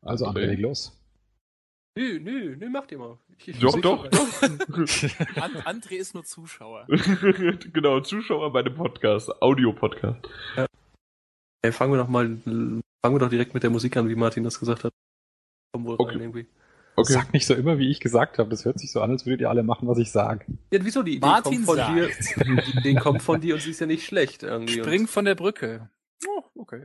Also André, leg los. Nö, macht ihr mal. Doch. André ist nur Zuschauer. Genau, Zuschauer bei dem Podcast, Audio-Podcast. Ja. Hey, fangen wir doch direkt mit der Musik an, wie Martin das gesagt hat. Kommen wohl rein irgendwie. Okay. Sag nicht so immer, wie ich gesagt habe. Das hört sich so an, als würdet ihr alle machen, was ich sage. Ja, wieso? Die Idee Martin kommt von dir. Die Idee kommt von dir und sie ist ja nicht schlecht. Irgendwie. Spring von der Brücke. Oh, okay.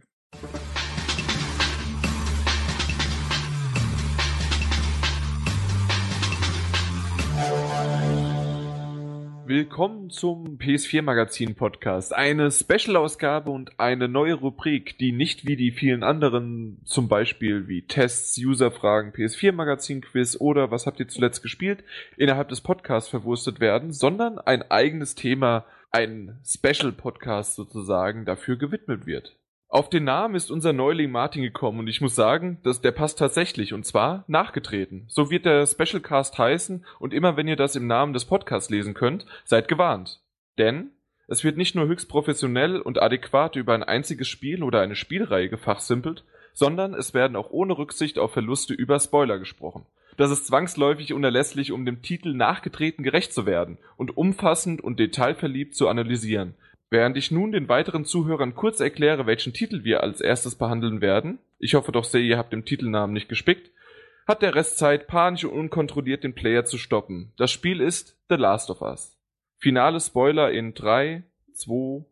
Willkommen zum PS4-Magazin-Podcast. Eine Special-Ausgabe und eine neue Rubrik, die nicht wie die vielen anderen, zum Beispiel wie Tests, User-Fragen, PS4-Magazin-Quiz oder was habt ihr zuletzt gespielt, innerhalb des Podcasts verwurstet werden, sondern ein eigenes Thema, ein Special-Podcast sozusagen, dafür gewidmet wird. Auf den Namen ist unser Neuling Martin gekommen und ich muss sagen, der passt tatsächlich und zwar nachgetreten. So wird der Specialcast heißen und immer wenn ihr das im Namen des Podcasts lesen könnt, seid gewarnt. Denn es wird nicht nur höchst professionell und adäquat über ein einziges Spiel oder eine Spielreihe gefachsimpelt, sondern es werden auch ohne Rücksicht auf Verluste über Spoiler gesprochen. Das ist zwangsläufig unerlässlich, um dem Titel nachgetreten gerecht zu werden und umfassend und detailverliebt zu analysieren. Während ich nun den weiteren Zuhörern kurz erkläre, welchen Titel wir als erstes behandeln werden, ich hoffe doch sehr, ihr habt den Titelnamen nicht gespickt, hat der Rest Zeit, panisch und unkontrolliert den Player zu stoppen. Das Spiel ist The Last of Us. Finale Spoiler in 3, 2,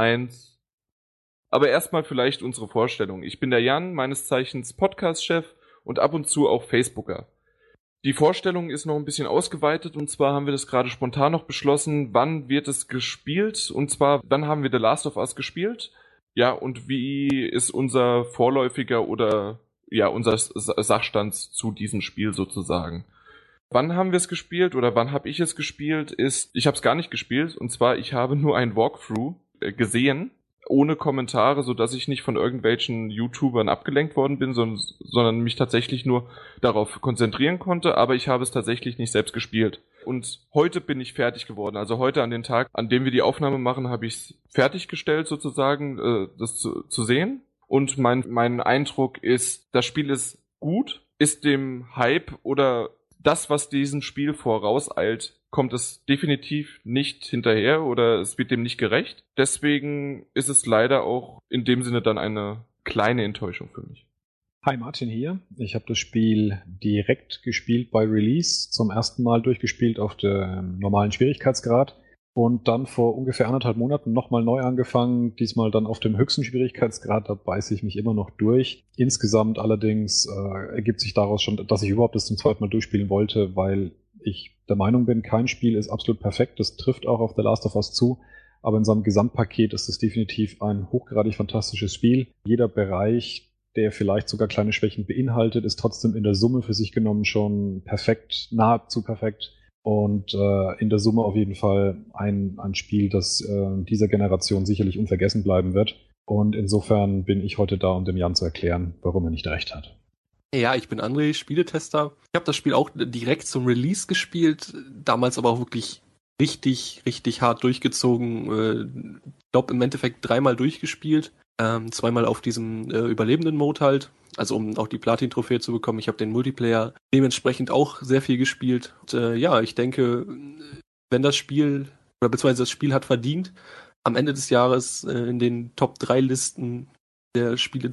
1. Aber erstmal vielleicht unsere Vorstellung. Ich bin der Jan, meines Zeichens Podcast-Chef und ab und zu auch Facebooker. Die Vorstellung ist noch ein bisschen ausgeweitet und zwar haben wir das gerade spontan noch beschlossen, wann wird es gespielt und zwar, wann haben wir The Last of Us gespielt? Ja, und wie ist unser vorläufiger oder ja, unser Sachstand zu diesem Spiel sozusagen? Wann haben wir es gespielt oder wann habe ich es gespielt ich habe es gar nicht gespielt und zwar, ich habe nur ein Walkthrough gesehen, ohne Kommentare, so dass ich nicht von irgendwelchen YouTubern abgelenkt worden bin, sondern mich tatsächlich nur darauf konzentrieren konnte, aber ich habe es tatsächlich nicht selbst gespielt. Und heute bin ich fertig geworden, also heute an den Tag, an dem wir die Aufnahme machen, habe ich es fertiggestellt sozusagen, das zu sehen. Und mein Eindruck ist, das Spiel ist gut, ist dem Hype oder das, was diesem Spiel vorauseilt, kommt es definitiv nicht hinterher oder es wird dem nicht gerecht. Deswegen ist es leider auch in dem Sinne dann eine kleine Enttäuschung für mich. Hi, Martin hier. Ich habe das Spiel direkt gespielt bei Release, zum ersten Mal durchgespielt auf dem normalen Schwierigkeitsgrad und dann vor ungefähr 1,5 Monaten nochmal neu angefangen, diesmal dann auf dem höchsten Schwierigkeitsgrad, da beiße ich mich immer noch durch. Insgesamt allerdings ergibt sich daraus schon, dass ich überhaupt das zum zweiten Mal durchspielen wollte, weil ich der Meinung bin, kein Spiel ist absolut perfekt, das trifft auch auf The Last of Us zu, aber in seinem Gesamtpaket ist es definitiv ein hochgradig fantastisches Spiel. Jeder Bereich, der vielleicht sogar kleine Schwächen beinhaltet, ist trotzdem in der Summe für sich genommen schon perfekt, nahezu perfekt und in der Summe auf jeden Fall ein Spiel, das dieser Generation sicherlich unvergessen bleiben wird und insofern bin ich heute da, um dem Jan zu erklären, warum er nicht recht hat. Ja, ich bin André, Spieletester. Ich habe das Spiel auch direkt zum Release gespielt, damals aber auch wirklich richtig hart durchgezogen. Ich glaube im Endeffekt 3-mal durchgespielt, 2-mal auf diesem überlebenden Mode halt, also um auch die Platin-Trophäe zu bekommen. Ich habe den Multiplayer dementsprechend auch sehr viel gespielt. Und, ja, ich denke, wenn das Spiel, oder beziehungsweise das Spiel hat verdient, am Ende des Jahres in den Top 3 Listen des Spiel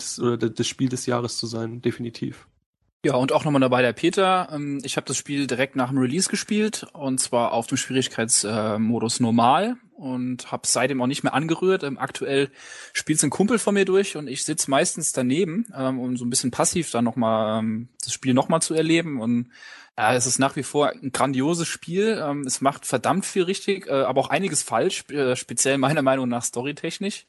des Jahres zu sein, definitiv. Ja, und auch nochmal dabei der Peter. Ich habe das Spiel direkt nach dem Release gespielt und zwar auf dem Schwierigkeitsmodus normal und habe seitdem auch nicht mehr angerührt. Aktuell spielt ein Kumpel von mir durch und ich sitze meistens daneben, um so ein bisschen passiv dann nochmal das Spiel nochmal zu erleben. Und ja, es ist nach wie vor ein grandioses Spiel. Es macht verdammt viel richtig, aber auch einiges falsch, speziell meiner Meinung nach storytechnisch.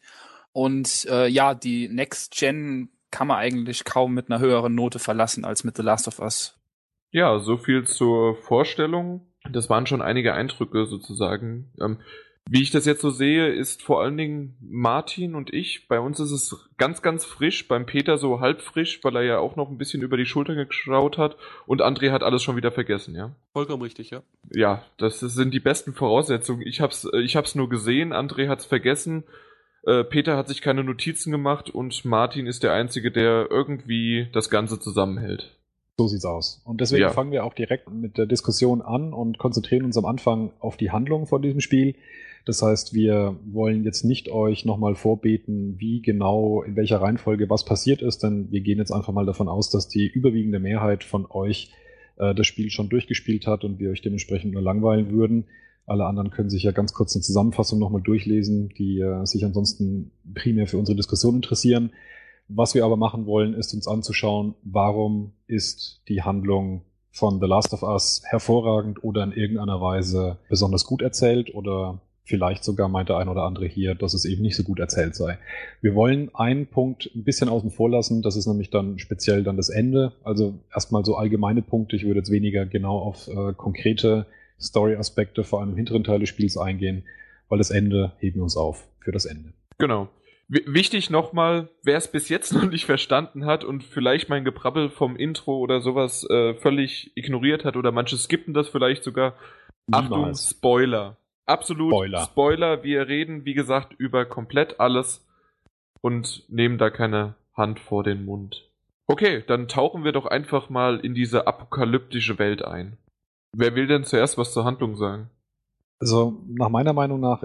Und ja, die Next Gen kann man eigentlich kaum mit einer höheren Note verlassen als mit The Last of Us. Ja, so viel zur Vorstellung. Das waren schon einige Eindrücke sozusagen. Wie ich das jetzt so sehe, ist vor allen Dingen Martin und ich, bei uns ist es ganz frisch, beim Peter so halb frisch, weil er ja auch noch ein bisschen über die Schulter geschaut hat und André hat alles schon wieder vergessen, ja? Vollkommen richtig, ja. Ja, das sind die besten Voraussetzungen. Ich hab's nur gesehen, André hat's vergessen. Peter hat sich keine Notizen gemacht und Martin ist der Einzige, der irgendwie das Ganze zusammenhält. So sieht's aus. Und deswegen fangen wir auch direkt mit der Diskussion an und konzentrieren uns am Anfang auf die Handlung von diesem Spiel. Das heißt, wir wollen jetzt nicht euch nochmal vorbeten, wie genau, in welcher Reihenfolge was passiert ist, denn wir gehen jetzt einfach mal davon aus, dass die überwiegende Mehrheit von euch das Spiel schon durchgespielt hat und wir euch dementsprechend nur langweilen würden. Alle anderen können sich ja ganz kurz eine Zusammenfassung nochmal durchlesen, die sich ansonsten primär für unsere Diskussion interessieren. Was wir aber machen wollen, ist uns anzuschauen, warum ist die Handlung von The Last of Us hervorragend oder in irgendeiner Weise besonders gut erzählt oder vielleicht sogar meint der ein oder andere hier, dass es eben nicht so gut erzählt sei. Wir wollen einen Punkt ein bisschen außen vor lassen, das ist nämlich dann speziell dann das Ende. Also erstmal so allgemeine Punkte, ich würde jetzt weniger genau auf konkrete Story-Aspekte, vor allem im hinteren Teil des Spiels eingehen, weil das Ende heben wir uns auf für das Ende. Genau. Wichtig nochmal, wer es bis jetzt noch nicht verstanden hat und vielleicht mein Gebrabbel vom Intro oder sowas völlig ignoriert hat oder manche skippen das vielleicht sogar. Niemals. Achtung, Spoiler. Absolut Spoiler. Wir reden, wie gesagt, über komplett alles und nehmen da keine Hand vor den Mund. Okay, dann tauchen wir doch einfach mal in diese apokalyptische Welt ein. Wer will denn zuerst was zur Handlung sagen? Also nach meiner Meinung nach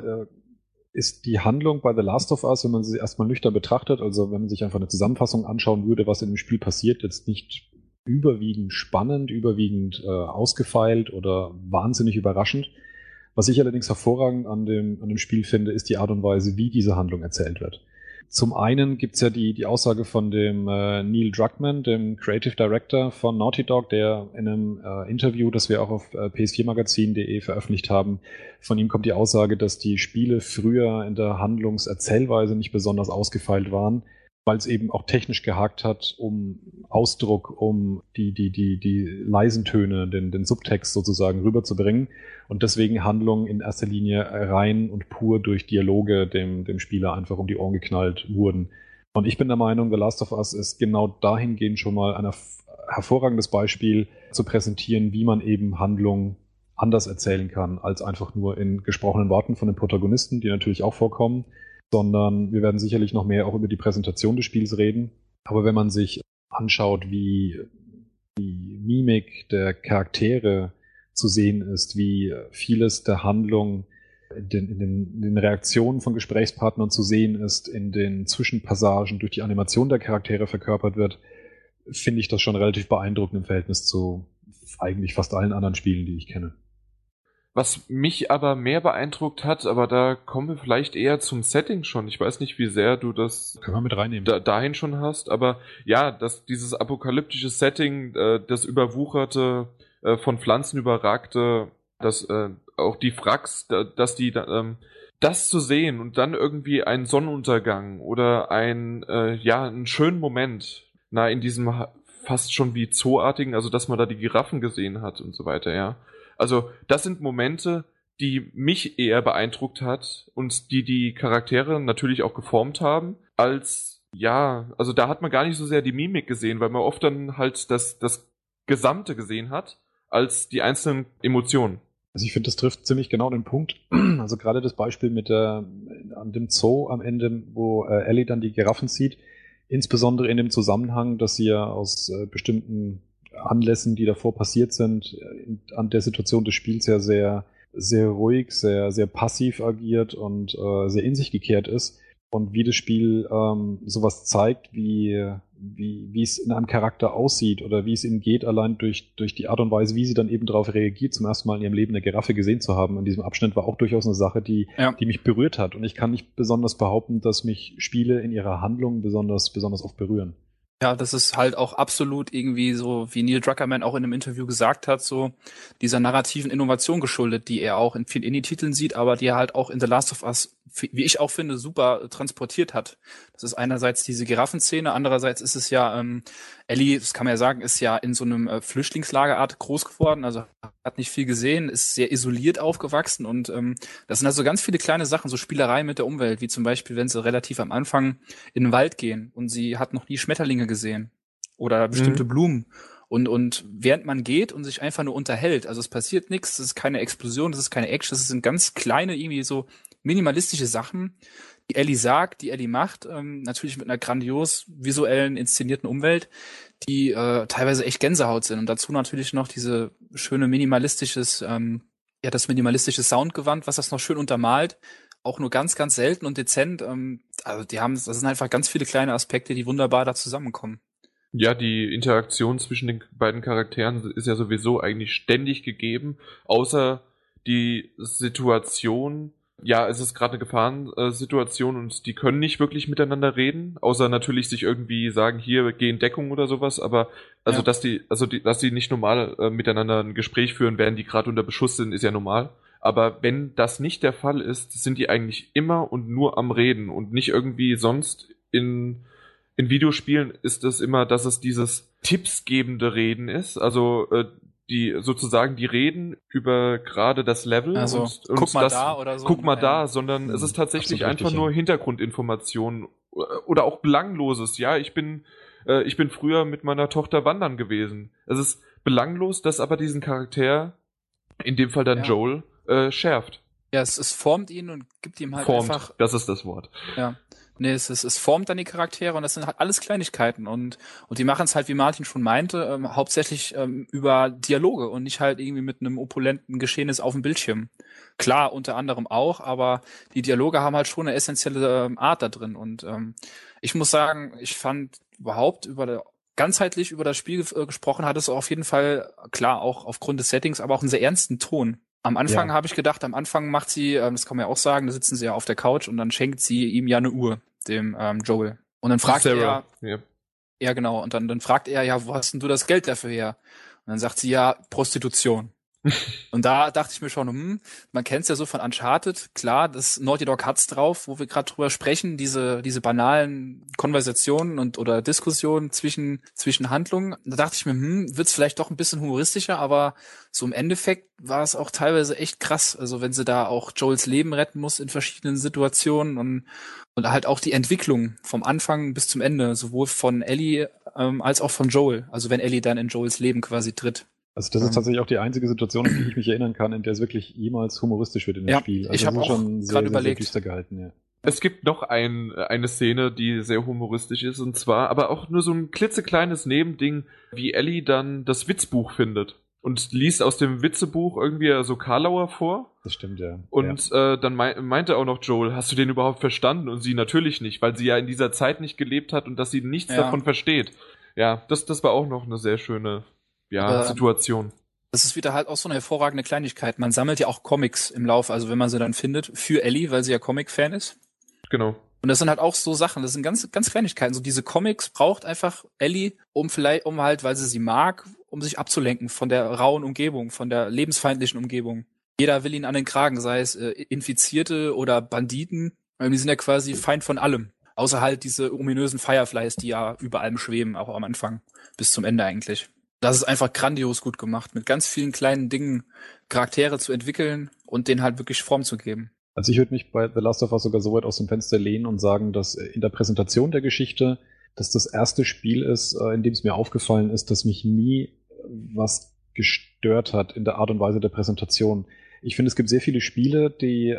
ist die Handlung bei The Last of Us, wenn man sie erstmal nüchtern betrachtet, also wenn man sich einfach eine Zusammenfassung anschauen würde, was in dem Spiel passiert, jetzt nicht überwiegend spannend, überwiegend ausgefeilt oder wahnsinnig überraschend. Was ich allerdings hervorragend an dem Spiel finde, ist die Art und Weise, wie diese Handlung erzählt wird. Zum einen gibt's ja die Aussage von dem Neil Druckmann, dem Creative Director von Naughty Dog, der in einem Interview, das wir auch auf ps4magazin.de veröffentlicht haben, von ihm kommt die Aussage, dass die Spiele früher in der Handlungserzählweise nicht besonders ausgefeilt waren, weil es eben auch technisch gehakt hat, um Ausdruck, um die leisen Töne, den Subtext sozusagen rüberzubringen und deswegen Handlungen in erster Linie rein und pur durch Dialoge dem Spieler einfach um die Ohren geknallt wurden. Und ich bin der Meinung, The Last of Us ist genau dahingehend schon mal ein hervorragendes Beispiel zu präsentieren, wie man eben Handlungen anders erzählen kann, als einfach nur in gesprochenen Worten von den Protagonisten, die natürlich auch vorkommen, sondern wir werden sicherlich noch mehr auch über die Präsentation des Spiels reden. Aber wenn man sich anschaut, wie die Mimik der Charaktere zu sehen ist, wie vieles der Handlung in den Reaktionen von Gesprächspartnern zu sehen ist, in den Zwischenpassagen durch die Animation der Charaktere verkörpert wird, finde ich das schon relativ beeindruckend im Verhältnis zu eigentlich fast allen anderen Spielen, die ich kenne. Was mich aber mehr beeindruckt hat, aber da kommen wir vielleicht eher zum Setting schon. Ich weiß nicht, wie sehr du das können wir mit reinnehmen. Dahin schon hast, aber ja, dieses apokalyptische Setting, das überwucherte, von Pflanzen überragte, das auch die Wracks, dass die das zu sehen und dann irgendwie einen Sonnenuntergang oder einen schönen Moment, in diesem fast schon wie Zooartigen, also dass man da die Giraffen gesehen hat und so weiter, ja. Also das sind Momente, die mich eher beeindruckt hat und die Charaktere natürlich auch geformt haben, also da hat man gar nicht so sehr die Mimik gesehen, weil man oft dann halt das Gesamte gesehen hat, als die einzelnen Emotionen. Also ich finde, das trifft ziemlich genau den Punkt. Also gerade das Beispiel an dem Zoo am Ende, wo Ellie dann die Giraffen sieht, insbesondere in dem Zusammenhang, dass sie ja aus bestimmten Anlässen, die davor passiert sind, an der Situation des Spiels ja sehr, sehr ruhig, sehr, sehr passiv agiert und sehr in sich gekehrt ist. Und wie das Spiel sowas zeigt, wie es in einem Charakter aussieht oder wie es ihm geht, allein durch die Art und Weise, wie sie dann eben darauf reagiert, zum ersten Mal in ihrem Leben eine Giraffe gesehen zu haben. In diesem Abschnitt war auch durchaus eine Sache, die mich berührt hat. Und ich kann nicht besonders behaupten, dass mich Spiele in ihrer Handlung besonders oft berühren. Ja, das ist halt auch absolut irgendwie so, wie Neil Druckmann auch in einem Interview gesagt hat, so dieser narrativen Innovation geschuldet, die er auch in vielen Indie-Titeln sieht, aber die er halt auch in The Last of Us, wie ich auch finde, super transportiert hat. Das ist einerseits diese Giraffenszene, andererseits ist es ja, Ellie, das kann man ja sagen, ist ja in so einem Flüchtlingslagerart groß geworden, also hat nicht viel gesehen, ist sehr isoliert aufgewachsen und das sind also ganz viele kleine Sachen, so Spielereien mit der Umwelt, wie zum Beispiel, wenn sie relativ am Anfang in den Wald gehen und sie hat noch nie Schmetterlinge gesehen oder bestimmte Blumen und während man geht und sich einfach nur unterhält, also es passiert nichts, es ist keine Explosion, es ist keine Action, es sind ganz kleine, irgendwie so minimalistische Sachen, die Ellie sagt, die Ellie macht, natürlich mit einer grandios visuellen, inszenierten Umwelt, die teilweise echt Gänsehaut sind. Und dazu natürlich noch diese schöne das minimalistische Soundgewand, was das noch schön untermalt. Auch nur ganz, ganz selten und dezent. Also das sind einfach ganz viele kleine Aspekte, die wunderbar da zusammenkommen. Ja, die Interaktion zwischen den beiden Charakteren ist ja sowieso eigentlich ständig gegeben, außer die Situation. Ja, es ist gerade eine Gefahrensituation und die können nicht wirklich miteinander reden, außer natürlich sich irgendwie sagen, hier, geh in Deckung oder sowas, aber also Ja. dass die nicht normal miteinander ein Gespräch führen, während die gerade unter Beschuss sind, ist ja normal. Aber wenn das nicht der Fall ist, sind die eigentlich immer und nur am Reden und nicht irgendwie sonst in Videospielen ist es immer, dass es dieses tippsgebende Reden ist, also die sozusagen die reden über gerade das Level Also, und guck mal das da oder so. guck mal da, sondern es ist tatsächlich absolut einfach richtig, nur ja. Hintergrundinformation oder auch belangloses. Ja, ich bin früher mit meiner Tochter wandern gewesen. Es ist belanglos, dass aber diesen Charakter, in dem Fall dann Ja. Joel, schärft. Ja, es formt ihn und gibt ihm halt Formt, einfach. das ist das Wort. Ja. Nee, es formt dann die Charaktere und das sind halt alles Kleinigkeiten und die machen es halt, wie Martin schon meinte, hauptsächlich über Dialoge und nicht halt irgendwie mit einem opulenten Geschehnis auf dem Bildschirm. Klar, unter anderem auch, aber die Dialoge haben halt schon eine essentielle Art da drin und ich muss sagen, ich fand überhaupt ganzheitlich über das Spiel gesprochen hat es auf jeden Fall, klar, auch aufgrund des Settings, aber auch einen sehr ernsten Ton. Am Anfang Ja. habe ich gedacht, am Anfang macht sie, das kann man ja auch sagen, da sitzen sie ja auf der Couch und dann schenkt sie ihm ja eine Uhr, dem Joel. Und dann fragt Sarah, er, ja. ja genau, und dann fragt er, ja, wo hast denn du das Geld dafür her? Und dann sagt sie, ja, Prostitution. Und da dachte ich mir schon, man kennt es ja so von Uncharted, klar, das Naughty Dog hat's drauf, wo wir gerade drüber sprechen, diese banalen Konversationen oder Diskussionen zwischen Handlungen. Da dachte ich mir, wird's vielleicht doch ein bisschen humoristischer, aber so im Endeffekt war es auch teilweise echt krass. Also wenn sie da auch Joels Leben retten muss in verschiedenen Situationen und halt auch die Entwicklung vom Anfang bis zum Ende, sowohl von Ellie als auch von Joel. Also wenn Ellie dann in Joels Leben quasi tritt. Also das ist tatsächlich auch die einzige Situation, an die ich mich erinnern kann, in der es wirklich jemals humoristisch wird in dem Ja, Spiel. Also ich das habe ist auch schon gerade sehr, sehr, sehr überlegt. düster gehalten, ja. Es gibt noch eine Szene, die sehr humoristisch ist, und zwar aber auch nur so ein klitzekleines Nebending, wie Ellie dann das Witzbuch findet und liest aus dem Witzebuch irgendwie so Karlauer vor. Das stimmt, ja. Und dann meinte auch noch Joel, hast du den überhaupt verstanden? Und sie natürlich nicht, weil sie ja in dieser Zeit nicht gelebt hat und dass sie nichts Ja. davon versteht. Ja, das war auch noch eine sehr schöne Situation. Das ist wieder halt auch so eine hervorragende Kleinigkeit. Man sammelt ja auch Comics im Lauf, also wenn man sie dann findet, für Ellie, weil sie ja Comic-Fan ist. Genau. Und das sind halt auch so Sachen, das sind ganz, ganz Kleinigkeiten. So diese Comics braucht einfach Ellie, um halt, weil sie mag, um sich abzulenken von der rauen Umgebung, von der lebensfeindlichen Umgebung. Jeder will ihn an den Kragen, sei es Infizierte oder Banditen. Die sind ja quasi Feind von allem. Außer halt diese ominösen Fireflies, die ja über allem schweben, auch am Anfang. Bis zum Ende eigentlich. Das ist einfach grandios gut gemacht, mit ganz vielen kleinen Dingen Charaktere zu entwickeln und denen halt wirklich Form zu geben. Also ich würde mich bei The Last of Us sogar so weit aus dem Fenster lehnen und sagen, dass in der Präsentation der Geschichte, dass das erste Spiel ist, in dem es mir aufgefallen ist, dass mich nie was gestört hat in der Art und Weise der Präsentation. Ich finde, es gibt sehr viele Spiele,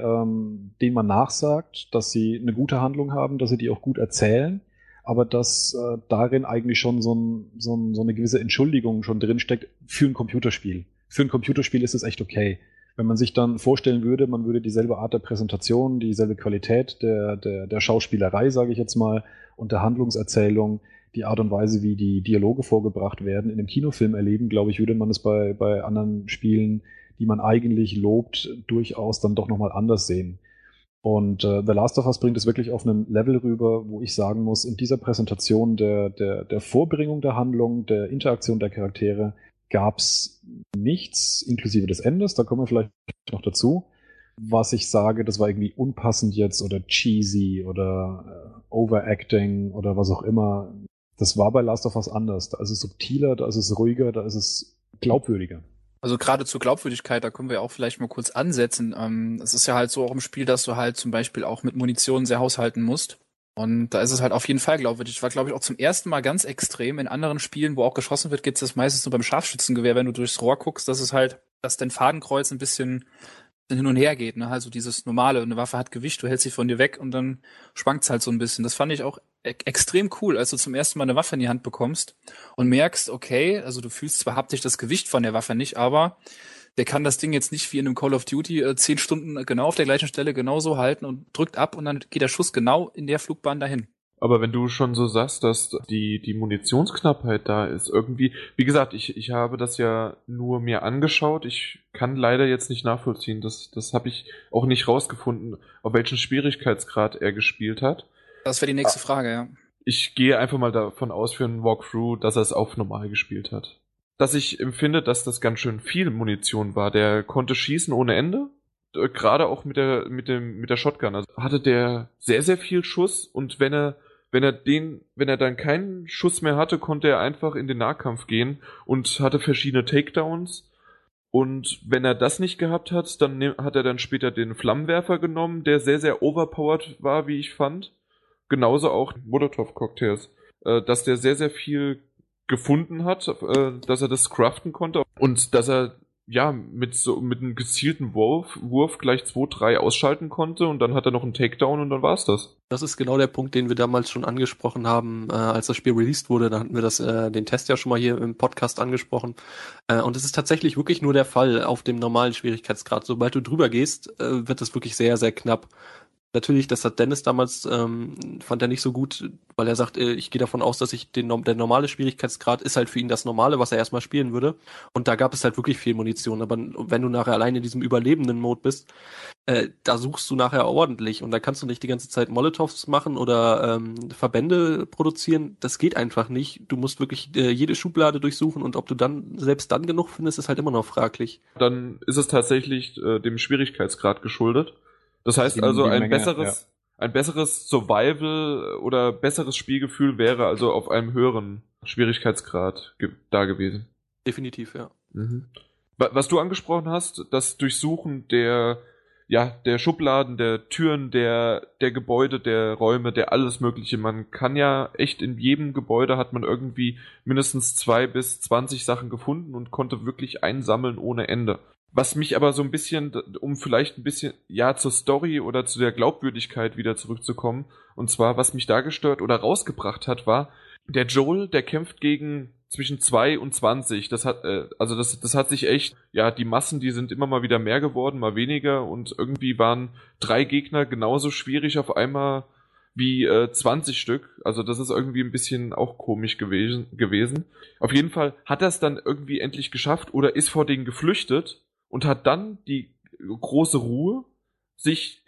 denen man nachsagt, dass sie eine gute Handlung haben, dass sie die auch gut erzählen, aber dass darin eigentlich schon so eine gewisse Entschuldigung schon drinsteckt für ein Computerspiel. Für ein Computerspiel ist es echt okay. Wenn man sich dann vorstellen würde, man würde dieselbe Art der Präsentation, dieselbe Qualität der Schauspielerei, sage ich jetzt mal, und der Handlungserzählung, die Art und Weise, wie die Dialoge vorgebracht werden, in einem Kinofilm erleben, glaube ich, würde man es bei anderen Spielen, die man eigentlich lobt, durchaus dann doch nochmal anders sehen. Und The Last of Us bringt es wirklich auf einem Level rüber, wo ich sagen muss, in dieser Präsentation der Vorbringung der Handlung, der Interaktion der Charaktere, gab's nichts, inklusive des Endes, da kommen wir vielleicht noch dazu, was ich sage, das war irgendwie unpassend jetzt oder cheesy oder overacting oder was auch immer. Das war bei Last of Us anders. Da ist es subtiler, da ist es ruhiger, da ist es glaubwürdiger. Also gerade zur Glaubwürdigkeit, da können wir auch vielleicht mal kurz ansetzen. Es ist ja halt so auch im Spiel, dass du halt zum Beispiel auch mit Munition sehr haushalten musst. Und da ist es halt auf jeden Fall glaubwürdig. War, glaube ich, auch zum ersten Mal ganz extrem. In anderen Spielen, wo auch geschossen wird, gibt es das meistens nur beim Scharfschützengewehr, wenn du durchs Rohr guckst, dass dein Fadenkreuz ein bisschen hin und her geht, ne? Also dieses normale, eine Waffe hat Gewicht, du hältst sie von dir weg und dann schwankt's halt so ein bisschen. Das fand ich auch extrem cool, als du zum ersten Mal eine Waffe in die Hand bekommst und merkst, okay, also du fühlst zwar haptisch das Gewicht von der Waffe nicht, aber der kann das Ding jetzt nicht wie in einem Call of Duty 10 Stunden genau auf der gleichen Stelle genauso halten und drückt ab und dann geht der Schuss genau in der Flugbahn dahin. Aber wenn du schon so sagst, dass die Munitionsknappheit da ist, irgendwie, wie gesagt, ich habe das ja nur mir angeschaut, ich kann leider jetzt nicht nachvollziehen, das habe ich auch nicht rausgefunden, auf welchen Schwierigkeitsgrad er gespielt hat. Das wäre die nächste Frage, ja. Ich gehe einfach mal davon aus für einen Walkthrough, dass er es auf normal gespielt hat. Dass ich empfinde, dass das ganz schön viel Munition war, der konnte schießen ohne Ende. Gerade auch mit der Shotgun, also hatte der sehr, sehr viel Schuss und wenn er dann keinen Schuss mehr hatte, konnte er einfach in den Nahkampf gehen und hatte verschiedene Takedowns. Und wenn er das nicht gehabt hat, dann hat er dann später den Flammenwerfer genommen, der sehr, sehr overpowered war, wie ich fand. Genauso auch Molotov-Cocktails. Dass der sehr, sehr viel gefunden hat, dass er das craften konnte und dass er ja mit einem gezielten Wurf gleich 2, 3 ausschalten konnte und dann hat er noch einen Takedown und dann war's das. Das ist genau der Punkt, den wir damals schon angesprochen haben, als das Spiel released wurde. Da hatten wir den Test ja schon mal hier im Podcast angesprochen. Und es ist tatsächlich wirklich nur der Fall auf dem normalen Schwierigkeitsgrad. Sobald du drüber gehst, wird es wirklich sehr, sehr knapp. Natürlich, das hat Dennis damals, fand er nicht so gut, weil er sagt, ich gehe davon aus, dass der normale Schwierigkeitsgrad ist halt für ihn das Normale, was er erstmal spielen würde. Und da gab es halt wirklich viel Munition. Aber wenn du nachher allein in diesem überlebenden Mode bist, da suchst du nachher ordentlich. Und da kannst du nicht die ganze Zeit Molotovs machen oder Verbände produzieren. Das geht einfach nicht. Du musst wirklich jede Schublade durchsuchen und ob du dann selbst dann genug findest, ist halt immer noch fraglich. Dann ist es tatsächlich dem Schwierigkeitsgrad geschuldet. Das heißt also, ein besseres Survival oder besseres Spielgefühl wäre also auf einem höheren Schwierigkeitsgrad da gewesen. Definitiv, ja. Mhm. Was du angesprochen hast, das Durchsuchen der Schubladen, der Türen, der Gebäude, der Räume, der alles Mögliche. Man kann ja echt in jedem Gebäude hat man irgendwie mindestens 2 bis 20 Sachen gefunden und konnte wirklich einsammeln ohne Ende. Was mich aber so ein bisschen, um vielleicht ein bisschen, zur Story oder zu der Glaubwürdigkeit wieder zurückzukommen, und zwar, was mich da gestört oder rausgebracht hat, war, der Joel, der kämpft gegen zwischen 2 und 20. Das hat sich echt, die Massen, die sind immer mal wieder mehr geworden, mal weniger, und irgendwie waren 3 Gegner genauso schwierig auf einmal wie 20 Stück. Also das ist irgendwie ein bisschen auch komisch gewesen. Auf jeden Fall hat er es dann irgendwie endlich geschafft oder ist vor denen geflüchtet und hat dann die große Ruhe, sich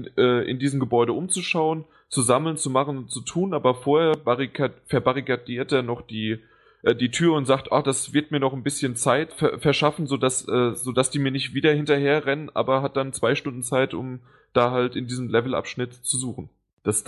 in diesem Gebäude umzuschauen, zu sammeln, zu machen und zu tun, aber vorher verbarrikadiert er noch die Tür und sagt, das wird mir noch ein bisschen Zeit verschaffen, sodass die mir nicht wieder hinterher rennen, aber hat dann 2 Stunden Zeit, um da halt in diesem Levelabschnitt zu suchen. Das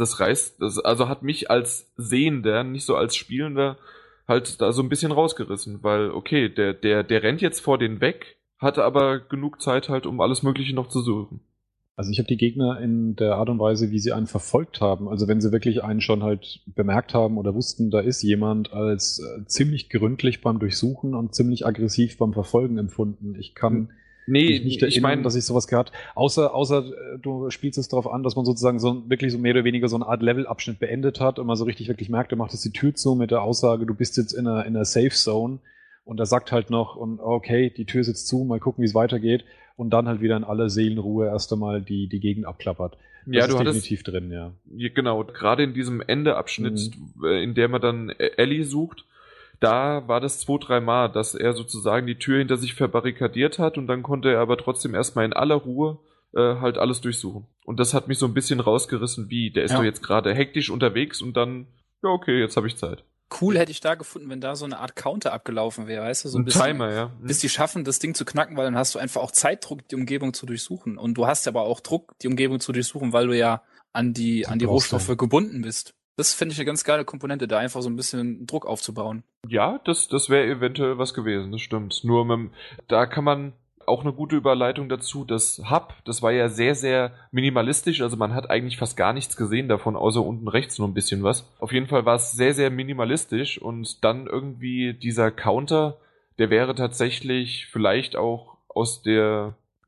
hat mich als Sehender, nicht so als Spielender, halt da so ein bisschen rausgerissen, weil, okay, der rennt jetzt vor denen weg, hatte aber genug Zeit halt, um alles Mögliche noch zu suchen. Also ich habe die Gegner in der Art und Weise, wie sie einen verfolgt haben, also wenn sie wirklich einen schon halt bemerkt haben oder wussten, da ist jemand, als ziemlich gründlich beim Durchsuchen und ziemlich aggressiv beim Verfolgen empfunden. Ich kann mich nicht erinnern, dass ich sowas gehabt, außer du spielst es darauf an, dass man sozusagen wirklich so mehr oder weniger so eine Art Levelabschnitt beendet hat und man so richtig wirklich merkt, er macht jetzt die Tür zu mit der Aussage, du bist jetzt in einer Safe Zone. Und er sagt halt noch, okay, die Tür sitzt zu, mal gucken, wie es weitergeht. Und dann halt wieder in aller Seelenruhe erst einmal die Gegend abklappert. Das ist definitiv drin, ja. Genau, gerade in diesem Endeabschnitt, in der man dann Ellie sucht, da war das 2, 3 Mal, dass er sozusagen die Tür hinter sich verbarrikadiert hat und dann konnte er aber trotzdem erstmal in aller Ruhe halt alles durchsuchen. Und das hat mich so ein bisschen rausgerissen, der ist doch jetzt gerade hektisch unterwegs und dann, okay, jetzt habe ich Zeit. Cool hätte ich da gefunden, wenn da so eine Art Counter abgelaufen wäre, weißt du? So ein bisschen, Timer, ja. Bis die schaffen, das Ding zu knacken, weil dann hast du einfach auch Zeitdruck, die Umgebung zu durchsuchen. Und du hast aber auch Druck, die Umgebung zu durchsuchen, weil du ja an die Rohstoffe gebunden bist. Das finde ich eine ganz geile Komponente, da einfach so ein bisschen Druck aufzubauen. Ja, das wäre eventuell was gewesen, das stimmt. Nur da kann man auch eine gute Überleitung dazu, das Hub, das war ja sehr, sehr minimalistisch, also man hat eigentlich fast gar nichts gesehen davon, außer unten rechts nur ein bisschen was. Auf jeden Fall war es sehr, sehr minimalistisch und dann irgendwie dieser Counter, der wäre tatsächlich vielleicht auch aus der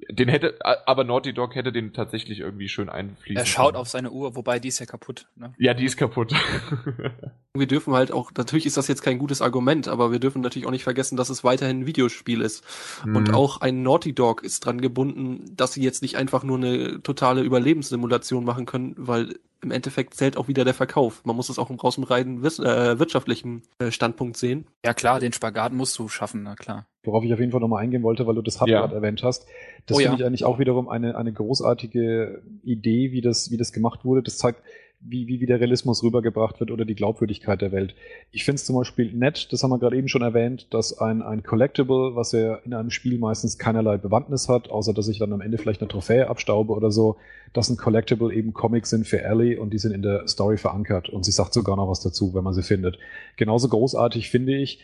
aber Naughty Dog hätte den tatsächlich irgendwie schön einfließen. Er schaut auf seine Uhr, wobei die ist ja kaputt. Ne? Ja, die ist kaputt. Wir dürfen halt auch, natürlich ist das jetzt kein gutes Argument, aber wir dürfen natürlich auch nicht vergessen, dass es weiterhin ein Videospiel ist. Und auch ein Naughty Dog ist dran gebunden, dass sie jetzt nicht einfach nur eine totale Überlebenssimulation machen können, weil im Endeffekt zählt auch wieder der Verkauf. Man muss es auch aus dem reinen wirtschaftlichen Standpunkt sehen. Ja klar, den Spagat musst du schaffen, na klar. Worauf ich auf jeden Fall nochmal eingehen wollte, weil du das Hub gerade erwähnt hast. Das finde ich eigentlich auch wiederum eine großartige Idee, wie das gemacht wurde. Das zeigt, wie der Realismus rübergebracht wird oder die Glaubwürdigkeit der Welt. Ich finde es zum Beispiel nett, das haben wir gerade eben schon erwähnt, dass ein Collectible, was ja in einem Spiel meistens keinerlei Bewandtnis hat, außer dass ich dann am Ende vielleicht eine Trophäe abstaube oder so, dass ein Collectible eben Comics sind für Ellie und die sind in der Story verankert und sie sagt sogar noch was dazu, wenn man sie findet. Genauso großartig finde ich,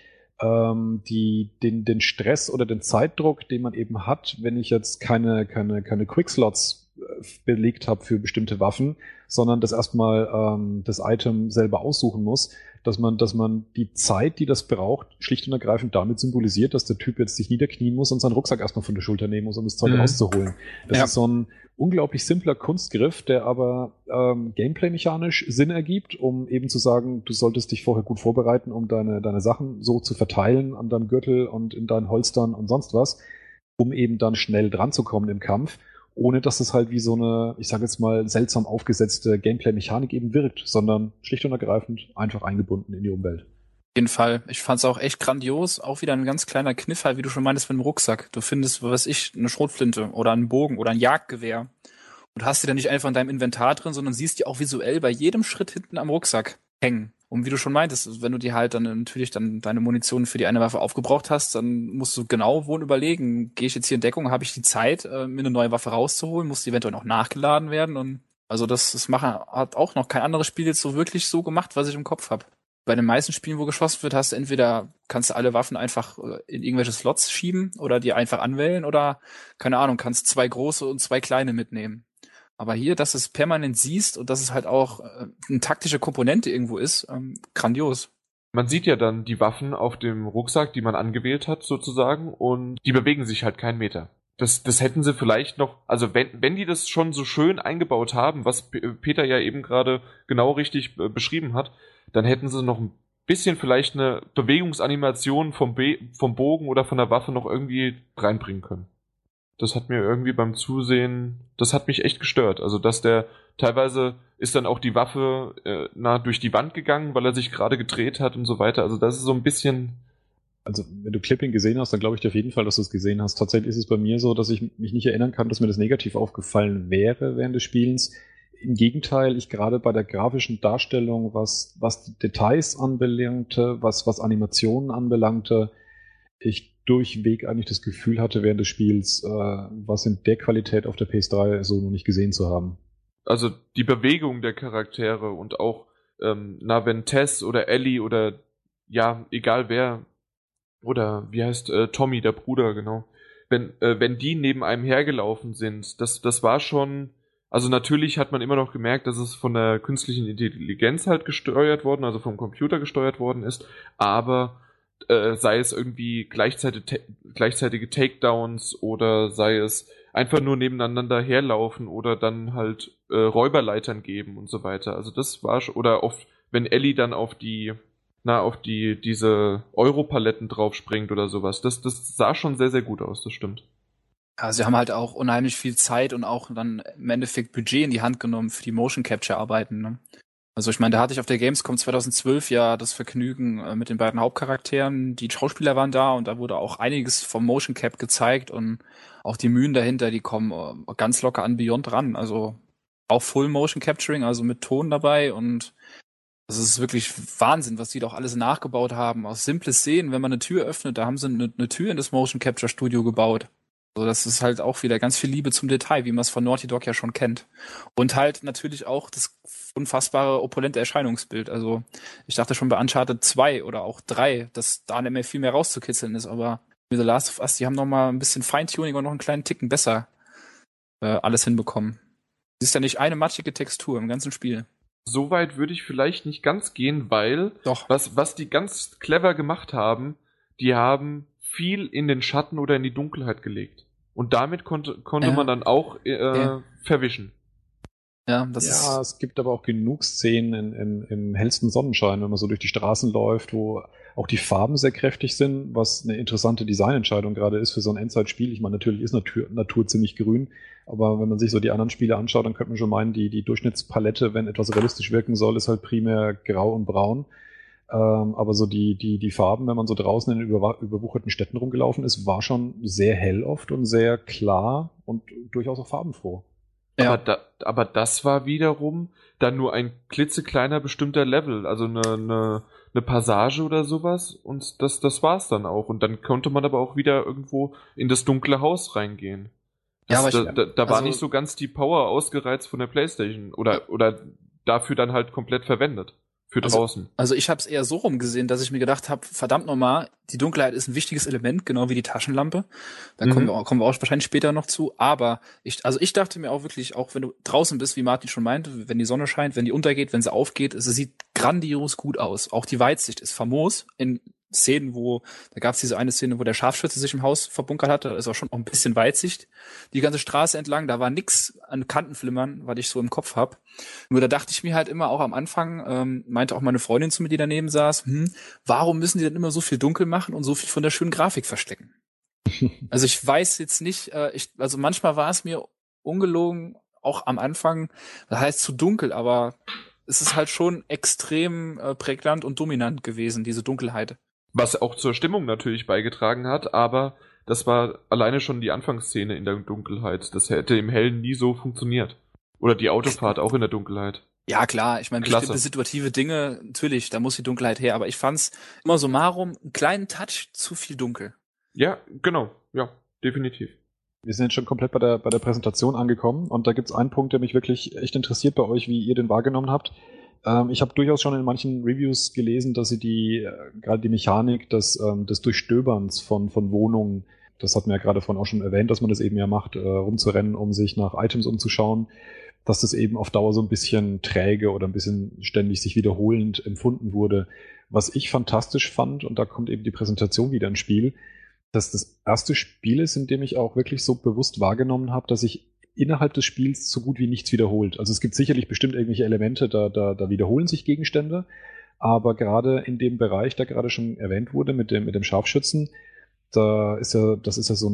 den Stress oder den Zeitdruck, den man eben hat, wenn ich jetzt keine Quickslots belegt habe für bestimmte Waffen, sondern das erstmal das Item selber aussuchen muss, dass man die Zeit, die das braucht, schlicht und ergreifend damit symbolisiert, dass der Typ jetzt sich niederknien muss und seinen Rucksack erstmal von der Schulter nehmen muss, um das Zeug rauszuholen. Das ist so ein unglaublich simpler Kunstgriff, der aber gameplay-mechanisch Sinn ergibt, um eben zu sagen, du solltest dich vorher gut vorbereiten, um deine Sachen so zu verteilen an deinem Gürtel und in deinen Holstern und sonst was, um eben dann schnell dran zu kommen im Kampf, ohne dass es halt wie so eine, ich sage jetzt mal, seltsam aufgesetzte Gameplay-Mechanik eben wirkt, sondern schlicht und ergreifend einfach eingebunden in die Umwelt. Auf jeden Fall. Ich fand's auch echt grandios. Auch wieder ein ganz kleiner Kniff halt, wie du schon meintest, mit dem Rucksack. Du findest, was weiß ich, eine Schrotflinte oder einen Bogen oder ein Jagdgewehr und hast die dann nicht einfach in deinem Inventar drin, sondern siehst die auch visuell bei jedem Schritt hinten am Rucksack hängen. Und wie du schon meintest, wenn du die halt dann natürlich dann deine Munition für die eine Waffe aufgebraucht hast, dann musst du genau wohl überlegen, gehe ich jetzt hier in Deckung, habe ich die Zeit, mir eine neue Waffe rauszuholen, muss die eventuell noch nachgeladen werden und also das hat auch noch kein anderes Spiel jetzt so wirklich so gemacht, was ich im Kopf habe. Bei den meisten Spielen, wo geschossen wird, kannst du alle Waffen einfach in irgendwelche Slots schieben oder die einfach anwählen oder, keine Ahnung, kannst 2 große und 2 kleine mitnehmen. Aber hier, dass du es permanent siehst und dass es halt auch eine taktische Komponente irgendwo ist, grandios. Man sieht ja dann die Waffen auf dem Rucksack, die man angewählt hat sozusagen, und die bewegen sich halt keinen Meter. Das hätten sie vielleicht noch, also wenn die das schon so schön eingebaut haben, was Peter ja eben gerade genau richtig beschrieben hat, dann hätten sie noch ein bisschen vielleicht eine Bewegungsanimation vom Bogen oder von der Waffe noch irgendwie reinbringen können. Das hat mir irgendwie beim Zusehen, das hat mich echt gestört. Also, dass teilweise ist dann auch die Waffe durch die Wand gegangen, weil er sich gerade gedreht hat und so weiter. Also, das ist so ein bisschen. Also, wenn du Clipping gesehen hast, dann glaube ich dir auf jeden Fall, dass du es gesehen hast. Tatsächlich ist es bei mir so, dass ich mich nicht erinnern kann, dass mir das negativ aufgefallen wäre während des Spielens. Im Gegenteil, ich gerade bei der grafischen Darstellung, was die Details anbelangte, was Animationen anbelangte, ich durchweg eigentlich das Gefühl hatte während des Spiels, was in der Qualität auf der PS3 so noch nicht gesehen zu haben. Also die Bewegung der Charaktere und auch, wenn Tess oder Ellie oder ja, egal wer, oder wie heißt Tommy, der Bruder, genau, wenn die neben einem hergelaufen sind, das war schon, also natürlich hat man immer noch gemerkt, dass es von der künstlichen Intelligenz halt gesteuert worden, also vom Computer gesteuert worden ist, aber sei es irgendwie gleichzeitige Takedowns oder sei es einfach nur nebeneinander herlaufen oder dann halt Räuberleitern geben und so weiter. Also das war oder oft, wenn Ellie dann auf diese Europaletten draufspringt oder sowas. Das sah schon sehr, sehr gut aus, das stimmt. Ja, sie haben halt auch unheimlich viel Zeit und auch dann im Endeffekt Budget in die Hand genommen für die Motion Capture Arbeiten, ne? Also ich meine, da hatte ich auf der Gamescom 2012 ja das Vergnügen mit den beiden Hauptcharakteren. Die Schauspieler waren da und da wurde auch einiges vom Motion Cap gezeigt und auch die Mühen dahinter, die kommen ganz locker an Beyond ran. Also auch Full Motion Capturing, also mit Ton dabei und das ist wirklich Wahnsinn, was die doch alles nachgebaut haben. Aus simples Szenen, wenn man eine Tür öffnet, da haben sie eine Tür in das Motion Capture Studio gebaut. Also das ist halt auch wieder ganz viel Liebe zum Detail, wie man es von Naughty Dog ja schon kennt. Und halt natürlich auch das unfassbare, opulente Erscheinungsbild. Also ich dachte schon bei Uncharted 2 oder auch 3, dass da nicht mehr viel mehr rauszukitzeln ist, aber mit The Last of Us, die haben noch mal ein bisschen Feintuning und noch einen kleinen Ticken besser alles hinbekommen. Es ist ja nicht eine matschige Textur im ganzen Spiel. Soweit würde ich vielleicht nicht ganz gehen, weil Doch. Was die ganz clever gemacht haben, die haben viel in den Schatten oder in die Dunkelheit gelegt. Und damit konnte man dann auch verwischen. Ja, es gibt aber auch genug Szenen im hellsten Sonnenschein, wenn man so durch die Straßen läuft, wo auch die Farben sehr kräftig sind, was eine interessante Designentscheidung gerade ist für so ein Endzeitspiel. Ich meine, natürlich ist Natur ziemlich grün, aber wenn man sich so die anderen Spiele anschaut, dann könnte man schon meinen, die Durchschnittspalette, wenn etwas realistisch wirken soll, ist halt primär grau und braun. Aber so die Farben, wenn man so draußen in den überwucherten Städten rumgelaufen ist, war schon sehr hell oft und sehr klar und durchaus auch farbenfroh. Ja. Aber das war wiederum dann nur ein klitzekleiner bestimmter Level, also eine Passage oder sowas, und das war's dann auch. Und dann konnte man aber auch wieder irgendwo in das dunkle Haus reingehen. Da war nicht so ganz die Power ausgereizt von der PlayStation oder dafür dann halt komplett verwendet. Für draußen. Also ich habe es eher so rum gesehen, dass ich mir gedacht habe, verdammt nochmal, die Dunkelheit ist ein wichtiges Element, genau wie die Taschenlampe. Da kommen wir auch wahrscheinlich später noch zu. Aber ich dachte mir auch wirklich, auch wenn du draußen bist, wie Martin schon meinte, wenn die Sonne scheint, wenn die untergeht, wenn sie aufgeht, es sieht grandios gut aus. Auch die Weitsicht ist famos in Szenen, da gab es diese eine Szene, wo der Scharfschütze sich im Haus verbunkert hatte, da ist auch schon auch ein bisschen Weitsicht. Die ganze Straße entlang, da war nix an Kantenflimmern, was ich so im Kopf hab. Nur da dachte ich mir halt immer auch am Anfang, meinte auch meine Freundin zu mir, die daneben saß, warum müssen die denn immer so viel dunkel machen und so viel von der schönen Grafik verstecken? Also ich weiß jetzt nicht, also manchmal war es mir ungelogen, auch am Anfang, das heißt zu dunkel, aber es ist halt schon extrem prägnant und dominant gewesen, diese Dunkelheit. Was auch zur Stimmung natürlich beigetragen hat, aber das war alleine schon die Anfangsszene in der Dunkelheit. Das hätte im Hellen nie so funktioniert. Oder die Autofahrt auch in der Dunkelheit. Ja, klar, ich meine, bestimmte situative Dinge, natürlich, da muss die Dunkelheit her, aber ich fand's immer summarum einen kleinen Touch zu viel dunkel. Ja, genau, ja, definitiv. Wir sind jetzt schon komplett bei der Präsentation angekommen und da gibt's einen Punkt, der mich wirklich echt interessiert bei euch, wie ihr den wahrgenommen habt. Ich habe durchaus schon in manchen Reviews gelesen, dass sie gerade die Mechanik des Durchstöberns von Wohnungen, das hat man ja gerade vorhin auch schon erwähnt, dass man das eben ja macht, rumzurennen, um sich nach Items umzuschauen, dass das eben auf Dauer so ein bisschen träge oder ein bisschen ständig sich wiederholend empfunden wurde. Was ich fantastisch fand, und da kommt eben die Präsentation wieder ins Spiel, dass das erste Spiel ist, in dem ich auch wirklich so bewusst wahrgenommen habe, dass sich innerhalb des Spiels so gut wie nichts wiederholt. Also es gibt sicherlich bestimmt irgendwelche Elemente, da wiederholen sich Gegenstände, aber gerade in dem Bereich, der gerade schon erwähnt wurde, mit dem Scharfschützen, das ist ja so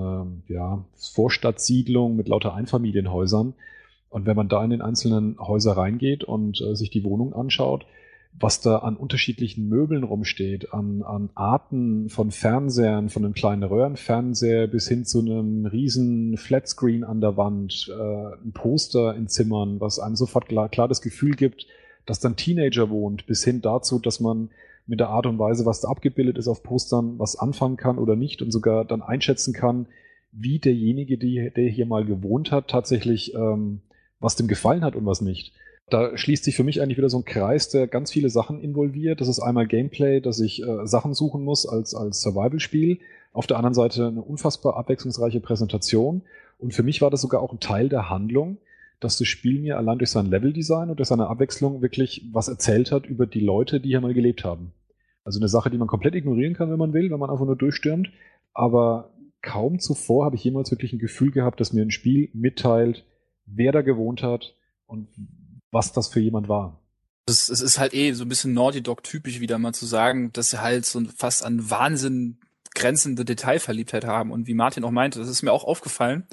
eine Vorstadtsiedlung mit lauter Einfamilienhäusern. Und wenn man da in den einzelnen Häuser reingeht und sich die Wohnung anschaut, was da an unterschiedlichen Möbeln rumsteht, an Arten von Fernsehern, von einem kleinen Röhrenfernseher bis hin zu einem riesen Flatscreen an der Wand, ein Poster in Zimmern, was einem sofort klar das Gefühl gibt, dass da ein Teenager wohnt, bis hin dazu, dass man mit der Art und Weise, was da abgebildet ist auf Postern, was anfangen kann oder nicht und sogar dann einschätzen kann, wie derjenige, der hier mal gewohnt hat, tatsächlich was dem gefallen hat und was nicht. Da schließt sich für mich eigentlich wieder so ein Kreis, der ganz viele Sachen involviert. Das ist einmal Gameplay, dass ich Sachen suchen muss als Survival-Spiel. Auf der anderen Seite eine unfassbar abwechslungsreiche Präsentation. Und für mich war das sogar auch ein Teil der Handlung, dass das Spiel mir allein durch sein Leveldesign und durch seine Abwechslung wirklich was erzählt hat über die Leute, die hier mal gelebt haben. Also eine Sache, die man komplett ignorieren kann, wenn man will, wenn man einfach nur durchstürmt. Aber kaum zuvor habe ich jemals wirklich ein Gefühl gehabt, dass mir ein Spiel mitteilt, wer da gewohnt hat und was das für jemand war. Es ist halt so ein bisschen Naughty Dog-typisch wieder mal zu sagen, dass sie halt so fast an Wahnsinn grenzende Detailverliebtheit haben. Und wie Martin auch meinte, das ist mir auch aufgefallen.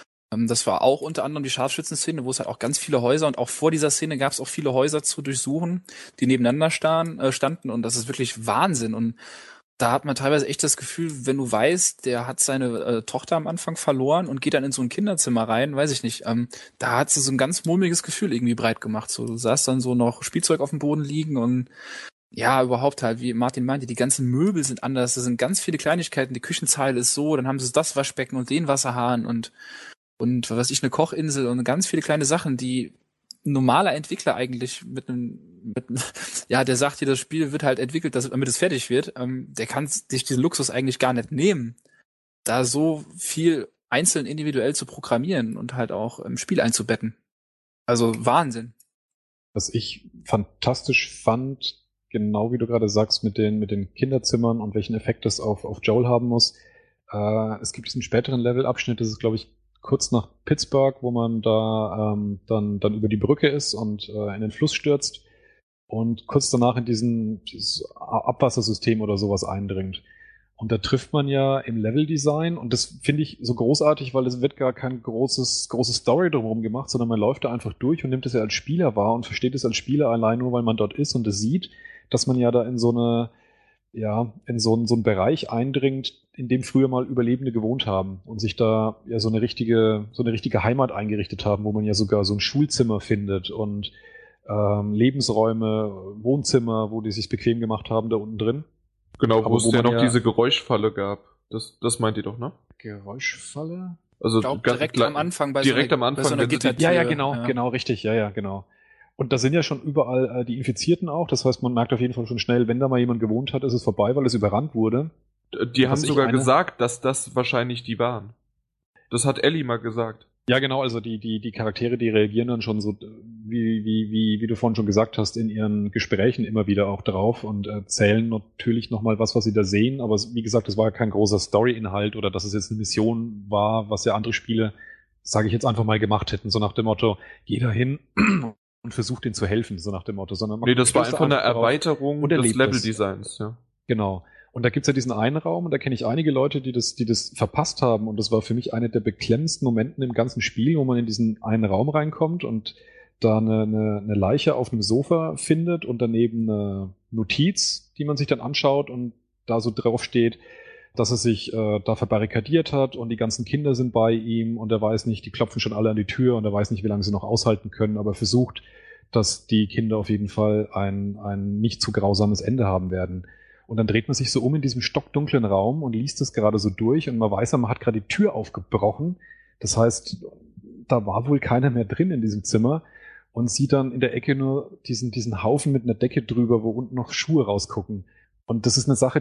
Das war auch unter anderem die Scharfschützen-Szene, wo es halt auch ganz viele Häuser und auch vor dieser Szene gab es auch viele Häuser zu durchsuchen, die nebeneinander standen und das ist wirklich Wahnsinn. Und da hat man teilweise echt das Gefühl, wenn du weißt, der hat seine Tochter am Anfang verloren und geht dann in so ein Kinderzimmer rein, weiß ich nicht, da hat sie so ein ganz mulmiges Gefühl irgendwie breit gemacht. So, du sahst dann so noch Spielzeug auf dem Boden liegen und ja, überhaupt halt, wie Martin meinte, die ganzen Möbel sind anders, da sind ganz viele Kleinigkeiten, die Küchenzeile ist so, dann haben sie das Waschbecken und den Wasserhahn und was weiß ich, eine Kochinsel und ganz viele kleine Sachen, die ein normaler Entwickler eigentlich der sagt dir, das Spiel wird halt entwickelt, damit es fertig wird, der kann sich diesen Luxus eigentlich gar nicht nehmen, da so viel einzeln individuell zu programmieren und halt auch im Spiel einzubetten. Also Wahnsinn. Was ich fantastisch fand, genau wie du gerade sagst, mit den Kinderzimmern und welchen Effekt das auf Joel haben muss, Es gibt diesen späteren Levelabschnitt, das ist, glaube ich, kurz nach Pittsburgh, wo man da dann über die Brücke ist und in den Fluss stürzt und kurz danach in dieses Abwassersystem oder sowas eindringt. Und da trifft man ja im Leveldesign, und das finde ich so großartig, weil es wird gar kein große Story drumherum gemacht, sondern man läuft da einfach durch und nimmt es ja als Spieler wahr und versteht es als Spieler allein nur, weil man dort ist und es sieht, dass man ja da in so einen Bereich eindringt, in dem früher mal Überlebende gewohnt haben und sich da ja so eine richtige Heimat eingerichtet haben, wo man ja sogar so ein Schulzimmer findet und Lebensräume, Wohnzimmer, wo die sich bequem gemacht haben da unten drin. Genau, Aber wo es wo ja man noch ja- diese Geräuschfalle gab. Das meint ihr doch, ne? Geräuschfalle? Also Ich glaube, direkt am Anfang bei direkt so am einer, Anfang, bei so einer wenn sie die- Gittertür. Ja, genau, richtig, ja, genau. Und da sind ja schon überall die Infizierten auch, das heißt, man merkt auf jeden Fall schon schnell, wenn da mal jemand gewohnt hat, ist es vorbei, weil es überrannt wurde. Die haben dass ich sogar eine- gesagt, dass das wahrscheinlich die waren. Das hat Ellie mal gesagt. Ja, genau, also die Charaktere, die reagieren dann schon so, wie du vorhin schon gesagt hast, in ihren Gesprächen immer wieder auch drauf und erzählen natürlich nochmal was sie da sehen, aber wie gesagt, das war ja kein großer Story-Inhalt oder dass es jetzt eine Mission war, was ja andere Spiele, sage ich jetzt einfach mal, gemacht hätten, so nach dem Motto, geh da hin und versuch denen zu helfen, so nach dem Motto, sondern man Nee, das war stößt einfach eine drauf. Erweiterung und des erlebt das. Leveldesigns, ja. Genau. Und da gibt's ja diesen einen Raum, und da kenne ich einige Leute, die das verpasst haben. Und das war für mich einer der beklemmendsten Momenten im ganzen Spiel, wo man in diesen einen Raum reinkommt und da eine Leiche auf einem Sofa findet und daneben eine Notiz, die man sich dann anschaut und da so drauf steht, dass er sich da verbarrikadiert hat und die ganzen Kinder sind bei ihm und er weiß nicht, die klopfen schon alle an die Tür und er weiß nicht, wie lange sie noch aushalten können, aber versucht, dass die Kinder auf jeden Fall ein nicht zu grausames Ende haben werden. Und dann dreht man sich so um in diesem stockdunklen Raum und liest es gerade so durch und man weiß, man hat gerade die Tür aufgebrochen. Das heißt, da war wohl keiner mehr drin in diesem Zimmer und sieht dann in der Ecke nur diesen Haufen mit einer Decke drüber, wo unten noch Schuhe rausgucken. Und das ist eine Sache,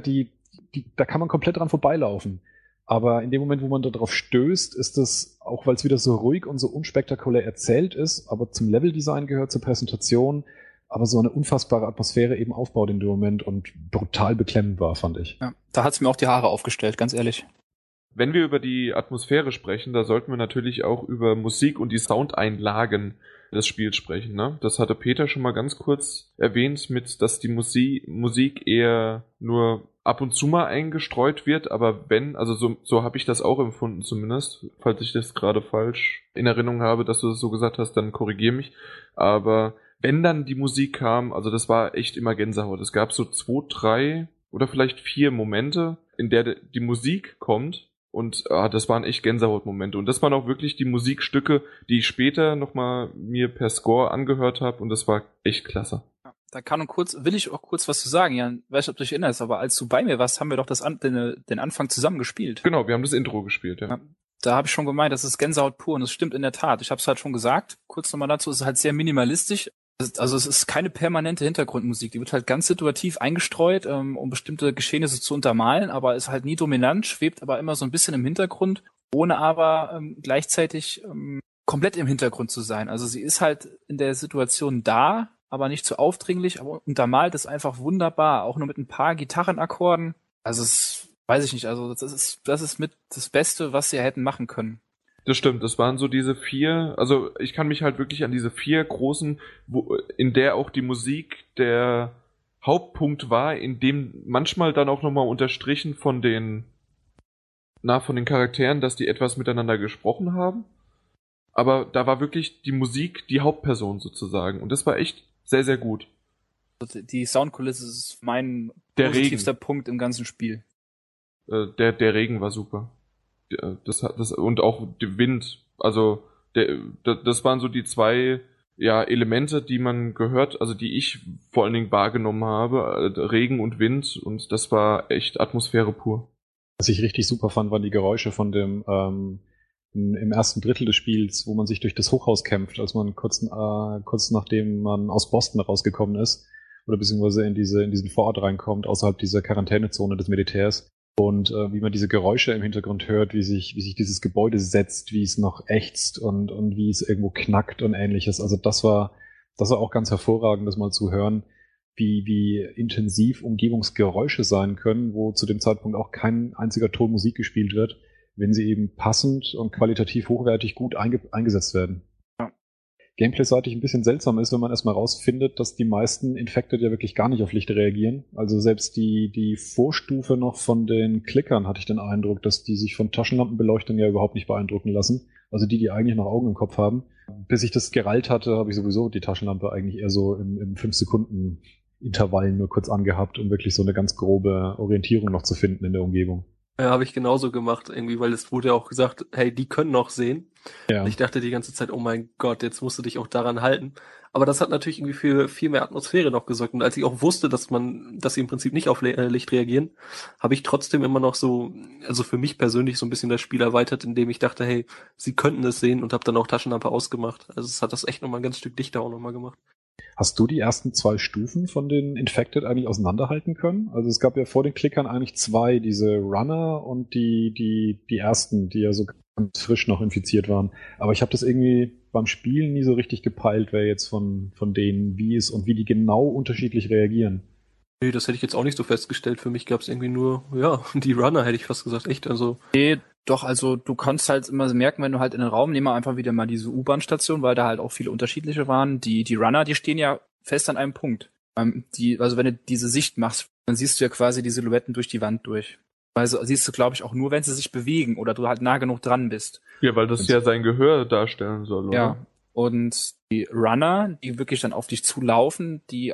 da kann man komplett dran vorbeilaufen. Aber in dem Moment, wo man da drauf stößt, ist das, auch weil es wieder so ruhig und so unspektakulär erzählt ist, aber zum Leveldesign gehört, zur Präsentation, aber so eine unfassbare Atmosphäre eben aufbaut in dem Moment und brutal beklemmend war, fand ich. Ja, da hat's mir auch die Haare aufgestellt, ganz ehrlich. Wenn wir über die Atmosphäre sprechen, da sollten wir natürlich auch über Musik und die Soundeinlagen des Spiels sprechen, ne? Das hatte Peter schon mal ganz kurz erwähnt, dass die Musik eher nur ab und zu mal eingestreut wird, aber so habe ich das auch empfunden zumindest, falls ich das gerade falsch in Erinnerung habe, dass du das so gesagt hast, dann korrigier mich, aber wenn dann die Musik kam, also das war echt immer Gänsehaut. Es gab so 2, 3 oder vielleicht 4 Momente, in der die Musik kommt und das waren echt Gänsehautmomente. Und das waren auch wirklich die Musikstücke, die ich später nochmal mir per Score angehört habe und das war echt klasse. Da will ich auch kurz was zu sagen, Jan. Weiß nicht, ob du dich erinnerst, aber als du bei mir warst, haben wir doch den Anfang zusammen gespielt. Genau, wir haben das Intro gespielt, ja. Da habe ich schon gemeint, das ist Gänsehaut pur und das stimmt in der Tat. Ich habe es halt schon gesagt, kurz nochmal dazu, es ist halt sehr minimalistisch. Also es ist keine permanente Hintergrundmusik, die wird halt ganz situativ eingestreut, um bestimmte Geschehnisse zu untermalen, aber ist halt nie dominant, schwebt aber immer so ein bisschen im Hintergrund, ohne aber gleichzeitig komplett im Hintergrund zu sein. Also sie ist halt in der Situation da, aber nicht zu aufdringlich, aber untermalt ist einfach wunderbar, auch nur mit ein paar Gitarrenakkorden. Also es weiß ich nicht, also das ist mit das Beste, was sie hätten machen können. Das stimmt, das waren so diese 4, also ich kann mich halt wirklich an diese 4 großen, in der auch die Musik der Hauptpunkt war, in dem manchmal dann auch nochmal unterstrichen von den Charakteren, dass die etwas miteinander gesprochen haben. Aber da war wirklich die Musik die Hauptperson sozusagen und das war echt sehr, sehr gut. Die Soundkulisse ist mein Der positivster Punkt im ganzen Spiel. Der Regen war super. Das und auch der Wind, also das waren so die 2 Elemente, die man gehört, also die ich vor allen Dingen wahrgenommen habe, Regen und Wind und das war echt Atmosphäre pur. Was ich richtig super fand, waren die Geräusche von dem im ersten Drittel des Spiels, wo man sich durch das Hochhaus kämpft, als man kurz nachdem man aus Boston rausgekommen ist oder beziehungsweise in diesen Vorort reinkommt, außerhalb dieser Quarantänezone des Militärs. Und wie man diese Geräusche im Hintergrund hört, wie sich dieses Gebäude setzt, wie es noch ächzt und wie es irgendwo knackt und ähnliches. Also das war auch ganz hervorragend, das mal zu hören, wie intensiv Umgebungsgeräusche sein können, wo zu dem Zeitpunkt auch kein einziger Ton Musik gespielt wird, wenn sie eben passend und qualitativ hochwertig gut eingesetzt werden. Ja. Gameplay-seitig ein bisschen seltsam ist, wenn man erstmal rausfindet, dass die meisten Infected ja wirklich gar nicht auf Licht reagieren. Also selbst die Vorstufe noch von den Klickern hatte ich den Eindruck, dass die sich von Taschenlampenbeleuchtung ja überhaupt nicht beeindrucken lassen. Also die eigentlich noch Augen im Kopf haben. Bis ich das gerallt hatte, habe ich sowieso die Taschenlampe eigentlich eher so im 5-Sekunden-Intervallen nur kurz angehabt, um wirklich so eine ganz grobe Orientierung noch zu finden in der Umgebung. Ja, habe ich genauso gemacht, irgendwie, weil es wurde ja auch gesagt, hey, die können noch sehen. Ja. Ich dachte die ganze Zeit, oh mein Gott, jetzt musst du dich auch daran halten. Aber das hat natürlich irgendwie für viel mehr Atmosphäre noch gesorgt. Und als ich auch wusste, dass sie im Prinzip nicht auf Licht reagieren, habe ich trotzdem immer noch so, also für mich persönlich so ein bisschen das Spiel erweitert, indem ich dachte, hey, sie könnten es sehen, und habe dann auch Taschenlampe ausgemacht. Also es hat das echt nochmal ein ganz Stück dichter auch nochmal gemacht. Hast du die ersten 2 Stufen von den Infected eigentlich auseinanderhalten können? Also es gab ja vor den Klickern eigentlich 2, diese Runner und die ersten, die ja so ganz frisch noch infiziert waren. Aber ich habe das irgendwie beim Spielen nie so richtig gepeilt, wer jetzt von denen wie ist und wie die genau unterschiedlich reagieren. Nee, das hätte ich jetzt auch nicht so festgestellt. Für mich gab es irgendwie nur, ja, die Runner, hätte ich fast gesagt, echt. Also Nee, doch, also du kannst halt immer merken, wenn du halt in den Raum, nehmen wir einfach wieder mal diese U-Bahn-Station, weil da halt auch viele unterschiedliche waren. Die Runner, die stehen ja fest an einem Punkt. Also wenn du diese Sicht machst, dann siehst du ja quasi die Silhouetten durch die Wand durch. Also siehst du, glaube ich, auch nur, wenn sie sich bewegen oder du halt nah genug dran bist. Ja, weil das ja sein Gehör darstellen soll, oder? Ja, und die Runner, die wirklich dann auf dich zulaufen, die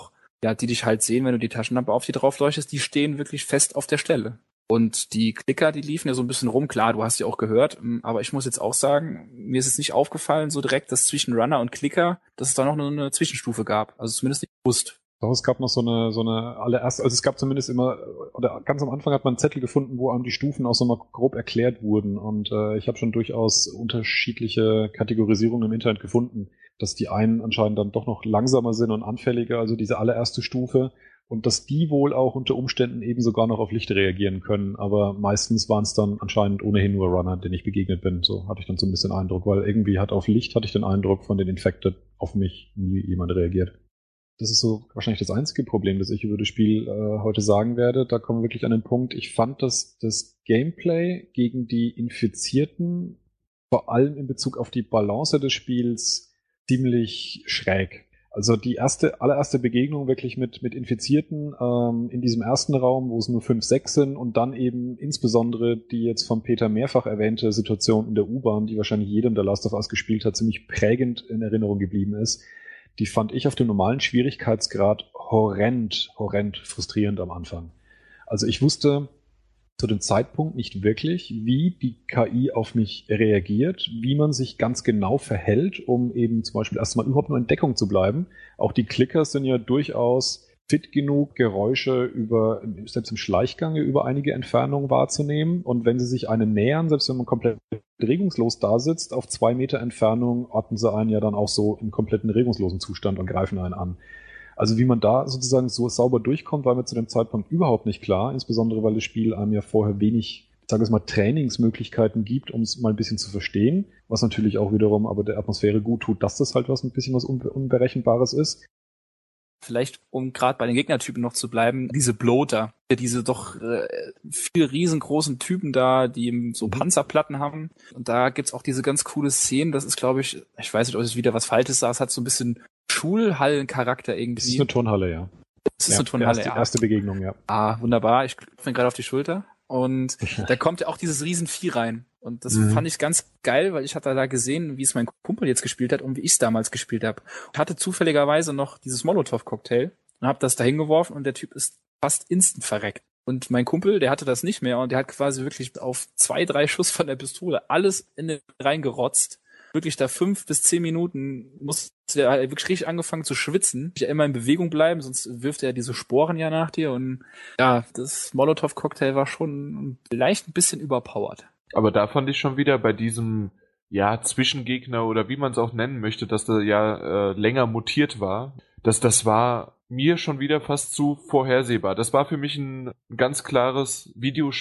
dich halt sehen, wenn du die Taschenlampe auf die drauf leuchtest, die stehen wirklich fest auf der Stelle. Und die Klicker, die liefen ja so ein bisschen rum. Klar, du hast ja auch gehört, aber ich muss jetzt auch sagen, mir ist es nicht aufgefallen so direkt, dass zwischen Runner und Klicker, dass es da noch eine Zwischenstufe gab. Also zumindest nicht bewusst. Doch, es gab noch so eine allererste, also es gab zumindest immer, oder ganz am Anfang hat man einen Zettel gefunden, wo einem die Stufen auch so mal grob erklärt wurden. Und ich habe schon durchaus unterschiedliche Kategorisierungen im Internet gefunden, dass die einen anscheinend dann doch noch langsamer sind und anfälliger, also diese allererste Stufe. Und dass die wohl auch unter Umständen eben sogar noch auf Licht reagieren können. Aber meistens waren es dann anscheinend ohnehin nur Runner, denen ich begegnet bin. So hatte ich dann so ein bisschen Eindruck, weil irgendwie auf Licht hatte ich den Eindruck, von den Infected auf mich nie jemand reagiert. Das ist so wahrscheinlich das einzige Problem, das ich über das Spiel heute sagen werde. Da kommen wir wirklich an den Punkt. Ich fand, dass das Gameplay gegen die Infizierten, vor allem in Bezug auf die Balance des Spiels, ziemlich schräg. Also die allererste Begegnung wirklich mit Infizierten in diesem ersten Raum, wo es nur 5, 6 sind, und dann eben insbesondere die jetzt von Peter mehrfach erwähnte Situation in der U-Bahn, die wahrscheinlich jedem, der Last of Us gespielt hat, ziemlich prägend in Erinnerung geblieben ist. Die fand ich auf dem normalen Schwierigkeitsgrad horrend frustrierend am Anfang. Also ich wusste zu dem Zeitpunkt nicht wirklich, wie die KI auf mich reagiert, wie man sich ganz genau verhält, um eben zum Beispiel erstmal überhaupt nur in Deckung zu bleiben. Auch die Klicker sind ja durchaus fit genug, Geräusche selbst im Schleichgange über einige Entfernungen wahrzunehmen. Und wenn sie sich einem nähern, selbst wenn man komplett regungslos da sitzt, auf 2 Meter Entfernung orten sie einen ja dann auch so im kompletten regungslosen Zustand und greifen einen an. Also wie man da sozusagen so sauber durchkommt, war mir zu dem Zeitpunkt überhaupt nicht klar, insbesondere weil das Spiel einem ja vorher wenig, ich sage es mal, Trainingsmöglichkeiten gibt, um es mal ein bisschen zu verstehen, was natürlich auch wiederum aber der Atmosphäre gut tut, dass das halt ein bisschen was Unberechenbares ist. Vielleicht, um gerade bei den Gegnertypen noch zu bleiben, diese Bloater, diese doch viel riesengroßen Typen da, die eben so Panzerplatten haben. Und da gibt's auch diese ganz coole Szenen, das ist, glaube ich weiß nicht, ob es wieder was Falsches ist, es hat so ein bisschen Schulhallencharakter irgendwie. Das ist eine Turnhalle, ja. Das ist eine Turnhalle, ja. Erste Begegnung, ja. Ah, wunderbar. Ich klopfe mir gerade auf die Schulter. Und da kommt ja auch dieses Riesenvieh rein. Und das fand ich ganz geil, weil ich hatte da gesehen, wie es mein Kumpel jetzt gespielt hat und wie ich es damals gespielt habe. Ich hatte zufälligerweise noch dieses Molotow-Cocktail und habe das da hingeworfen und der Typ ist fast instant verreckt. Und mein Kumpel, der hatte das nicht mehr und der hat quasi wirklich auf 2, 3 Schuss von der Pistole alles in den reingerotzt. Wirklich da 5 bis 10 Minuten musste er wirklich richtig angefangen zu schwitzen. Ja, immer in Bewegung bleiben, sonst wirft er diese Sporen ja nach dir. Und ja, das Molotow-Cocktail war schon vielleicht ein bisschen überpowered. Aber da fand ich schon wieder bei diesem, Zwischengegner oder wie man es auch nennen möchte, dass der länger mutiert war, das war mir schon wieder fast zu vorhersehbar. Das war für mich ein ganz klares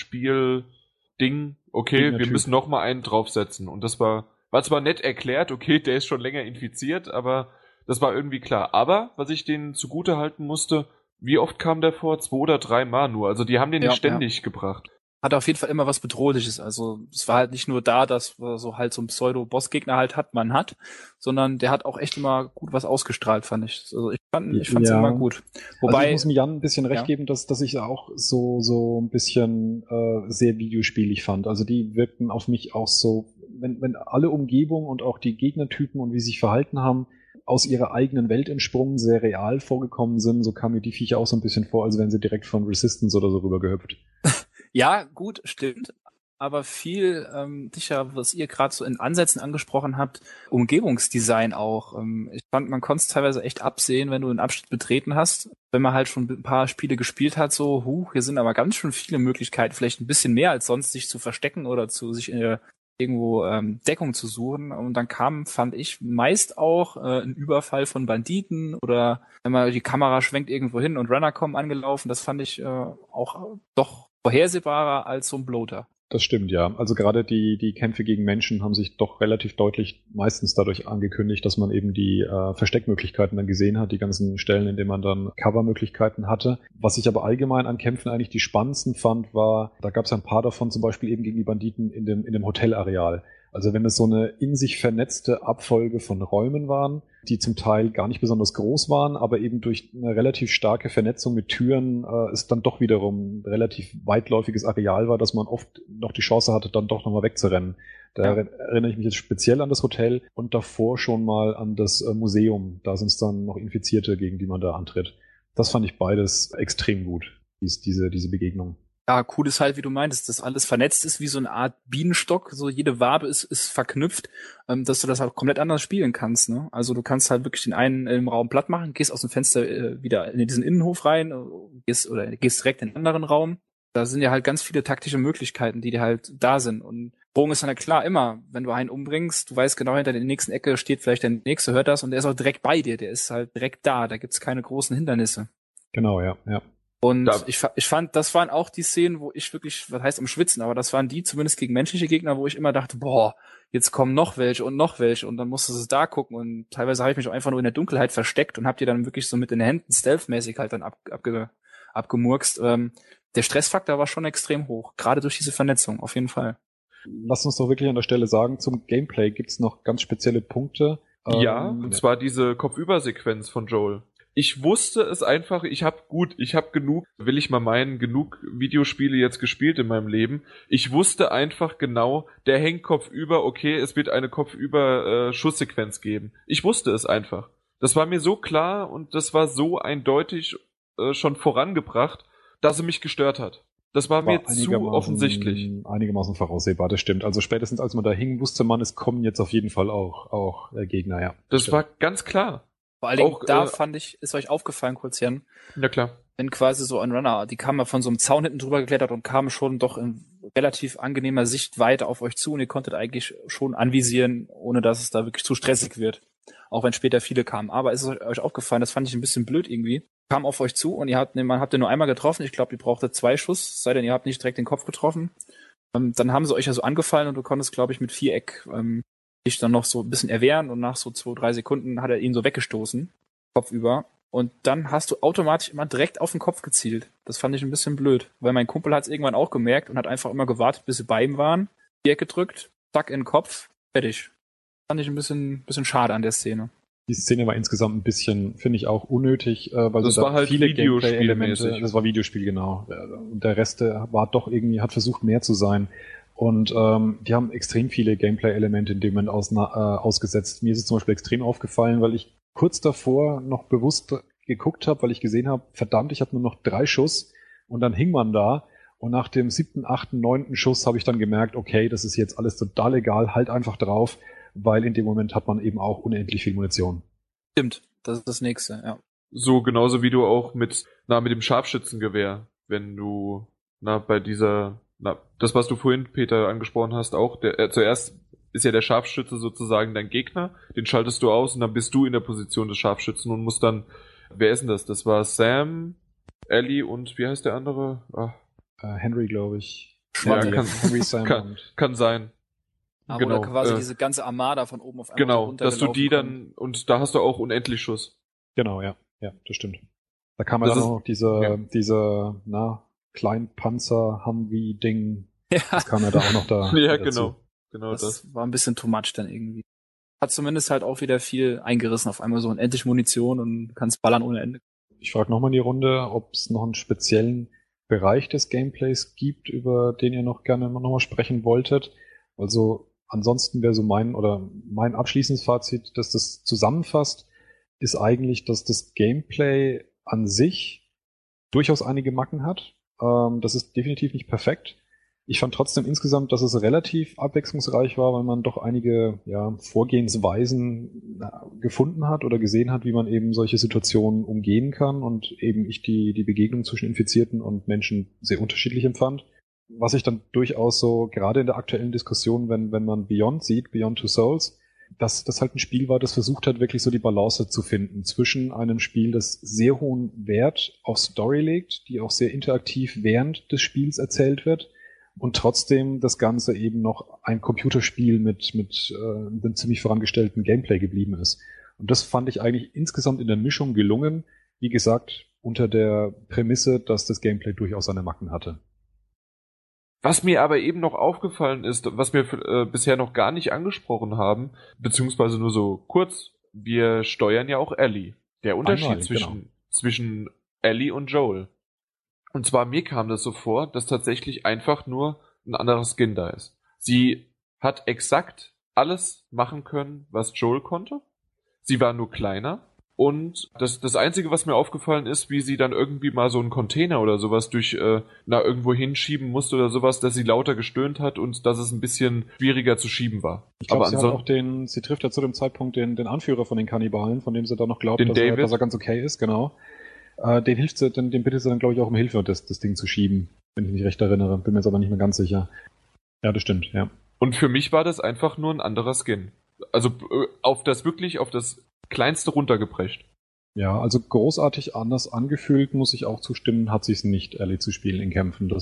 Videospiel-Ding. Okay, wir müssen noch mal einen draufsetzen. Und das war zwar nett erklärt, okay, der ist schon länger infiziert, aber Das war irgendwie klar. Aber, was ich denen zugute halten musste, wie oft kam der vor? 2 oder 3 Mal nur. Also die haben den nicht ständig gebracht. Hat auf jeden Fall immer was Bedrohliches. Also es war halt nicht nur da, dass so halt so ein Pseudo-Boss-Gegner halt hat, sondern der hat auch echt immer gut was ausgestrahlt, fand ich. Also ich fand's immer gut. Wobei, also ich muss mir Jan ein bisschen recht geben, dass ich auch so ein bisschen sehr videospielig fand. Also die wirkten auf mich auch so, wenn alle Umgebung und auch die Gegnertypen und wie sie sich verhalten haben, aus ihrer eigenen Welt entsprungen, sehr real vorgekommen sind, so kamen mir die Viecher auch so ein bisschen vor, als wären sie direkt von Resistance oder so rübergehüpft. ja, gut, stimmt. Aber viel sicher, was ihr gerade so in Ansätzen angesprochen habt, Umgebungsdesign auch. Ich fand, man konnte es teilweise echt absehen, wenn du einen Abschnitt betreten hast. Wenn man halt schon ein paar Spiele gespielt hat, so, hier sind aber ganz schön viele Möglichkeiten, vielleicht ein bisschen mehr als sonst, sich zu verstecken oder zu sich irgendwo Deckung zu suchen. Und dann kam, fand ich, meist auch ein Überfall von Banditen oder wenn man die Kamera schwenkt irgendwo hin und Runner kommen angelaufen. Das fand ich auch doch vorhersehbarer als so ein Bloater. Das stimmt, ja. Also gerade die Kämpfe gegen Menschen haben sich doch relativ deutlich meistens dadurch angekündigt, dass man eben die Versteckmöglichkeiten dann gesehen hat, die ganzen Stellen, in denen man dann Covermöglichkeiten hatte. Was ich aber allgemein an Kämpfen eigentlich die spannendsten fand, war, da gab es ein paar davon, zum Beispiel eben gegen die Banditen in dem Hotelareal. Also wenn es so eine in sich vernetzte Abfolge von Räumen waren, die zum Teil gar nicht besonders groß waren, aber eben durch eine relativ starke Vernetzung mit Türen es dann doch wiederum ein relativ weitläufiges Areal war, dass man oft noch die Chance hatte, dann doch nochmal wegzurennen. Da erinnere ich mich jetzt speziell an das Hotel und davor schon mal an das Museum. Da sind es dann noch Infizierte, gegen die man da antritt. Das fand ich beides extrem gut, diese Begegnung. Ja, cool ist halt, wie du meintest, dass alles vernetzt ist, wie so eine Art Bienenstock. So jede Wabe ist verknüpft, dass du das halt komplett anders spielen kannst. Ne? Also du kannst halt wirklich den einen im Raum platt machen, gehst aus dem Fenster wieder in diesen Innenhof rein, gehst direkt in den anderen Raum. Da sind ja halt ganz viele taktische Möglichkeiten, die dir halt da sind. Und Bogen ist dann ja klar immer, wenn du einen umbringst, du weißt genau, hinter der nächsten Ecke steht vielleicht der Nächste, hört das und der ist auch direkt bei dir, der ist halt direkt da gibt's keine großen Hindernisse. Genau, ja. Und ich fand, das waren auch die Szenen, wo ich wirklich, was heißt am Schwitzen, aber das waren die zumindest gegen menschliche Gegner, wo ich immer dachte, boah, jetzt kommen noch welche und dann musst du es da gucken und teilweise habe ich mich auch einfach nur in der Dunkelheit versteckt und hab die dann wirklich so mit den Händen stealthmäßig halt dann abgemurkst. Der Stressfaktor war schon extrem hoch, gerade durch diese Vernetzung, auf jeden Fall. Lass uns doch wirklich an der Stelle sagen, zum Gameplay gibt's noch ganz spezielle Punkte. Und zwar diese Kopfübersequenz von Joel. Ich wusste es einfach, ich habe genug Videospiele jetzt gespielt in meinem Leben. Ich wusste einfach genau, der hängt kopfüber, okay, es wird eine Kopfüber-Schusssequenz geben. Ich wusste es einfach. Das war mir so klar und das war so eindeutig schon vorangebracht, dass es mich gestört hat. Das war mir zu offensichtlich. Einigermaßen voraussehbar, das stimmt. Also spätestens als man da hing, wusste man, es kommen jetzt auf jeden Fall auch Gegner, ja. Das stimmt. war ganz klar. Vor allen Dingen, da fand ich, ist euch aufgefallen, kurz Jan? Ja, klar. Wenn quasi so ein Runner, die kamen von so einem Zaun hinten drüber geklettert und kamen schon doch in relativ angenehmer Sichtweite auf euch zu und ihr konntet eigentlich schon anvisieren, ohne dass es da wirklich zu stressig wird. Auch wenn später viele kamen. Aber ist es euch aufgefallen, das fand ich ein bisschen blöd irgendwie. Kam auf euch zu und man habt ihr nur einmal getroffen. Ich glaube, ihr brauchtet 2 Schuss, sei denn ihr habt nicht direkt den Kopf getroffen. Dann haben sie euch ja so angefallen und du konntest, glaube ich, mit Viereck dich dann noch so ein bisschen erwehren und nach so 2-3 Sekunden hat er ihn so weggestoßen, kopfüber. Und dann hast du automatisch immer direkt auf den Kopf gezielt. Das fand ich ein bisschen blöd, weil mein Kumpel hat es irgendwann auch gemerkt und hat einfach immer gewartet, bis sie bei ihm waren, Viereck gedrückt, zack in den Kopf, fertig. Fand ich ein bisschen schade an der Szene. Die Szene war insgesamt ein bisschen, finde ich, auch unnötig, weil das so war halt viele Gameplay-Elemente, das das war Videospiel, genau. Und der Rest war doch irgendwie, hat versucht mehr zu sein. Und die haben extrem viele Gameplay-Elemente in dem Moment ausgesetzt. Mir ist es zum Beispiel extrem aufgefallen, weil ich kurz davor noch bewusst geguckt habe, weil ich gesehen habe, verdammt, ich habe nur noch 3 Schuss und dann hing man da und nach dem 7., 8., 9. Schuss habe ich dann gemerkt, okay, das ist jetzt alles total egal, halt einfach drauf, weil in dem Moment hat man eben auch unendlich viel Munition. Stimmt, das ist das Nächste, ja. So genauso wie du auch mit dem Scharfschützengewehr, wenn du das, was du vorhin, Peter, angesprochen hast, auch, zuerst ist ja der Scharfschütze sozusagen dein Gegner, den schaltest du aus und dann bist du in der Position des Scharfschützen und musst dann, wer ist denn das? Das war Sam, Ellie und wie heißt der andere? Henry, glaube ich. Ja, Henry, Sam kann sein. Aber Genau, oder quasi diese ganze Armada von oben auf einmal Genau, dass du die dann, und da hast du auch unendlich Schuss. Genau, ja. Ja, das stimmt. Da kam ja Das dann ist- auch noch diese Kleinpanzer-Humvee-Ding. Ja, Das kam ja da auch noch Ja, dazu. genau das. das war ein bisschen too much dann irgendwie. Hat zumindest halt auch wieder viel eingerissen. Auf einmal so unendlich Munition und du kannst ballern ohne Ende. Ich frage nochmal in die Runde, ob es noch einen speziellen Bereich des Gameplays gibt, über den ihr noch gerne nochmal sprechen wolltet. Also ansonsten wäre so mein abschließendes Fazit, dass das zusammenfasst, ist eigentlich, dass das Gameplay an sich durchaus einige Macken hat. Das ist definitiv nicht perfekt. Ich fand trotzdem insgesamt, dass es relativ abwechslungsreich war, weil man doch einige Vorgehensweisen gefunden hat oder gesehen hat, wie man eben solche Situationen umgehen kann und eben ich die Begegnung zwischen Infizierten und Menschen sehr unterschiedlich empfand. Was ich dann durchaus so, gerade in der aktuellen Diskussion, wenn man Beyond sieht, Beyond Two Souls, dass das halt ein Spiel war, das versucht hat, wirklich so die Balance zu finden zwischen einem Spiel, das sehr hohen Wert auf Story legt, die auch sehr interaktiv während des Spiels erzählt wird, und trotzdem das Ganze eben noch ein Computerspiel mit einem ziemlich vorangestellten Gameplay geblieben ist. Und das fand ich eigentlich insgesamt in der Mischung gelungen, wie gesagt, unter der Prämisse, dass das Gameplay durchaus seine Macken hatte. Was mir aber eben noch aufgefallen ist, was wir bisher noch gar nicht angesprochen haben, beziehungsweise nur so kurz, wir steuern ja auch Ellie. Der Unterschied zwischen Ellie und Joel. Und zwar mir kam das so vor, dass tatsächlich einfach nur ein anderer Skin da ist. Sie hat exakt alles machen können, was Joel konnte. Sie war nur kleiner. Und das Einzige, was mir aufgefallen ist, wie sie dann irgendwie mal so einen Container oder sowas irgendwo hinschieben musste oder sowas, dass sie lauter gestöhnt hat und dass es ein bisschen schwieriger zu schieben war. Ich glaube, sie trifft ja zu dem Zeitpunkt den Anführer von den Kannibalen, von dem sie da noch glaubt, dass er ganz okay ist, genau. Den bittet sie dann, glaube ich, auch um Hilfe, das Ding zu schieben, wenn ich mich recht erinnere. Bin mir jetzt aber nicht mehr ganz sicher. Ja, das stimmt, ja. Und für mich war das einfach nur ein anderer Skin. Also auf das Kleinste runtergeprescht. Ja, also großartig anders angefühlt, muss ich auch zustimmen, hat sich's nicht, Ellie zu spielen in Kämpfen.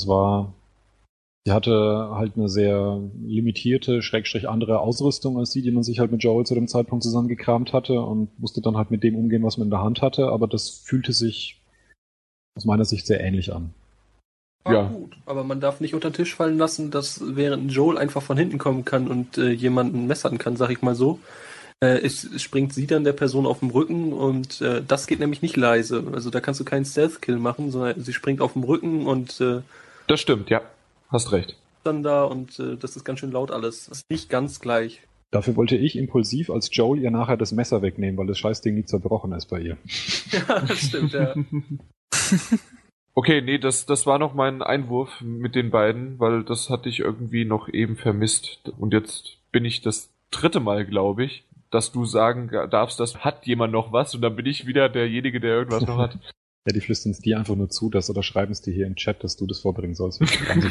Sie hatte halt eine sehr limitierte, andere Ausrüstung als die man sich halt mit Joel zu dem Zeitpunkt zusammengekramt hatte und musste dann halt mit dem umgehen, was man in der Hand hatte, aber das fühlte sich aus meiner Sicht sehr ähnlich an. Ja, gut, aber man darf nicht unter den Tisch fallen lassen, dass während Joel einfach von hinten kommen kann und jemanden messern kann, sag ich mal so, springt sie dann der Person auf dem Rücken und das geht nämlich nicht leise. Also da kannst du keinen Stealth-Kill machen, sondern sie springt auf dem Rücken und das stimmt, ja. Hast recht. Dann da und das ist ganz schön laut alles. Das ist nicht ganz gleich. Dafür wollte ich impulsiv als Joel ihr nachher das Messer wegnehmen, weil das Scheißding nie zerbrochen ist bei ihr. Ja, das stimmt, ja. Okay, nee, das war noch mein Einwurf mit den beiden, weil das hatte ich irgendwie noch eben vermisst. Und jetzt bin ich das 3. Mal, glaube ich, dass du sagen darfst, das hat jemand noch was und dann bin ich wieder derjenige, der irgendwas noch hat. Ja, die flüstern es dir einfach nur zu, oder schreiben es dir hier im Chat, dass du das vorbringen sollst.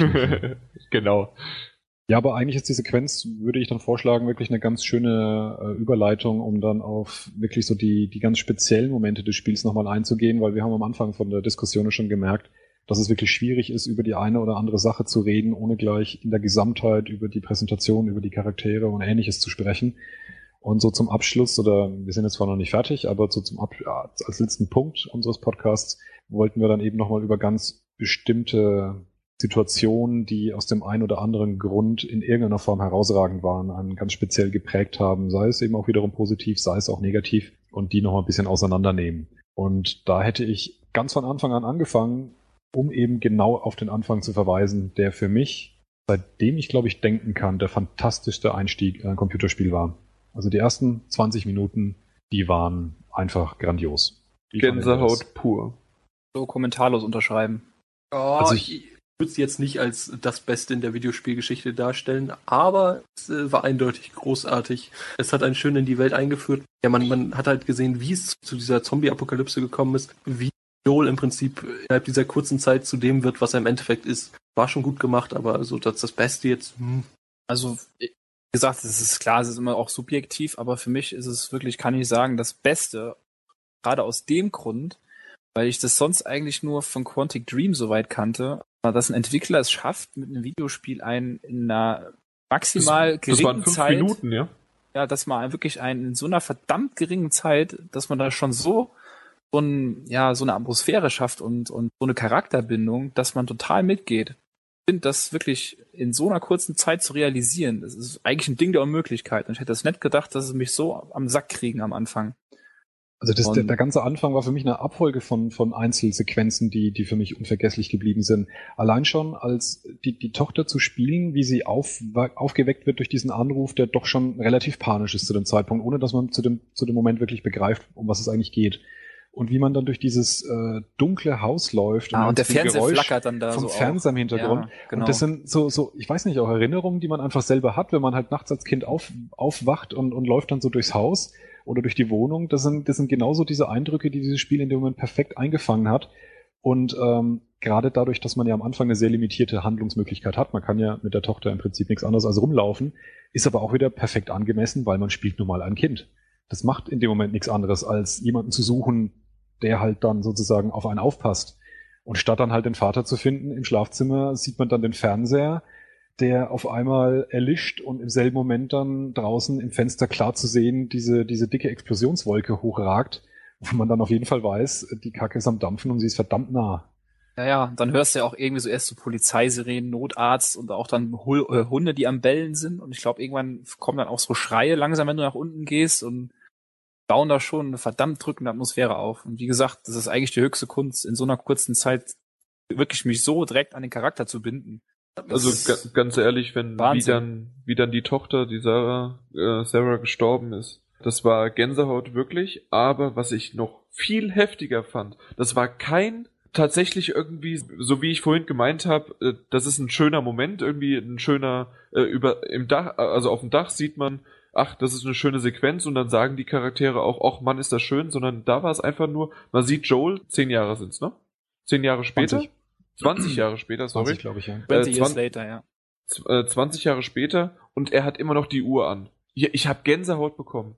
Genau. Ja, aber eigentlich ist die Sequenz, würde ich dann vorschlagen, wirklich eine ganz schöne Überleitung, um dann auf wirklich so die ganz speziellen Momente des Spiels nochmal einzugehen, weil wir haben am Anfang von der Diskussion schon gemerkt, dass es wirklich schwierig ist, über die eine oder andere Sache zu reden, ohne gleich in der Gesamtheit über die Präsentation, über die Charaktere und Ähnliches zu sprechen. Und so zum Abschluss, oder wir sind jetzt zwar noch nicht fertig, aber so als letzten Punkt unseres Podcasts wollten wir dann eben nochmal über ganz bestimmte Situationen, die aus dem einen oder anderen Grund in irgendeiner Form herausragend waren, einen ganz speziell geprägt haben, sei es eben auch wiederum positiv, sei es auch negativ, und die nochmal ein bisschen auseinandernehmen. Und da hätte ich ganz von Anfang an angefangen, um eben genau auf den Anfang zu verweisen, der für mich, seitdem ich glaube ich denken kann, der fantastischste Einstieg in ein Computerspiel war. Also die ersten 20 Minuten, die waren einfach grandios. Gänsehaut pur. So kommentarlos unterschreiben. Oh, also ich würde es jetzt nicht als das Beste in der Videospielgeschichte darstellen, aber es war eindeutig großartig. Es hat einen schön in die Welt eingeführt. Ja, man hat halt gesehen, wie es zu dieser Zombie-Apokalypse gekommen ist, wie Joel im Prinzip innerhalb dieser kurzen Zeit zu dem wird, was er im Endeffekt ist. War schon gut gemacht, aber also das Beste jetzt. Also wie gesagt, es ist klar, es ist immer auch subjektiv, aber für mich ist es wirklich, kann ich sagen, das Beste, gerade aus dem Grund, weil ich das sonst eigentlich nur von Quantic Dream soweit kannte, dass ein Entwickler es schafft, mit einem Videospiel einen in einer maximal Das waren geringen 5 Zeit, Minuten, ja? ja, dass man wirklich in so einer verdammt geringen Zeit, dass man da schon so eine Atmosphäre schafft und so eine Charakterbindung, dass man total mitgeht. Ich finde, das wirklich in so einer kurzen Zeit zu realisieren, das ist eigentlich ein Ding der Unmöglichkeit. Und ich hätte das nicht gedacht, dass sie mich so am Sack kriegen am Anfang. Also der ganze Anfang war für mich eine Abfolge von Einzelsequenzen, die für mich unvergesslich geblieben sind. Allein schon als die Tochter zu spielen, wie sie aufgeweckt wird durch diesen Anruf, der doch schon relativ panisch ist zu dem Zeitpunkt, ohne dass man zu dem Moment wirklich begreift, um was es eigentlich geht. Und wie man dann durch dieses dunkle Haus läuft und der Fernseher Geräusch flackert dann da vom so Fernseher im Hintergrund. Ja, genau. Und das sind so, ich weiß nicht, auch Erinnerungen, die man einfach selber hat, wenn man halt nachts als Kind aufwacht und läuft dann so durchs Haus oder durch die Wohnung. Das sind genauso diese Eindrücke, die dieses Spiel in dem Moment perfekt eingefangen hat. Und gerade dadurch, dass man ja am Anfang eine sehr limitierte Handlungsmöglichkeit hat, man kann ja mit der Tochter im Prinzip nichts anderes als rumlaufen, ist aber auch wieder perfekt angemessen, weil man spielt nun mal ein Kind. Das macht in dem Moment nichts anderes, als jemanden zu suchen, der halt dann sozusagen auf einen aufpasst. Und statt dann halt den Vater zu finden im Schlafzimmer, sieht man dann den Fernseher, der auf einmal erlischt und im selben Moment dann draußen im Fenster klar zu sehen, diese dicke Explosionswolke hochragt, wo man dann auf jeden Fall weiß, die Kacke ist am Dampfen und sie ist verdammt nah. Ja, dann hörst du ja auch irgendwie so erst so Polizeisirenen, Notarzt und auch dann Hunde, die am Bellen sind. Und ich glaube, irgendwann kommen dann auch so Schreie langsam, wenn du nach unten gehst und bauen da schon eine verdammt drückende Atmosphäre auf. Und wie gesagt, das ist eigentlich die höchste Kunst, in so einer kurzen Zeit wirklich mich so direkt an den Charakter zu binden. Also ganz ehrlich, wie dann die Tochter, die Sarah gestorben ist, das war Gänsehaut wirklich, aber was ich noch viel heftiger fand, das war kein tatsächlich irgendwie, so wie ich vorhin gemeint habe, das ist ein schöner Moment, irgendwie ein schöner, im Dach, also auf dem Dach sieht man, ach, das ist eine schöne Sequenz und dann sagen die Charaktere auch, ach Mann, ist das schön, sondern da war es einfach nur, man sieht Joel, 10 Jahre sind's, ne? 10 Jahre später? 20 Jahre später, sorry. 20, glaube ich, ja. 20 years later, ja. 20 Jahre später und er hat immer noch die Uhr an. Ich habe Gänsehaut bekommen.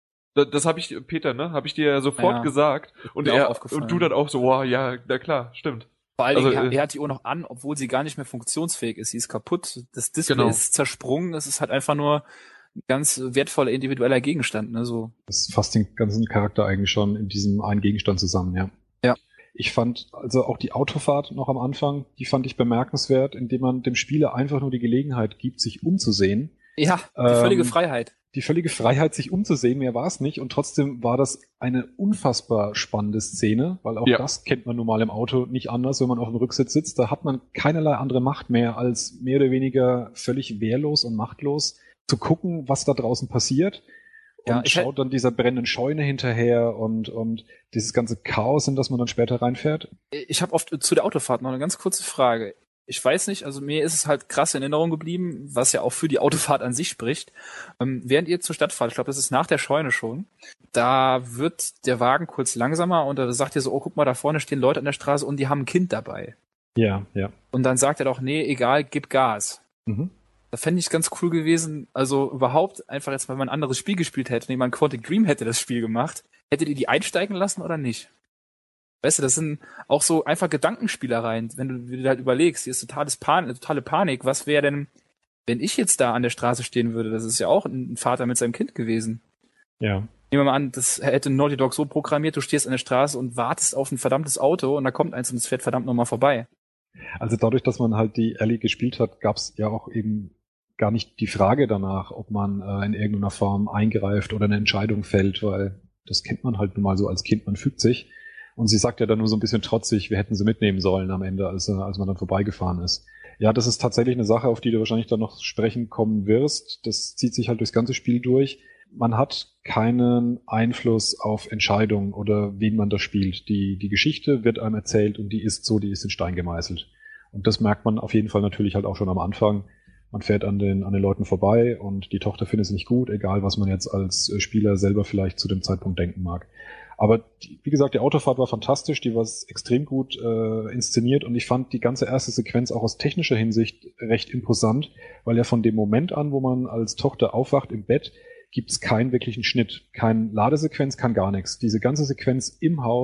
Das habe ich, Peter, ne? Habe ich dir ja sofort gesagt. Und du dann auch so, wow, ja, na klar, stimmt. Vor allen Dingen, er hat die Uhr noch an, obwohl sie gar nicht mehr funktionsfähig ist. Sie ist kaputt, das Display ist zersprungen, das ist halt einfach nur ein ganz wertvoller individueller Gegenstand, ne? So. Das fasst den ganzen Charakter eigentlich schon in diesem einen Gegenstand zusammen, ja. Ja. Ich fand also auch die Autofahrt noch am Anfang, die fand ich bemerkenswert, indem man dem Spieler einfach nur die Gelegenheit gibt, sich umzusehen. Ja, die völlige Freiheit. Die völlige Freiheit, sich umzusehen, mehr war es nicht. Und trotzdem war das eine unfassbar spannende Szene, weil auch das kennt man nun mal im Auto nicht anders, wenn man auf dem Rücksitz sitzt. Da hat man keinerlei andere Macht mehr, als mehr oder weniger völlig wehrlos und machtlos zu gucken, was da draußen passiert. Und schaut dann dieser brennenden Scheune hinterher und dieses ganze Chaos, in das man dann später reinfährt. Ich habe oft zu der Autofahrt noch eine ganz kurze Frage. Ich weiß nicht, also mir ist es halt krass in Erinnerung geblieben, was ja auch für die Autofahrt an sich spricht. Während ihr zur Stadt fahrt, ich glaube, das ist nach der Scheune schon, da wird der Wagen kurz langsamer und da sagt ihr so, oh, guck mal, da vorne stehen Leute an der Straße und die haben ein Kind dabei. Ja, ja. Und dann sagt er doch, nee, egal, gib Gas. Mhm. Da fände ich es ganz cool gewesen, also überhaupt einfach jetzt, wenn man ein anderes Spiel gespielt hätte, jemand Quantic Dream hätte das Spiel gemacht, hättet ihr die einsteigen lassen oder nicht? Weißt du, das sind auch so einfach Gedankenspielereien, wenn du dir halt überlegst, hier ist totale Panik, was wäre denn, wenn ich jetzt da an der Straße stehen würde? Das ist ja auch ein Vater mit seinem Kind gewesen. Ja. Nehmen wir mal an, das hätte Naughty Dog so programmiert, du stehst an der Straße und wartest auf ein verdammtes Auto und da kommt eins und es fährt verdammt nochmal vorbei. Also dadurch, dass man halt die Ellie gespielt hat, gab es ja auch eben gar nicht die Frage danach, ob man in irgendeiner Form eingreift oder eine Entscheidung fällt, weil das kennt man halt nun mal so als Kind, man fügt sich. Und sie sagt ja dann nur so ein bisschen trotzig, wir hätten sie mitnehmen sollen am Ende, als man dann vorbeigefahren ist. Ja, das ist tatsächlich eine Sache, auf die du wahrscheinlich dann noch sprechen kommen wirst. Das zieht sich halt durchs ganze Spiel durch. Man hat keinen Einfluss auf Entscheidungen oder wen man da spielt. Die Geschichte wird einem erzählt und die ist in Stein gemeißelt. Und das merkt man auf jeden Fall natürlich halt auch schon am Anfang. Man fährt an den Leuten vorbei und die Tochter findet es nicht gut, egal was man jetzt als Spieler selber vielleicht zu dem Zeitpunkt denken mag. Aber wie gesagt, die Autofahrt war fantastisch, die war extrem gut inszeniert und ich fand die ganze erste Sequenz auch aus technischer Hinsicht recht imposant, weil ja von dem Moment an, wo man als Tochter aufwacht im Bett, gibt es keinen wirklichen Schnitt, keine Ladesequenz, kann gar nichts. Diese ganze Sequenz im Haus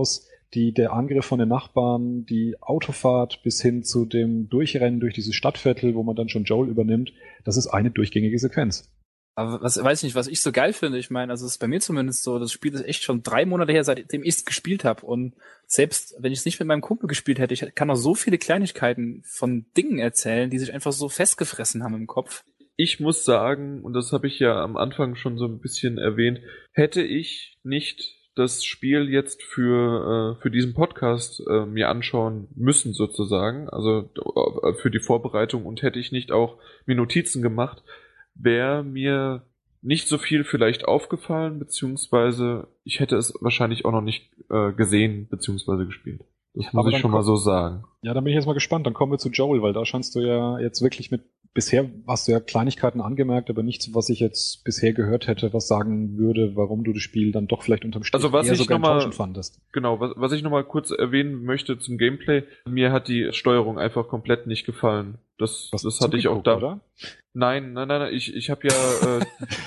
der Angriff von den Nachbarn, die Autofahrt bis hin zu dem Durchrennen durch dieses Stadtviertel, wo man dann schon Joel übernimmt, das ist eine durchgängige Sequenz. Aber weiß nicht, was ich so geil finde, ich meine, also es ist bei mir zumindest so, das Spiel ist echt schon 3 Monate her, seitdem ich es gespielt habe. Und selbst wenn ich es nicht mit meinem Kumpel gespielt hätte, ich kann noch so viele Kleinigkeiten von Dingen erzählen, die sich einfach so festgefressen haben im Kopf. Ich muss sagen, und das habe ich ja am Anfang schon so ein bisschen erwähnt, hätte ich nicht das Spiel jetzt für diesen Podcast mir anschauen müssen sozusagen, also für die Vorbereitung, und hätte ich nicht auch mir Notizen gemacht, wäre mir nicht so viel vielleicht aufgefallen, beziehungsweise ich hätte es wahrscheinlich auch noch nicht gesehen, beziehungsweise gespielt. Das muss ich schon mal so sagen. Ja, dann bin ich jetzt mal gespannt. Dann kommen wir zu Joel, weil da scheinst du ja jetzt wirklich bisher hast du ja Kleinigkeiten angemerkt, aber nichts, was ich jetzt bisher gehört hätte, was sagen würde, warum du das Spiel dann doch vielleicht unterm Strich eher sogar enttäuschend fandest. Genau, was ich nochmal kurz erwähnen möchte zum Gameplay, mir hat die Steuerung einfach komplett nicht gefallen. Das hatte ich auch da. Oder? Nein, ich habe ja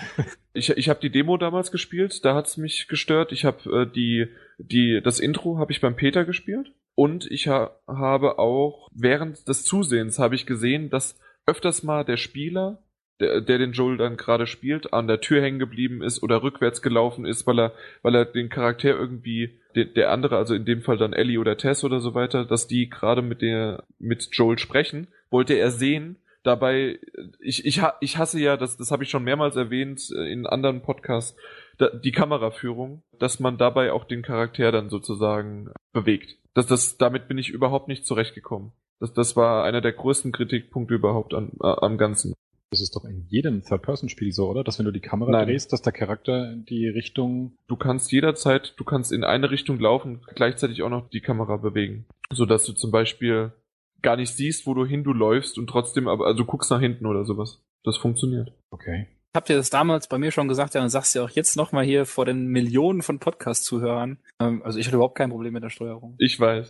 ich habe die Demo damals gespielt, da hat's mich gestört. Ich habe das Intro habe ich beim Peter gespielt und ich habe auch während des Zusehens habe ich gesehen, dass öfters mal der Spieler, der den Joel dann gerade spielt, an der Tür hängen geblieben ist oder rückwärts gelaufen ist, weil er den Charakter irgendwie, der andere, also in dem Fall dann Ellie oder Tess oder so weiter, dass die gerade mit Joel sprechen, wollte er sehen. Dabei, ich hasse ja, das habe ich schon mehrmals erwähnt in anderen Podcasts, die Kameraführung, dass man dabei auch den Charakter dann sozusagen bewegt. Damit bin ich überhaupt nicht zurechtgekommen. Das war einer der größten Kritikpunkte überhaupt am Ganzen. Das ist doch in jedem Third-Person-Spiel so, oder? Dass wenn du die Kamera drehst, dass der Charakter in die Richtung... Du kannst in eine Richtung laufen, gleichzeitig auch noch die Kamera bewegen. Sodass du zum Beispiel gar nicht siehst, wo du läufst und trotzdem, also du guckst nach hinten oder sowas. Das funktioniert. Okay. Ich hab dir das damals bei mir schon gesagt, ja, und sagst ja auch jetzt nochmal hier vor den Millionen von Podcast-Zuhörern. Also ich hatte überhaupt kein Problem mit der Steuerung. Ich weiß.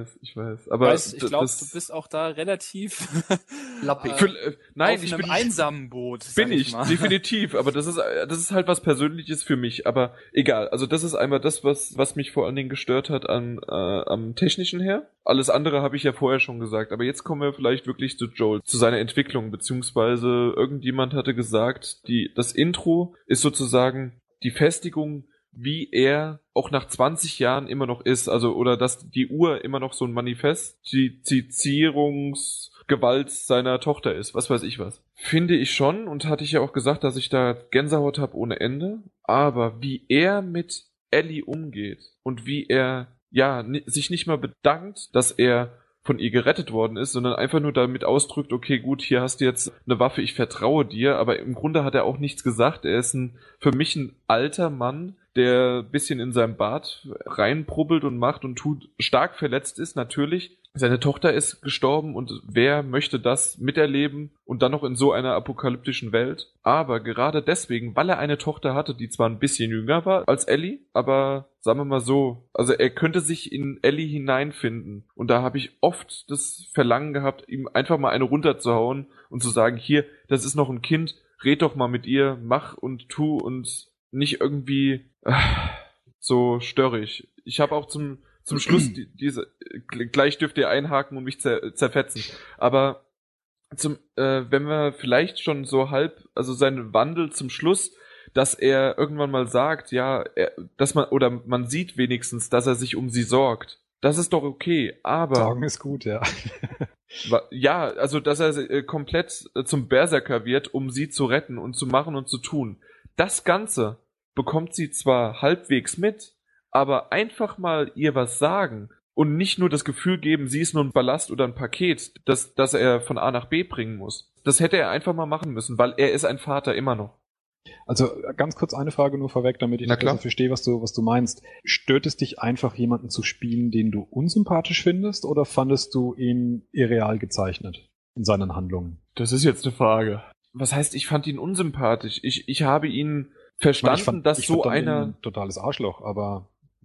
Aber ich glaube, du bist auch da relativ lappig. Nein, auf einem einsamen Boot. Bin ich, definitiv. Aber das ist halt was Persönliches für mich. Aber egal. Also das ist einmal das, was mich vor allen Dingen gestört hat am Technischen her. Alles andere habe ich ja vorher schon gesagt. Aber jetzt kommen wir vielleicht wirklich zu Joel, zu seiner Entwicklung. Beziehungsweise irgendjemand hatte gesagt, das Intro ist sozusagen die Festigung, wie er auch nach 20 Jahren immer noch ist, also oder dass die Uhr immer noch so ein Manifest die Zizierungsgewalt seiner Tochter ist, was weiß ich was. Finde ich schon, und hatte ich ja auch gesagt, dass ich da Gänsehaut habe ohne Ende, aber wie er mit Ellie umgeht und wie er sich nicht mal bedankt, dass er von ihr gerettet worden ist, sondern einfach nur damit ausdrückt, okay, gut, hier hast du jetzt eine Waffe, ich vertraue dir, aber im Grunde hat er auch nichts gesagt. Er ist für mich ein alter Mann, der ein bisschen in seinem Bart reinprubbelt und macht und tut, stark verletzt ist, natürlich. Seine Tochter ist gestorben und wer möchte das miterleben und dann noch in so einer apokalyptischen Welt? Aber gerade deswegen, weil er eine Tochter hatte, die zwar ein bisschen jünger war als Ellie, aber sagen wir mal so, also er könnte sich in Ellie hineinfinden. Und da habe ich oft das Verlangen gehabt, ihm einfach mal eine runterzuhauen und zu sagen, hier, das ist noch ein Kind, red doch mal mit ihr, mach und tu und nicht irgendwie so störrig. Ich habe auch zum Schluss gleich dürft ihr einhaken und mich zerfetzen. Aber wenn wir vielleicht schon so also seinen Wandel zum Schluss, dass er irgendwann mal sagt, man sieht wenigstens, dass er sich um sie sorgt. Das ist doch okay, aber... Sorgen ist gut, ja. Ja, also dass er komplett zum Berserker wird, um sie zu retten und zu machen und zu tun. Das Ganze bekommt sie zwar halbwegs mit, aber einfach mal ihr was sagen und nicht nur das Gefühl geben, sie ist nur ein Ballast oder ein Paket, das er von A nach B bringen muss. Das hätte er einfach mal machen müssen, weil er ist ein Vater immer noch. Also ganz kurz eine Frage nur vorweg, damit ich besser verstehe, was du meinst. Stört es dich einfach, jemanden zu spielen, den du unsympathisch findest, oder fandest du ihn irreal gezeichnet in seinen Handlungen? Das ist jetzt eine Frage. Was heißt, ich fand ihn unsympathisch? Ich habe ihn verstanden, dass so einer... ein totales Arschloch, aber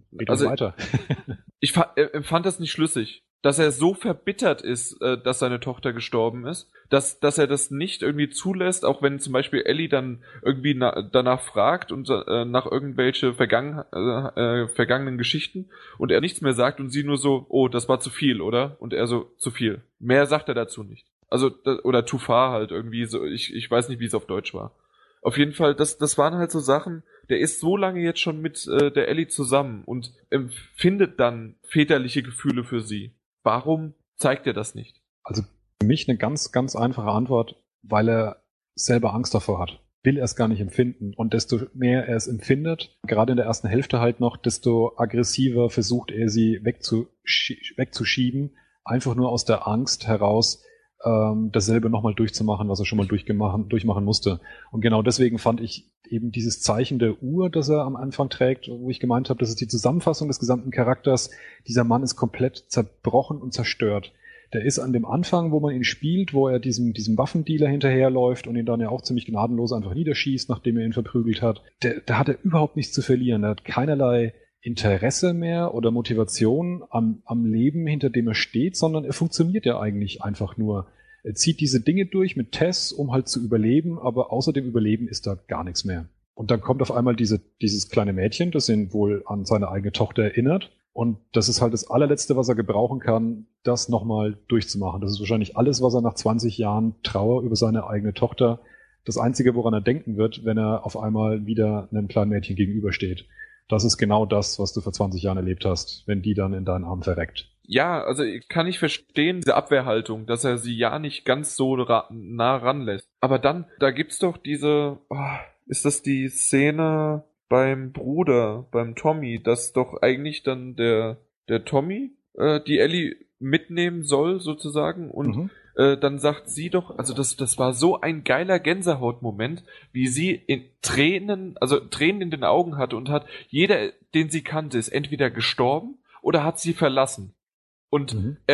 also weiter. ich empfand das nicht schlüssig, dass er so verbittert ist, dass seine Tochter gestorben ist, dass er das nicht irgendwie zulässt, auch wenn zum Beispiel Ellie dann irgendwie danach fragt und nach irgendwelche vergangenen Geschichten und er nichts mehr sagt und sie nur so, oh, das war zu viel, oder? Und er so, zu viel. Mehr sagt er dazu nicht. Also, oder too far halt irgendwie so, ich weiß nicht, wie es auf Deutsch war. Auf jeden Fall, das waren halt so Sachen, der ist so lange jetzt schon mit der Ellie zusammen und empfindet dann väterliche Gefühle für sie. Warum zeigt er das nicht? Also für mich eine ganz, ganz einfache Antwort, weil er selber Angst davor hat. Will er es gar nicht empfinden. Und desto mehr er es empfindet, gerade in der ersten Hälfte halt noch, desto aggressiver versucht er sie wegzuschieben, einfach nur aus der Angst heraus, dasselbe nochmal durchzumachen, was er schon mal durchmachen musste. Und genau deswegen fand ich eben dieses Zeichen der Uhr, das er am Anfang trägt, wo ich gemeint habe, das ist die Zusammenfassung des gesamten Charakters. Dieser Mann ist komplett zerbrochen und zerstört. Der ist an dem Anfang, wo man ihn spielt, wo er diesem Waffendealer hinterherläuft und ihn dann ja auch ziemlich gnadenlos einfach niederschießt, nachdem er ihn verprügelt hat. Da hat er überhaupt nichts zu verlieren. Er hat keinerlei Interesse mehr oder Motivation am Leben, hinter dem er steht, sondern er funktioniert ja eigentlich einfach nur. Er zieht diese Dinge durch mit Tess, um halt zu überleben, aber außer dem Überleben ist da gar nichts mehr. Und dann kommt auf einmal dieses kleine Mädchen, das ihn wohl an seine eigene Tochter erinnert. Und das ist halt das allerletzte, was er gebrauchen kann, das nochmal durchzumachen. Das ist wahrscheinlich alles, was er nach 20 Jahren Trauer über seine eigene Tochter, das Einzige, woran er denken wird, wenn er auf einmal wieder einem kleinen Mädchen gegenübersteht. Das ist genau das, was du vor 20 Jahren erlebt hast, wenn die dann in deinen Armen verreckt. Ja, also kann ich verstehen, diese Abwehrhaltung, dass er sie ja nicht ganz so nah ranlässt. Aber dann, da gibt's doch ist das die Szene beim Bruder, beim Tommy, dass doch eigentlich dann der Tommy die Ellie mitnehmen soll, sozusagen, und dann sagt sie doch, also das war so ein geiler Gänsehautmoment, wie sie in Tränen in den Augen hatte und hat, jeder, den sie kannte, ist entweder gestorben oder hat sie verlassen. Und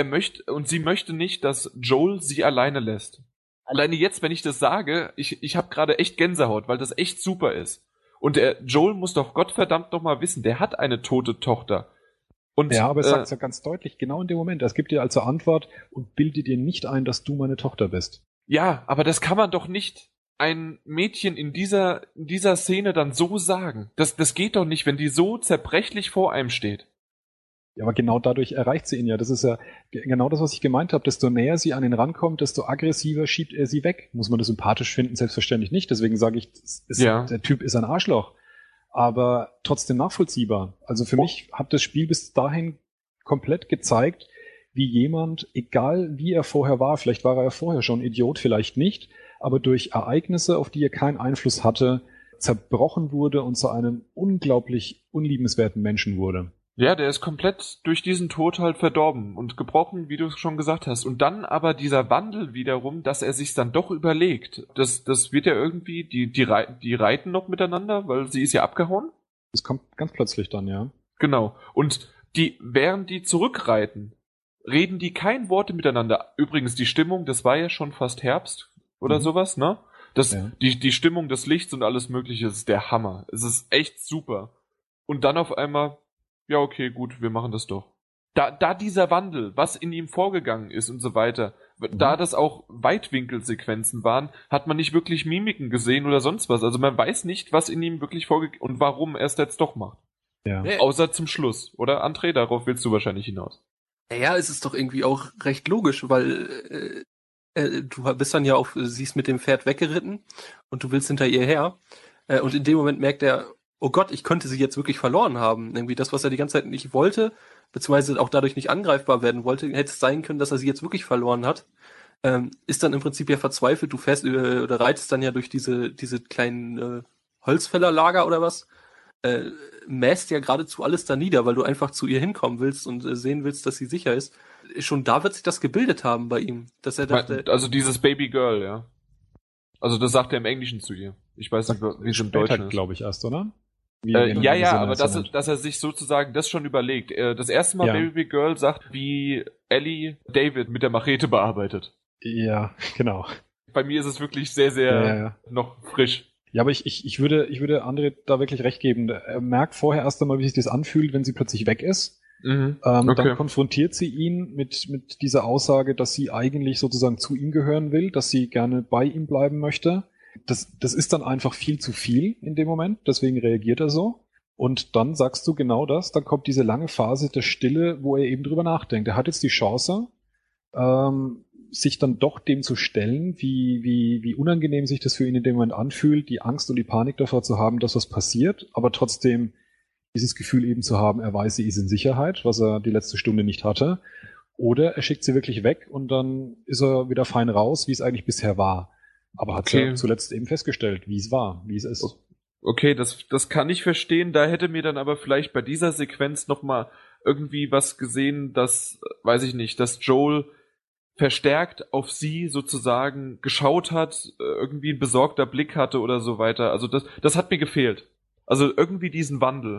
sie möchte nicht, dass Joel sie alleine lässt. Alleine jetzt, wenn ich das sage, ich habe gerade echt Gänsehaut, weil das echt super ist. Und Joel muss doch Gottverdammt noch mal wissen, der hat eine tote Tochter. Und, ja, aber es sagt ja ganz deutlich, genau in dem Moment. Es gibt dir also Antwort und bilde dir nicht ein, dass du meine Tochter bist. Ja, aber das kann man doch nicht ein Mädchen in dieser Szene dann so sagen. Das geht doch nicht, wenn die so zerbrechlich vor einem steht. Ja, aber genau dadurch erreicht sie ihn ja. Das ist ja genau das, was ich gemeint habe. Desto näher sie an ihn rankommt, desto aggressiver schiebt er sie weg. Muss man das sympathisch finden? Selbstverständlich nicht. Deswegen sage ich, der Typ ist ein Arschloch. Aber trotzdem nachvollziehbar. Also für mich hat das Spiel bis dahin komplett gezeigt, wie jemand, egal wie er vorher war, vielleicht war er ja vorher schon Idiot, vielleicht nicht, aber durch Ereignisse, auf die er keinen Einfluss hatte, zerbrochen wurde und zu einem unglaublich unliebenswerten Menschen wurde. Ja, der ist komplett durch diesen Tod halt verdorben und gebrochen, wie du es schon gesagt hast. Und dann aber dieser Wandel wiederum, dass er sich dann doch überlegt. Das wird ja irgendwie, die reiten noch miteinander, weil sie ist ja abgehauen. Das kommt ganz plötzlich dann, ja. Genau. Und während die zurückreiten, reden die kein Wort miteinander. Übrigens, die Stimmung, das war ja schon fast Herbst oder sowas, ne? Die Stimmung des Lichts und alles Mögliche, das ist der Hammer. Es ist echt super. Und dann auf einmal, ja, okay, gut, wir machen das doch. Da dieser Wandel, was in ihm vorgegangen ist und so weiter, da das auch Weitwinkelsequenzen waren, hat man nicht wirklich Mimiken gesehen oder sonst was. Also man weiß nicht, was in ihm wirklich vorgegangen und warum er es jetzt doch macht. Ja. Außer zum Schluss, oder? André, darauf willst du wahrscheinlich hinaus. Naja, es ist doch irgendwie auch recht logisch, weil du bist dann ja auch, sie ist mit dem Pferd weggeritten und du willst hinter ihr her. Und in dem Moment merkt er, oh Gott, ich könnte sie jetzt wirklich verloren haben. Irgendwie das, was er die ganze Zeit nicht wollte, beziehungsweise auch dadurch nicht angreifbar werden wollte, hätte es sein können, dass er sie jetzt wirklich verloren hat. Ist dann im Prinzip ja verzweifelt. Du fährst oder reitest dann ja durch diese kleinen Holzfällerlager oder was. Mäst ja geradezu alles da nieder, weil du einfach zu ihr hinkommen willst und sehen willst, dass sie sicher ist. Schon da wird sich das gebildet haben bei ihm, dass er dachte... Also dieses Baby Girl, ja. Also das sagt er im Englischen zu ihr. Ich weiß nicht, wie es im Deutschen ist. Glaube ich erst, oder? Aber dass er sich sozusagen das schon überlegt. Das erste Mal Baby Girl sagt, wie Ellie David mit der Machete bearbeitet. Ja, genau. Bei mir ist es wirklich sehr, sehr noch frisch. Ja, aber ich würde André da wirklich recht geben. Er merkt vorher erst einmal, wie sich das anfühlt, wenn sie plötzlich weg ist. Okay. Dann konfrontiert sie ihn mit dieser Aussage, dass sie eigentlich sozusagen zu ihm gehören will, dass sie gerne bei ihm bleiben möchte. Das ist dann einfach viel zu viel in dem Moment, deswegen reagiert er so. Und dann sagst du genau das, dann kommt diese lange Phase der Stille, wo er eben drüber nachdenkt. Er hat jetzt die Chance, sich dann doch dem zu stellen, wie unangenehm sich das für ihn in dem Moment anfühlt, die Angst und die Panik davor zu haben, dass was passiert, aber trotzdem dieses Gefühl eben zu haben, er weiß, sie ist in Sicherheit, was er die letzte Stunde nicht hatte. Oder er schickt sie wirklich weg und dann ist er wieder fein raus, wie es eigentlich bisher war. Aber hat er zuletzt eben festgestellt, wie es war, wie es ist. Okay, das kann ich verstehen. Da hätte mir dann aber vielleicht bei dieser Sequenz nochmal irgendwie was gesehen, dass, weiß ich nicht, dass Joel verstärkt auf sie sozusagen geschaut hat, irgendwie ein besorgter Blick hatte oder so weiter. Also das hat mir gefehlt. Also irgendwie diesen Wandel.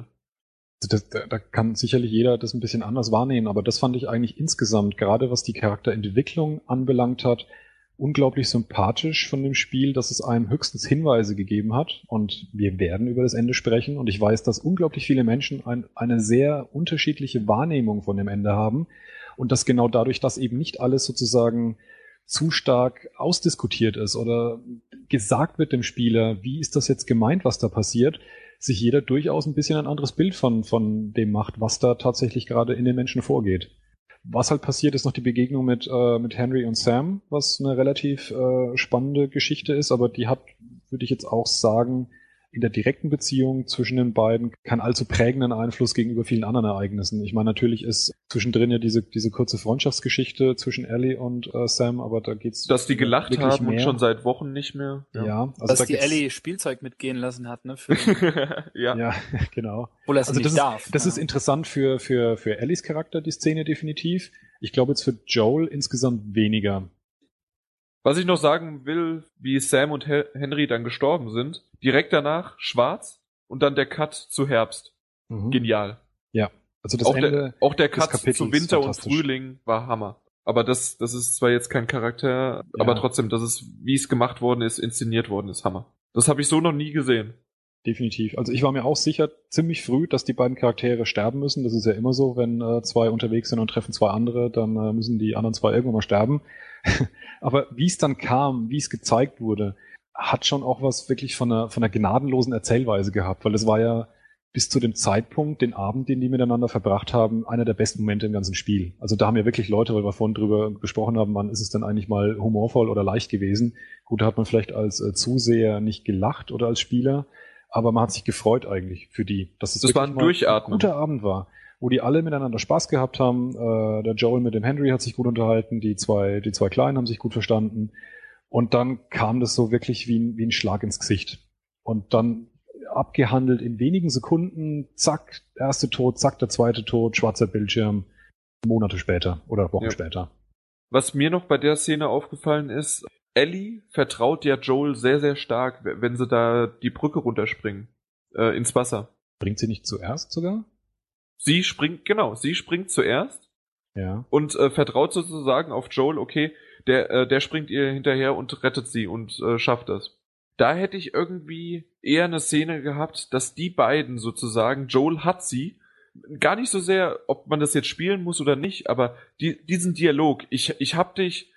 Da kann sicherlich jeder das ein bisschen anders wahrnehmen, aber das fand ich eigentlich insgesamt, gerade was die Charakterentwicklung anbelangt hat, unglaublich sympathisch von dem Spiel, dass es einem höchstens Hinweise gegeben hat, und wir werden über das Ende sprechen, und ich weiß, dass unglaublich viele Menschen eine sehr unterschiedliche Wahrnehmung von dem Ende haben, und dass genau dadurch, dass eben nicht alles sozusagen zu stark ausdiskutiert ist oder gesagt wird dem Spieler, wie ist das jetzt gemeint, was da passiert, sich jeder durchaus ein bisschen ein anderes Bild von dem macht, was da tatsächlich gerade in den Menschen vorgeht. Was halt passiert, ist noch die Begegnung mit Henry und Sam, was eine relativ spannende Geschichte ist, aber die hat, würde ich jetzt auch sagen, in der direkten Beziehung zwischen den beiden keinen allzu prägenden Einfluss gegenüber vielen anderen Ereignissen. Ich meine, natürlich ist zwischendrin ja diese kurze Freundschaftsgeschichte zwischen Ellie und Sam, aber da geht's... Dass die gelacht haben mehr. Und schon seit Wochen nicht mehr. Ja, also dass die Ellie Spielzeug mitgehen lassen hat, ne? ja, genau. Obwohl er es nicht darf. Das ist interessant für Ellies Charakter, die Szene definitiv. Ich glaube jetzt für Joel insgesamt weniger. Was ich noch sagen will, wie Sam und Henry dann gestorben sind, direkt danach schwarz und dann der Cut zu Herbst. Genial. Ja, also das Ende auch der Cut zu Winter und Frühling war Hammer. Aber das ist zwar jetzt kein Charakter, aber trotzdem, das ist, wie es gemacht worden ist, inszeniert worden ist, Hammer. Das habe ich so noch nie gesehen. Definitiv. Also ich war mir auch sicher ziemlich früh, dass die beiden Charaktere sterben müssen. Das ist ja immer so, wenn zwei unterwegs sind und treffen zwei andere, dann müssen die anderen zwei irgendwann mal sterben. Aber wie es dann kam, wie es gezeigt wurde, hat schon auch was wirklich von einer gnadenlosen Erzählweise gehabt, weil es war ja bis zu dem Zeitpunkt, den Abend, den die miteinander verbracht haben, einer der besten Momente im ganzen Spiel. Also da haben ja wirklich Leute, weil wir vorhin drüber gesprochen haben, wann ist es denn eigentlich mal humorvoll oder leicht gewesen. Gut, da hat man vielleicht als Zuseher nicht gelacht oder als Spieler, aber man hat sich gefreut eigentlich für die, dass es das war ein guter Abend war, wo die alle miteinander Spaß gehabt haben. Der Joel mit dem Henry hat sich gut unterhalten, die zwei Kleinen haben sich gut verstanden. Und dann kam das so wirklich wie ein Schlag ins Gesicht. Und dann abgehandelt in wenigen Sekunden, zack, der erste Tod, zack, der zweite Tod, schwarzer Bildschirm, Monate später oder Wochen später. Was mir noch bei der Szene aufgefallen ist, Ellie vertraut ja Joel sehr, sehr stark, wenn sie da die Brücke runterspringen, ins Wasser. Bringt sie nicht zuerst sogar? Sie springt zuerst. Ja. Und vertraut sozusagen auf Joel, okay, der springt ihr hinterher und rettet sie und schafft das. Da hätte ich irgendwie eher eine Szene gehabt, dass die beiden sozusagen, Joel hat sie, gar nicht so sehr, ob man das jetzt spielen muss oder nicht, aber diesen Dialog, ich hab dich,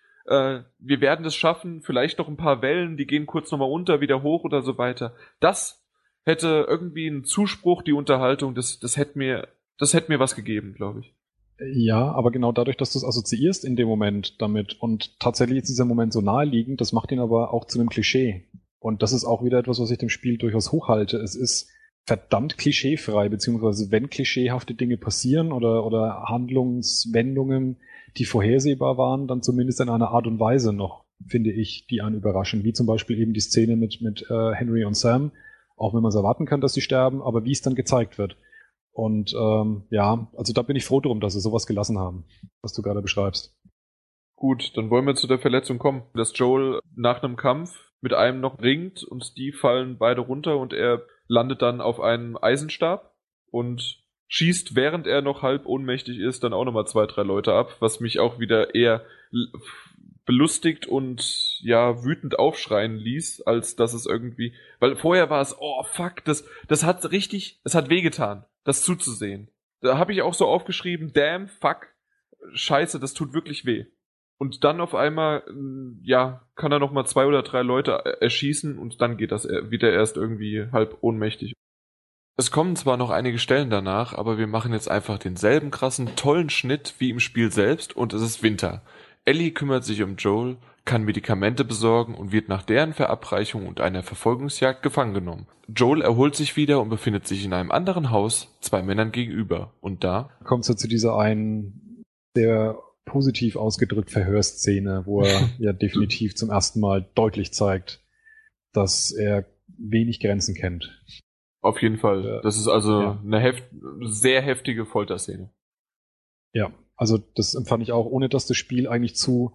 wir werden das schaffen, vielleicht noch ein paar Wellen, die gehen kurz nochmal unter, wieder hoch oder so weiter. Das hätte irgendwie einen Zuspruch, die Unterhaltung, das hätte mir was gegeben, glaube ich. Ja, aber genau dadurch, dass du es assoziierst in dem Moment damit und tatsächlich ist dieser Moment so naheliegend, das macht ihn aber auch zu einem Klischee. Und das ist auch wieder etwas, was ich dem Spiel durchaus hochhalte. Es ist verdammt klischeefrei, beziehungsweise wenn klischeehafte Dinge passieren oder Handlungswendungen, die vorhersehbar waren, dann zumindest in einer Art und Weise noch, finde ich, die einen überraschen. Wie zum Beispiel eben die Szene mit Henry und Sam, auch wenn man es erwarten kann, dass sie sterben, aber wie es dann gezeigt wird. Und also da bin ich froh drum, dass sie sowas gelassen haben, was du gerade beschreibst. Gut, dann wollen wir zu der Verletzung kommen. Dass Joel nach einem Kampf mit einem noch ringt und die fallen beide runter und er landet dann auf einem Eisenstab und schießt, während er noch halb ohnmächtig ist, dann auch nochmal 2, 3 Leute ab, was mich auch wieder eher belustigt und ja wütend aufschreien ließ, als dass es irgendwie, weil vorher war es, oh fuck, das hat es hat wehgetan, das zuzusehen. Da habe ich auch so aufgeschrieben, damn, fuck, scheiße, das tut wirklich weh. Und dann auf einmal, ja, kann er noch mal 2 oder 3 Leute erschießen und dann geht das wieder erst irgendwie halb ohnmächtig. Es kommen zwar noch einige Stellen danach, aber wir machen jetzt einfach denselben krassen, tollen Schnitt wie im Spiel selbst und es ist Winter. Ellie kümmert sich um Joel, kann Medikamente besorgen und wird nach deren Verabreichung und einer Verfolgungsjagd gefangen genommen. Joel erholt sich wieder und befindet sich in einem anderen Haus, 2 Männern gegenüber. Und da kommt es zu dieser einen sehr positiv ausgedrückt Verhörszene, wo er ja definitiv zum ersten Mal deutlich zeigt, dass er wenig Grenzen kennt. auf jeden Fall. Das ist also eine sehr heftige Folterszene. Ja, also das empfand ich auch, ohne dass das Spiel eigentlich zu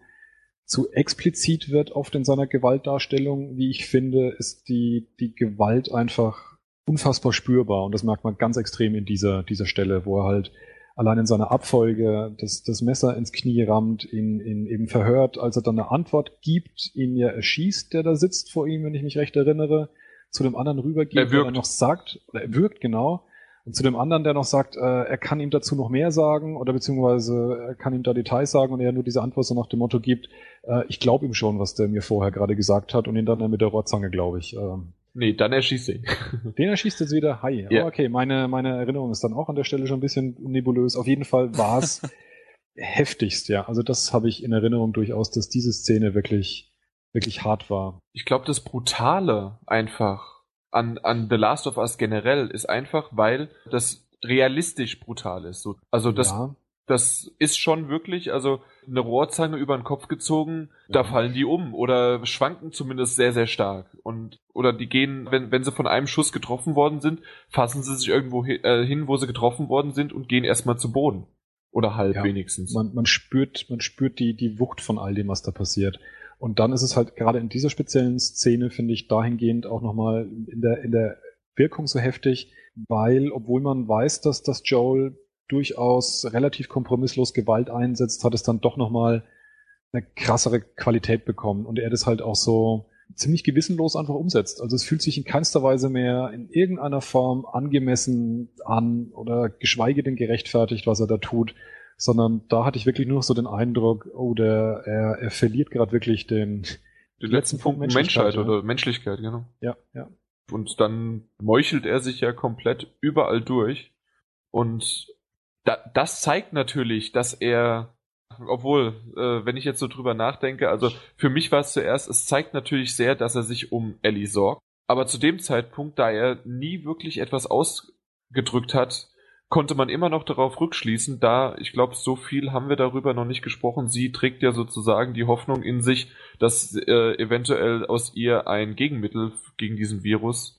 explizit wird oft in seiner Gewaltdarstellung, wie ich finde, ist die Gewalt einfach unfassbar spürbar und das merkt man ganz extrem in dieser Stelle, wo er halt allein in seiner Abfolge das Messer ins Knie rammt, ihn eben verhört, als er dann eine Antwort gibt, ihn ja erschießt, der da sitzt vor ihm, wenn ich mich recht erinnere, zu dem anderen rübergeht, der noch sagt, oder er wirkt, genau, und zu dem anderen, der noch sagt, er kann ihm dazu noch mehr sagen oder beziehungsweise er kann ihm da Details sagen und er nur diese Antwort so nach dem Motto gibt, ich glaube ihm schon, was der mir vorher gerade gesagt hat und ihn dann mit der Rohrzange, glaube ich. Nee, dann erschießt er ihn. Den erschießt jetzt wieder, hi. Ja. Oh, okay, meine Erinnerung ist dann auch an der Stelle schon ein bisschen nebulös. Auf jeden Fall war es heftigst, ja. Also das habe ich in Erinnerung durchaus, dass diese Szene wirklich, wirklich hart war. Ich glaube, das Brutale einfach an The Last of Us generell ist einfach, weil das realistisch brutal ist. Also das ist schon wirklich, also eine Rohrzange über den Kopf gezogen, da fallen die um oder schwanken zumindest sehr, sehr stark. Oder die gehen, wenn sie von einem Schuss getroffen worden sind, fassen sie sich irgendwo hin, wo sie getroffen worden sind und gehen erstmal zu Boden. Oder halb wenigstens. Man spürt die Wucht von all dem, was da passiert. Und dann ist es halt gerade in dieser speziellen Szene, finde ich, dahingehend auch nochmal in der Wirkung so heftig, weil, obwohl man weiß, dass das Joel durchaus relativ kompromisslos Gewalt einsetzt, hat es dann doch nochmal eine krassere Qualität bekommen und er das halt auch so ziemlich gewissenlos einfach umsetzt. Also es fühlt sich in keinster Weise mehr in irgendeiner Form angemessen an oder geschweige denn gerechtfertigt, was er da tut, sondern da hatte ich wirklich nur so den Eindruck, er verliert gerade wirklich den letzten Punkt Menschheit oder Menschlichkeit, genau. Ja, ja. Und dann meuchelt er sich ja komplett überall durch und das zeigt natürlich, dass er, obwohl, wenn ich jetzt so drüber nachdenke, also für mich war es zuerst, es zeigt natürlich sehr, dass er sich um Ellie sorgt, aber zu dem Zeitpunkt, da er nie wirklich etwas ausgedrückt hat, konnte man immer noch darauf rückschließen, da, ich glaube, so viel haben wir darüber noch nicht gesprochen, sie trägt ja sozusagen die Hoffnung in sich, dass eventuell aus ihr ein Gegenmittel gegen diesen Virus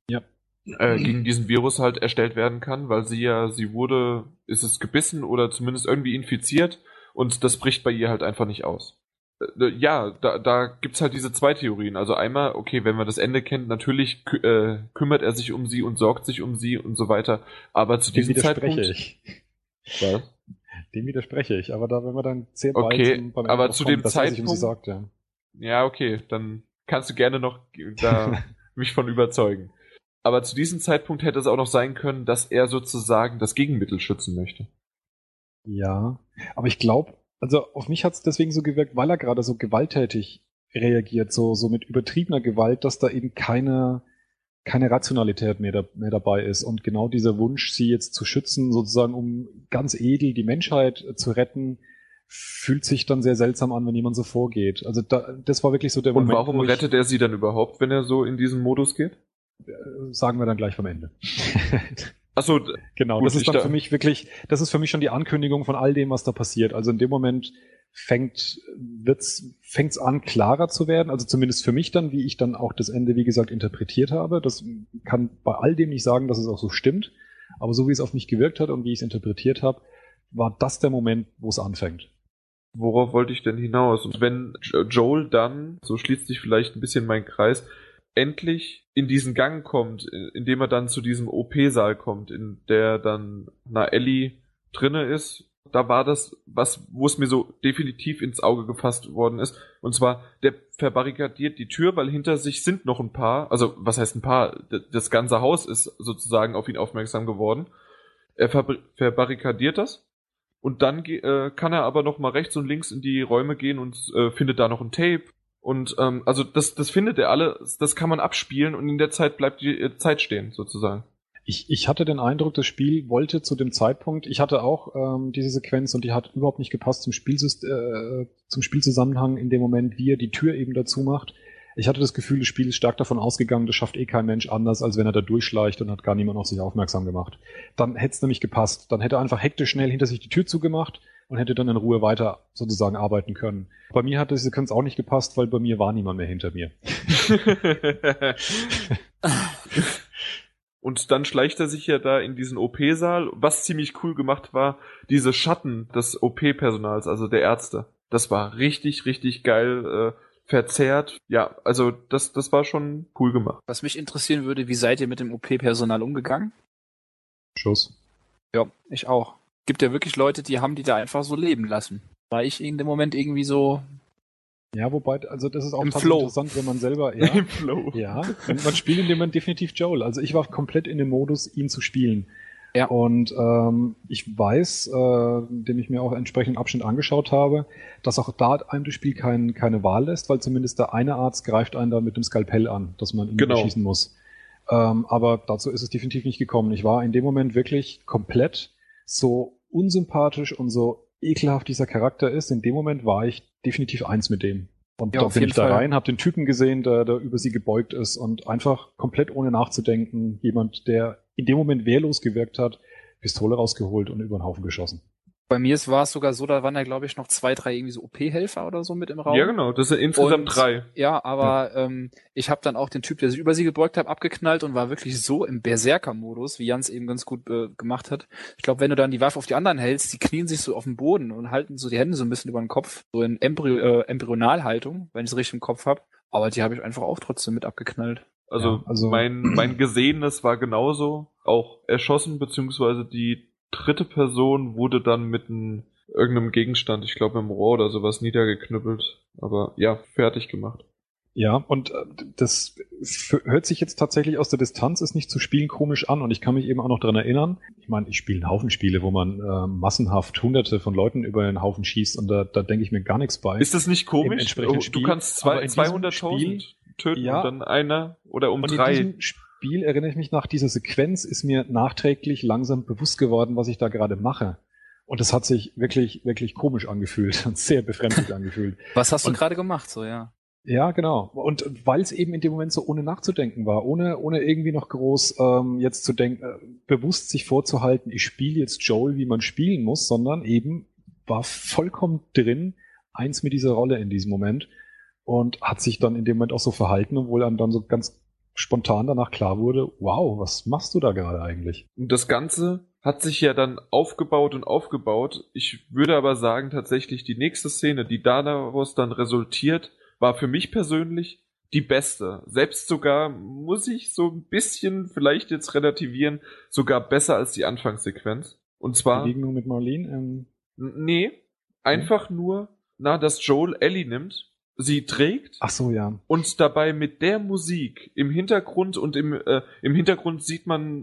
halt erstellt werden kann, weil ist es gebissen oder zumindest irgendwie infiziert und das bricht bei ihr halt einfach nicht aus. Da gibt's halt diese 2 Theorien. Also einmal, okay, wenn man das Ende kennt, natürlich kümmert er sich um sie und sorgt sich um sie und so weiter, aber zu diesem Zeitpunkt... Was? Dem widerspreche ich, aber da, wenn wir dann sehr bald beim Ende aber zu dem Zeitpunkt... sich um sie sorgt, ja. Ja, okay, dann kannst du gerne noch da mich von überzeugen. Aber zu diesem Zeitpunkt hätte es auch noch sein können, dass er sozusagen das Gegenmittel schützen möchte. Ja, aber ich glaube, also auf mich hat es deswegen so gewirkt, weil er gerade so gewalttätig reagiert, so mit übertriebener Gewalt, dass da eben keine Rationalität mehr dabei ist. Und genau dieser Wunsch, sie jetzt zu schützen, sozusagen um ganz edel die Menschheit zu retten, fühlt sich dann sehr seltsam an, wenn jemand so vorgeht. Also das war wirklich so der Moment. Und warum rettet er sie dann überhaupt, wenn er so in diesen Modus geht? Sagen wir dann gleich vom Ende. Achso, genau. Gut, das ist dann für mich wirklich, das ist für mich schon die Ankündigung von all dem, was da passiert. Also in dem Moment fängt's an, klarer zu werden. Also zumindest für mich dann, wie ich dann auch das Ende, wie gesagt, interpretiert habe. Das kann bei all dem nicht sagen, dass es auch so stimmt. Aber so wie es auf mich gewirkt hat und wie ich es interpretiert habe, war das der Moment, wo es anfängt. Worauf wollte ich denn hinaus? Und wenn Joel dann, so schließt sich vielleicht ein bisschen mein Kreis, endlich in diesen Gang kommt, indem er dann zu diesem OP-Saal kommt, in der dann Ellie drinne ist da war das was, wo es mir so definitiv ins Auge gefasst worden ist. Und zwar, der verbarrikadiert die Tür, weil hinter sich sind noch ein paar, also was heißt ein paar? Das ganze Haus ist sozusagen auf ihn aufmerksam geworden. Er verbarrikadiert das und dann kann er aber noch mal rechts und links in die Räume gehen und findet da noch ein Tape. Und also das findet er alles, das kann man abspielen und in der Zeit bleibt die Zeit stehen, sozusagen. Ich hatte den Eindruck, das Spiel wollte zu dem Zeitpunkt, ich hatte auch diese Sequenz und die hat überhaupt nicht gepasst zum Spielzusammenhang in dem Moment, wie er die Tür eben dazu macht. Ich hatte das Gefühl, das Spiel ist stark davon ausgegangen, das schafft kein Mensch anders, als wenn er da durchschleicht und hat gar niemand auf sich aufmerksam gemacht. Dann hätte es nämlich gepasst. Dann hätte er einfach hektisch schnell hinter sich die Tür zugemacht und hätte dann in Ruhe weiter sozusagen arbeiten können. Bei mir hat diese Sequenz auch nicht gepasst, weil bei mir war niemand mehr hinter mir. Und dann schleicht er sich ja da in diesen OP-Saal. Was ziemlich cool gemacht war, diese Schatten des OP-Personals, also der Ärzte. Das war richtig, richtig geil verzerrt. Ja, also das war schon cool gemacht. Was mich interessieren würde, wie seid ihr mit dem OP-Personal umgegangen? Schuss. Ja, ich auch. Gibt ja wirklich Leute, die haben die da einfach so leben lassen. War ich in dem Moment irgendwie so... Ja, wobei, also das ist auch Im tatsächlich Flow. interessant, wenn man selber... Ja, Im Flow. Ja, und man spielt in dem Moment definitiv Joel. Also ich war komplett in dem Modus, ihn zu spielen. Ja. Und ich weiß, dem ich mir auch entsprechend Abschnitt angeschaut habe, dass auch da einem das Spiel keine Wahl lässt, weil zumindest der eine Arzt greift einen da mit dem Skalpell an, dass man ihn erschießen muss. Aber dazu ist es definitiv nicht gekommen. Ich war in dem Moment wirklich komplett so unsympathisch und so ekelhaft dieser Charakter ist. In dem Moment war ich definitiv eins mit dem. Und Ja, da auf bin jeden ich da Fall. rein, habe den Typen gesehen, der über sie gebeugt ist und einfach komplett ohne nachzudenken, jemand, der in dem Moment wehrlos gewirkt hat, Pistole rausgeholt und über den Haufen geschossen. Bei mir war es sogar so, da waren ja, glaube ich, noch 2, 3 irgendwie so OP-Helfer oder so mit im Raum. Ja, genau, das sind insgesamt 3. Ja, aber ich habe dann auch den Typ, der sich über sie gebeugt hat, abgeknallt und war wirklich so im Berserker-Modus, wie Jans eben ganz gut gemacht hat. Ich glaube, wenn du dann die Waffe auf die anderen hältst, die knien sich so auf den Boden und halten so die Hände so ein bisschen über den Kopf, so in Embryonalhaltung, wenn ich es richtig im Kopf habe. Aber die habe ich einfach auch trotzdem mit abgeknallt. Also, Ja, also mein Gesehenes war genauso auch erschossen, beziehungsweise die dritte Person wurde dann mit irgendeinem Gegenstand, ich glaube im Rohr oder sowas, niedergeknüppelt. Aber ja, fertig gemacht. Ja, und das hört sich jetzt tatsächlich aus der Distanz, ist nicht zu spielen, komisch an. Und ich kann mich eben auch noch dran erinnern, ich meine, ich spiele einen Haufen Spiele, wo man massenhaft Hunderte von Leuten über den Haufen schießt und da denke ich mir gar nichts bei. Ist das nicht komisch? entsprechenden Du Spiel. kannst Aber in diesem 200.000 Spiel- töten Ja. und dann einer oder um Und 3. in diesem Spiel erinnere ich mich nach dieser Sequenz, ist mir nachträglich langsam bewusst geworden, was ich da gerade mache. Und das hat sich wirklich, wirklich komisch angefühlt und sehr befremdlich angefühlt. Was hast du Und- gerade gemacht, so, ja? Ja, genau. Und weil es eben in dem Moment so ohne nachzudenken war, ohne irgendwie noch groß jetzt zu denken, bewusst sich vorzuhalten, ich spiele jetzt Joel, wie man spielen muss, sondern eben war vollkommen drin, eins mit dieser Rolle in diesem Moment und hat sich dann in dem Moment auch so verhalten, obwohl einem dann so ganz spontan danach klar wurde, wow, was machst du da gerade eigentlich? Und das Ganze hat sich ja dann aufgebaut und aufgebaut. Ich würde aber sagen, tatsächlich die nächste Szene, die daraus dann resultiert, war für mich persönlich die beste. Selbst sogar, muss ich so ein bisschen vielleicht jetzt relativieren, sogar besser als die Anfangssequenz. Und zwar... Begegnung mit Marlene? Nee, einfach nur, dass Joel Ellie nimmt, sie trägt Ach so, ja. und dabei mit der Musik im Hintergrund und im Hintergrund sieht man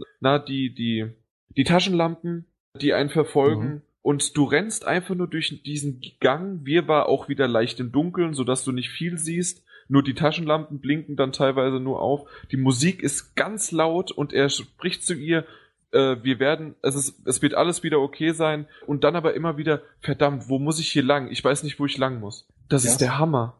die Taschenlampen, die einen verfolgen und du rennst einfach nur durch diesen Gang, war auch wieder leicht im Dunkeln, sodass du nicht viel siehst, nur die Taschenlampen blinken dann teilweise nur auf, die Musik ist ganz laut und er spricht zu ihr, es wird alles wieder okay sein und dann aber immer wieder, verdammt, wo muss ich hier lang? Ich weiß nicht, wo ich lang muss. Das ist der Hammer.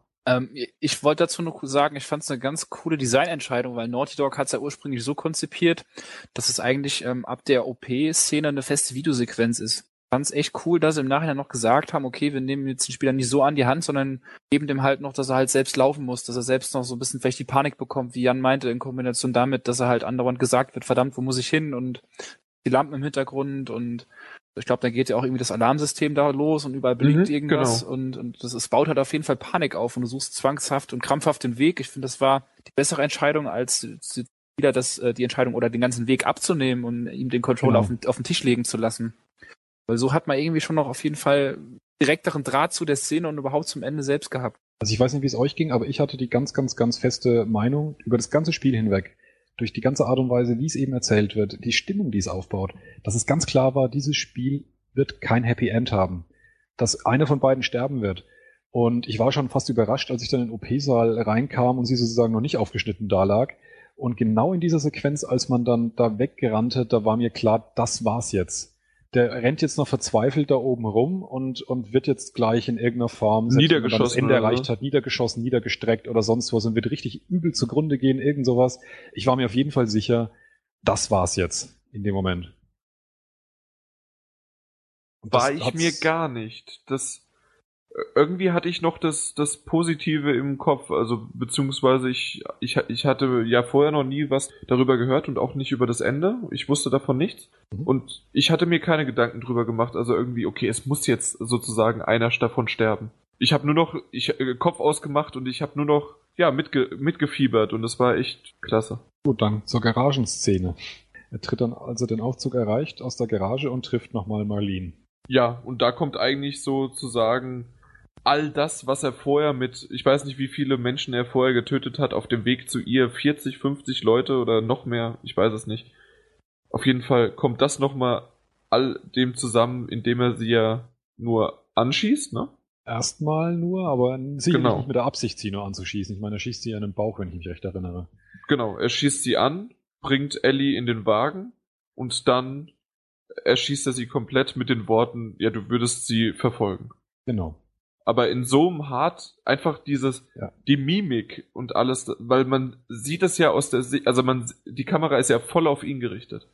Ich wollte dazu noch sagen, ich fand es eine ganz coole Designentscheidung, weil Naughty Dog hat es ja ursprünglich so konzipiert, dass es eigentlich ab der OP-Szene eine feste Videosequenz ist. Ich fand es echt cool, dass sie im Nachhinein noch gesagt haben, okay, wir nehmen jetzt den Spieler nicht so an die Hand, sondern geben dem halt noch, dass er halt selbst laufen muss, dass er selbst noch so ein bisschen vielleicht die Panik bekommt, wie Jan meinte, in Kombination damit, dass er halt andauernd gesagt wird, verdammt, wo muss ich hin? Und die Lampen im Hintergrund und ich glaube, da geht ja auch irgendwie das Alarmsystem da los und überall blinkt irgendwas und es baut halt auf jeden Fall Panik auf und du suchst zwangshaft und krampfhaft den Weg. Ich finde, das war die bessere Entscheidung, als wieder die Entscheidung oder den ganzen Weg abzunehmen und ihm den Controller auf den Tisch legen zu lassen. Weil so hat man irgendwie schon noch auf jeden Fall direkteren Draht zu der Szene und überhaupt zum Ende selbst gehabt. Also ich weiß nicht, wie es euch ging, aber ich hatte die ganz, ganz, ganz feste Meinung über das ganze Spiel hinweg, durch die ganze Art und Weise, wie es eben erzählt wird, die Stimmung, die es aufbaut, dass es ganz klar war, dieses Spiel wird kein Happy End haben, dass einer von beiden sterben wird. Und ich war schon fast überrascht, als ich dann in den OP-Saal reinkam und sie sozusagen noch nicht aufgeschnitten da lag. Und genau in dieser Sequenz, als man dann da weggerannte, da war mir klar, das war's jetzt. Der rennt jetzt noch verzweifelt da oben rum und wird jetzt gleich in irgendeiner Form, selbst wenn man dann das Ende erreicht hat, niedergeschossen, niedergestreckt oder sonst was und wird richtig übel zugrunde gehen, irgend sowas. Ich war mir auf jeden Fall sicher, das war's jetzt in dem Moment. War ich mir gar nicht. Irgendwie hatte ich noch das Positive im Kopf, also beziehungsweise ich hatte ja vorher noch nie was darüber gehört und auch nicht über das Ende. Ich wusste davon nichts und ich hatte mir keine Gedanken drüber gemacht. Also irgendwie, okay, es muss jetzt sozusagen einer davon sterben. Ich habe nur noch Kopf ausgemacht und ich habe nur noch mitgefiebert und das war echt klasse. Gut, dann zur Garagenszene. Er tritt dann, als er den Aufzug erreicht, aus der Garage und trifft nochmal Marlene. Ja, und da kommt eigentlich sozusagen all das, was er vorher mit, ich weiß nicht, wie viele Menschen er vorher getötet hat, auf dem Weg zu ihr, 40, 50 Leute oder noch mehr, ich weiß es nicht. Auf jeden Fall kommt das nochmal all dem zusammen, indem er sie ja nur anschießt, ne? Erstmal nur, aber sicherlich Genau. nicht mit der Absicht, sie nur anzuschießen. Ich meine, er schießt sie an den Bauch, wenn ich mich recht erinnere. Genau, er schießt sie an, bringt Ellie in den Wagen und dann erschießt er sie komplett mit den Worten, ja, du würdest sie verfolgen. Genau. Aber in so einem Hart einfach die Mimik und alles, weil man sieht es ja aus der Sicht, also die Kamera ist ja voll auf ihn gerichtet.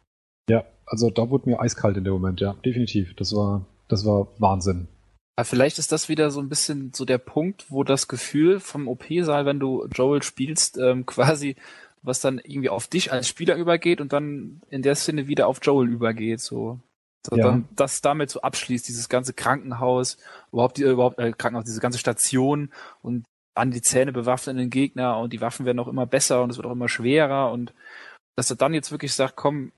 Ja, also da wurde mir eiskalt in dem Moment, ja, definitiv. Das war Wahnsinn. Aber vielleicht ist das wieder so ein bisschen so der Punkt, wo das Gefühl vom OP-Saal, wenn du Joel spielst, quasi, was dann irgendwie auf dich als Spieler übergeht und dann in der Szene wieder auf Joel übergeht, so. Ja. Dann das damit so abschließt, dieses ganze Krankenhaus, Krankenhaus, diese ganze Station und an die Zähne bewaffneten Gegner und die Waffen werden auch immer besser und es wird auch immer schwerer und dass er dann jetzt wirklich sagt, komm,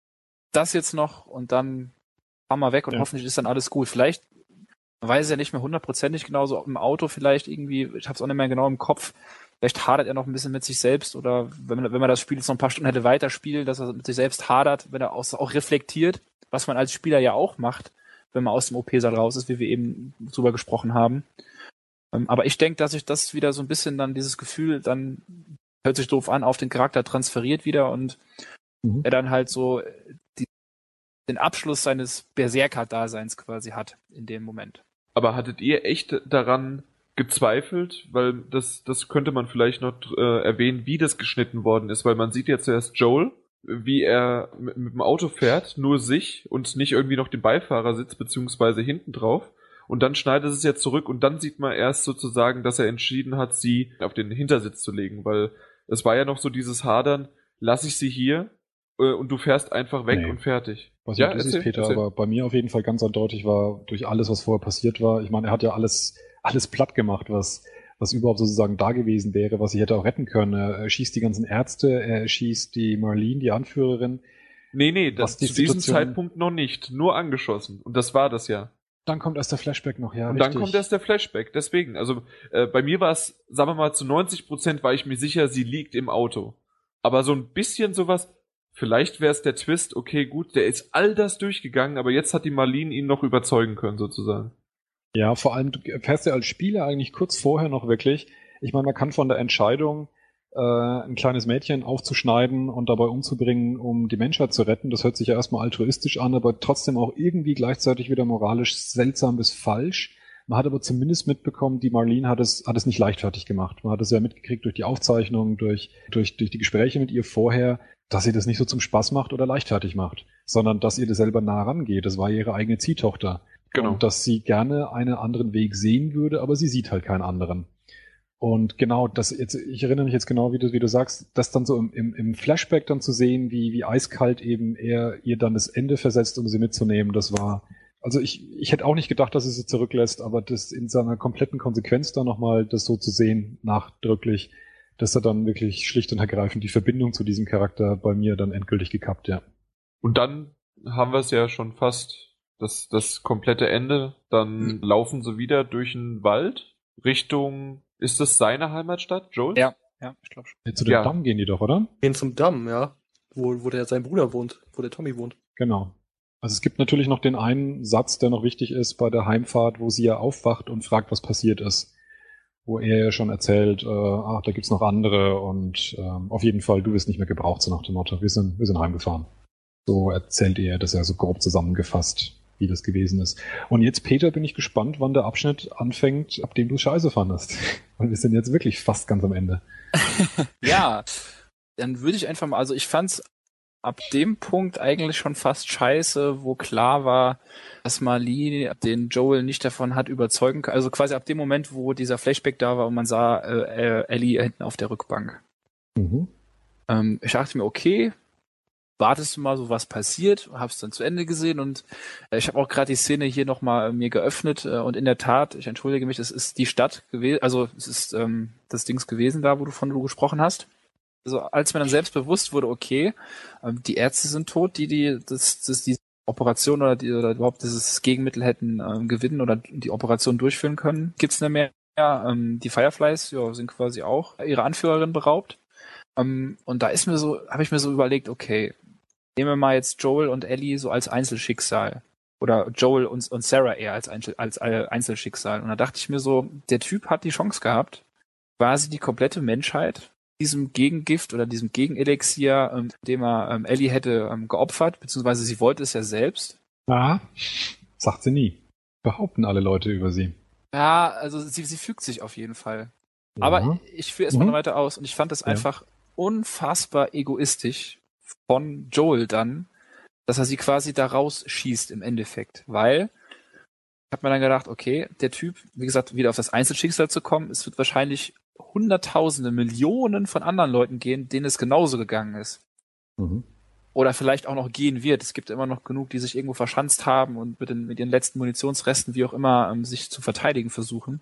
das jetzt noch und dann fahren wir weg und hoffentlich ist dann alles gut. Vielleicht, man weiß es ja nicht mehr hundertprozentig genau, so im Auto vielleicht irgendwie, ich habe es auch nicht mehr genau im Kopf, vielleicht hadert er noch ein bisschen mit sich selbst oder wenn man das Spiel jetzt noch ein paar Stunden hätte weiterspielen, dass er mit sich selbst hadert, wenn er auch reflektiert, was man als Spieler ja auch macht, wenn man aus dem OP-Saal raus ist, wie wir eben drüber gesprochen haben. Aber ich denke, dass sich das wieder so ein bisschen dann dieses Gefühl dann, hört sich doof an, auf den Charakter transferiert wieder und er dann halt so den Abschluss seines Berserker-Daseins quasi hat in dem Moment. Aber hattet ihr echt daran gezweifelt? Weil das könnte man vielleicht noch erwähnen, wie das geschnitten worden ist, weil man sieht ja zuerst Joel, wie er mit dem Auto fährt, nur sich und nicht irgendwie noch den Beifahrersitz beziehungsweise hinten drauf. Und dann schneidet es ja zurück und dann sieht man erst sozusagen, dass er entschieden hat, sie auf den Hintersitz zu legen, weil es war ja noch so dieses Hadern, lass ich sie hier und du fährst einfach weg und fertig. Was ja, das ist, Peter, aber bei mir auf jeden Fall ganz eindeutig war, durch alles, was vorher passiert war, ich meine, er hat ja alles platt gemacht, was überhaupt sozusagen da gewesen wäre, was ich hätte auch retten können. Er schießt die ganzen Ärzte, er schießt die Marlene, die Anführerin. Nee, das zu diesem Zeitpunkt noch nicht, nur angeschossen. Und das war das ja. Dann kommt erst der Flashback noch, ja, und richtig. Dann kommt erst der Flashback, deswegen. Also bei mir war es, sagen wir mal, zu 90% war ich mir sicher, sie liegt im Auto. Aber so ein bisschen sowas, vielleicht wäre es der Twist, okay, gut, der ist all das durchgegangen, aber jetzt hat die Marlene ihn noch überzeugen können, sozusagen. Ja, vor allem, du erfährst ja als Spieler eigentlich kurz vorher noch wirklich, ich meine, man kann von der Entscheidung, ein kleines Mädchen aufzuschneiden und dabei umzubringen, um die Menschheit zu retten, das hört sich ja erstmal altruistisch an, aber trotzdem auch irgendwie gleichzeitig wieder moralisch seltsam bis falsch. Man hat aber zumindest mitbekommen, die Marlene hat es nicht leichtfertig gemacht. Man hat es ja mitgekriegt durch die Aufzeichnungen, durch die Gespräche mit ihr vorher, dass sie das nicht so zum Spaß macht oder leichtfertig macht, sondern dass ihr das selber nah rangeht. Das war ihre eigene Ziehtochter. Genau. Und dass sie gerne einen anderen Weg sehen würde, aber sie sieht halt keinen anderen. Und genau, ich erinnere mich jetzt genau, wie du sagst, das dann so im Flashback dann zu sehen, wie eiskalt eben er ihr dann das Ende versetzt, um sie mitzunehmen, das war, also ich hätte auch nicht gedacht, dass er sie zurücklässt, aber das in seiner kompletten Konsequenz dann nochmal, das so zu sehen, nachdrücklich, dass er dann wirklich schlicht und ergreifend die Verbindung zu diesem Charakter bei mir dann endgültig gekappt, ja. Und dann haben wir es ja schon fast das komplette Ende. Dann laufen sie wieder durch den Wald Richtung, ist das seine Heimatstadt, Joel? Ja, ich glaube schon. Zu dem Damm gehen die doch, oder? Gehen zum Damm, ja. Wo sein Bruder wohnt, wo der Tommy wohnt. Genau. Also es gibt natürlich noch den einen Satz, der noch wichtig ist bei der Heimfahrt, wo sie ja aufwacht und fragt, was passiert ist. Wo er ja schon erzählt, da gibt's noch andere und auf jeden Fall, du wirst nicht mehr gebraucht, so nach dem Motto. Wir sind heimgefahren. So erzählt er das ja so grob zusammengefasst, wie das gewesen ist. Und jetzt, Peter, bin ich gespannt, wann der Abschnitt anfängt, ab dem du Scheiße fandest. Weil wir sind jetzt wirklich fast ganz am Ende. Ja, dann würde ich einfach mal, also ich fand's ab dem Punkt eigentlich schon fast scheiße, wo klar war, dass Marlene den Joel nicht davon hat überzeugen können. Also quasi ab dem Moment, wo dieser Flashback da war und man sah Ellie hinten auf der Rückbank. Mhm. Ich dachte mir, okay, wartest du mal, so was passiert, hab's dann zu Ende gesehen und ich habe auch gerade die Szene hier nochmal mir geöffnet und in der Tat, ich entschuldige mich, es ist die Stadt gewesen, also es ist das Dings gewesen da, wovon du gesprochen hast. Also als mir dann selbst bewusst wurde, okay, die Ärzte sind tot, die Operation oder überhaupt dieses Gegenmittel hätten gewinnen oder die Operation durchführen können, gibt's nicht mehr. Die Fireflies sind quasi auch ihre Anführerin beraubt. Und da habe ich mir so überlegt, okay, nehmen wir mal jetzt Joel und Ellie so als Einzelschicksal. Oder Joel und Sarah eher als Einzelschicksal. Und da dachte ich mir so, der Typ hat die Chance gehabt, quasi die komplette Menschheit diesem Gegengift oder diesem Gegenelixier, dem er Ellie hätte geopfert, beziehungsweise sie wollte es ja selbst. Ja, sagt sie nie. Behaupten alle Leute über sie. Ja, also sie fügt sich auf jeden Fall. Ja. Aber ich führe erstmal noch weiter aus und ich fand das einfach unfassbar egoistisch von Joel dann, dass er sie quasi da rausschießt im Endeffekt, weil ich habe mir dann gedacht, okay, der Typ, wie gesagt, wieder auf das Einzelschicksal zu kommen, es wird wahrscheinlich Hunderttausende, Millionen von anderen Leuten gehen, denen es genauso gegangen ist. Mhm. Oder vielleicht auch noch gehen wird. Es gibt immer noch genug, die sich irgendwo verschanzt haben und mit ihren letzten Munitionsresten, wie auch immer, sich zu verteidigen versuchen.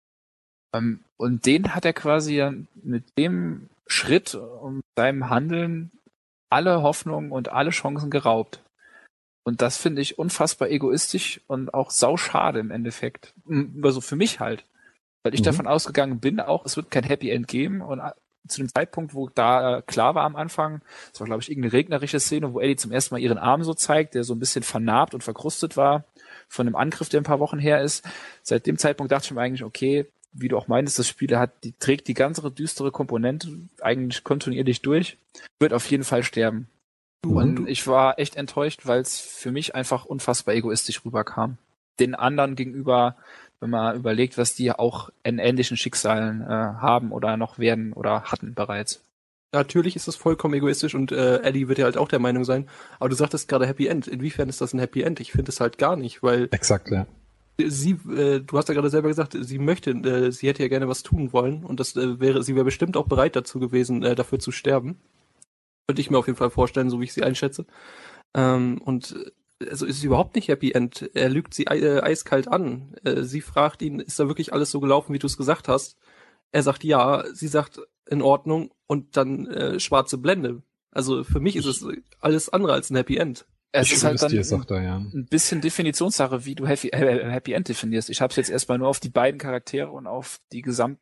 Und den hat er quasi mit dem Schritt und seinem Handeln alle Hoffnungen und alle Chancen geraubt. Und das finde ich unfassbar egoistisch und auch sauschade im Endeffekt. Also für mich halt. Weil ich davon ausgegangen bin auch, es wird kein Happy End geben. Und zu dem Zeitpunkt, wo da klar war am Anfang, das war, glaube ich, irgendeine regnerische Szene, wo Ellie zum ersten Mal ihren Arm so zeigt, der so ein bisschen vernarbt und verkrustet war von einem Angriff, der ein paar Wochen her ist. Seit dem Zeitpunkt dachte ich mir eigentlich, okay, wie du auch meintest, das Spiel trägt die ganze düstere Komponente eigentlich kontinuierlich durch, wird auf jeden Fall sterben. Und ich war echt enttäuscht, weil es für mich einfach unfassbar egoistisch rüberkam. Den anderen gegenüber, wenn man überlegt, was die auch in ähnlichen Schicksalen haben oder noch werden oder hatten bereits. Natürlich ist das vollkommen egoistisch und Ellie wird ja halt auch der Meinung sein, aber du sagtest gerade Happy End. Inwiefern ist das ein Happy End? Ich finde es halt gar nicht, weil... Exakt, ja. Du hast ja gerade selber gesagt, sie hätte ja gerne was tun wollen und sie wäre bestimmt auch bereit dazu gewesen, dafür zu sterben. Könnte ich mir auf jeden Fall vorstellen, so wie ich sie einschätze. Und also ist es überhaupt nicht Happy End. Er lügt sie eiskalt an. Sie fragt ihn, ist da wirklich alles so gelaufen, wie du es gesagt hast? Er sagt ja, sie sagt in Ordnung und dann schwarze Blende. Also für mich ist es alles andere als ein Happy End. Es ist halt dann ein bisschen Definitionssache, wie du Happy End definierst. Ich habe es jetzt erstmal nur auf die beiden Charaktere und auf die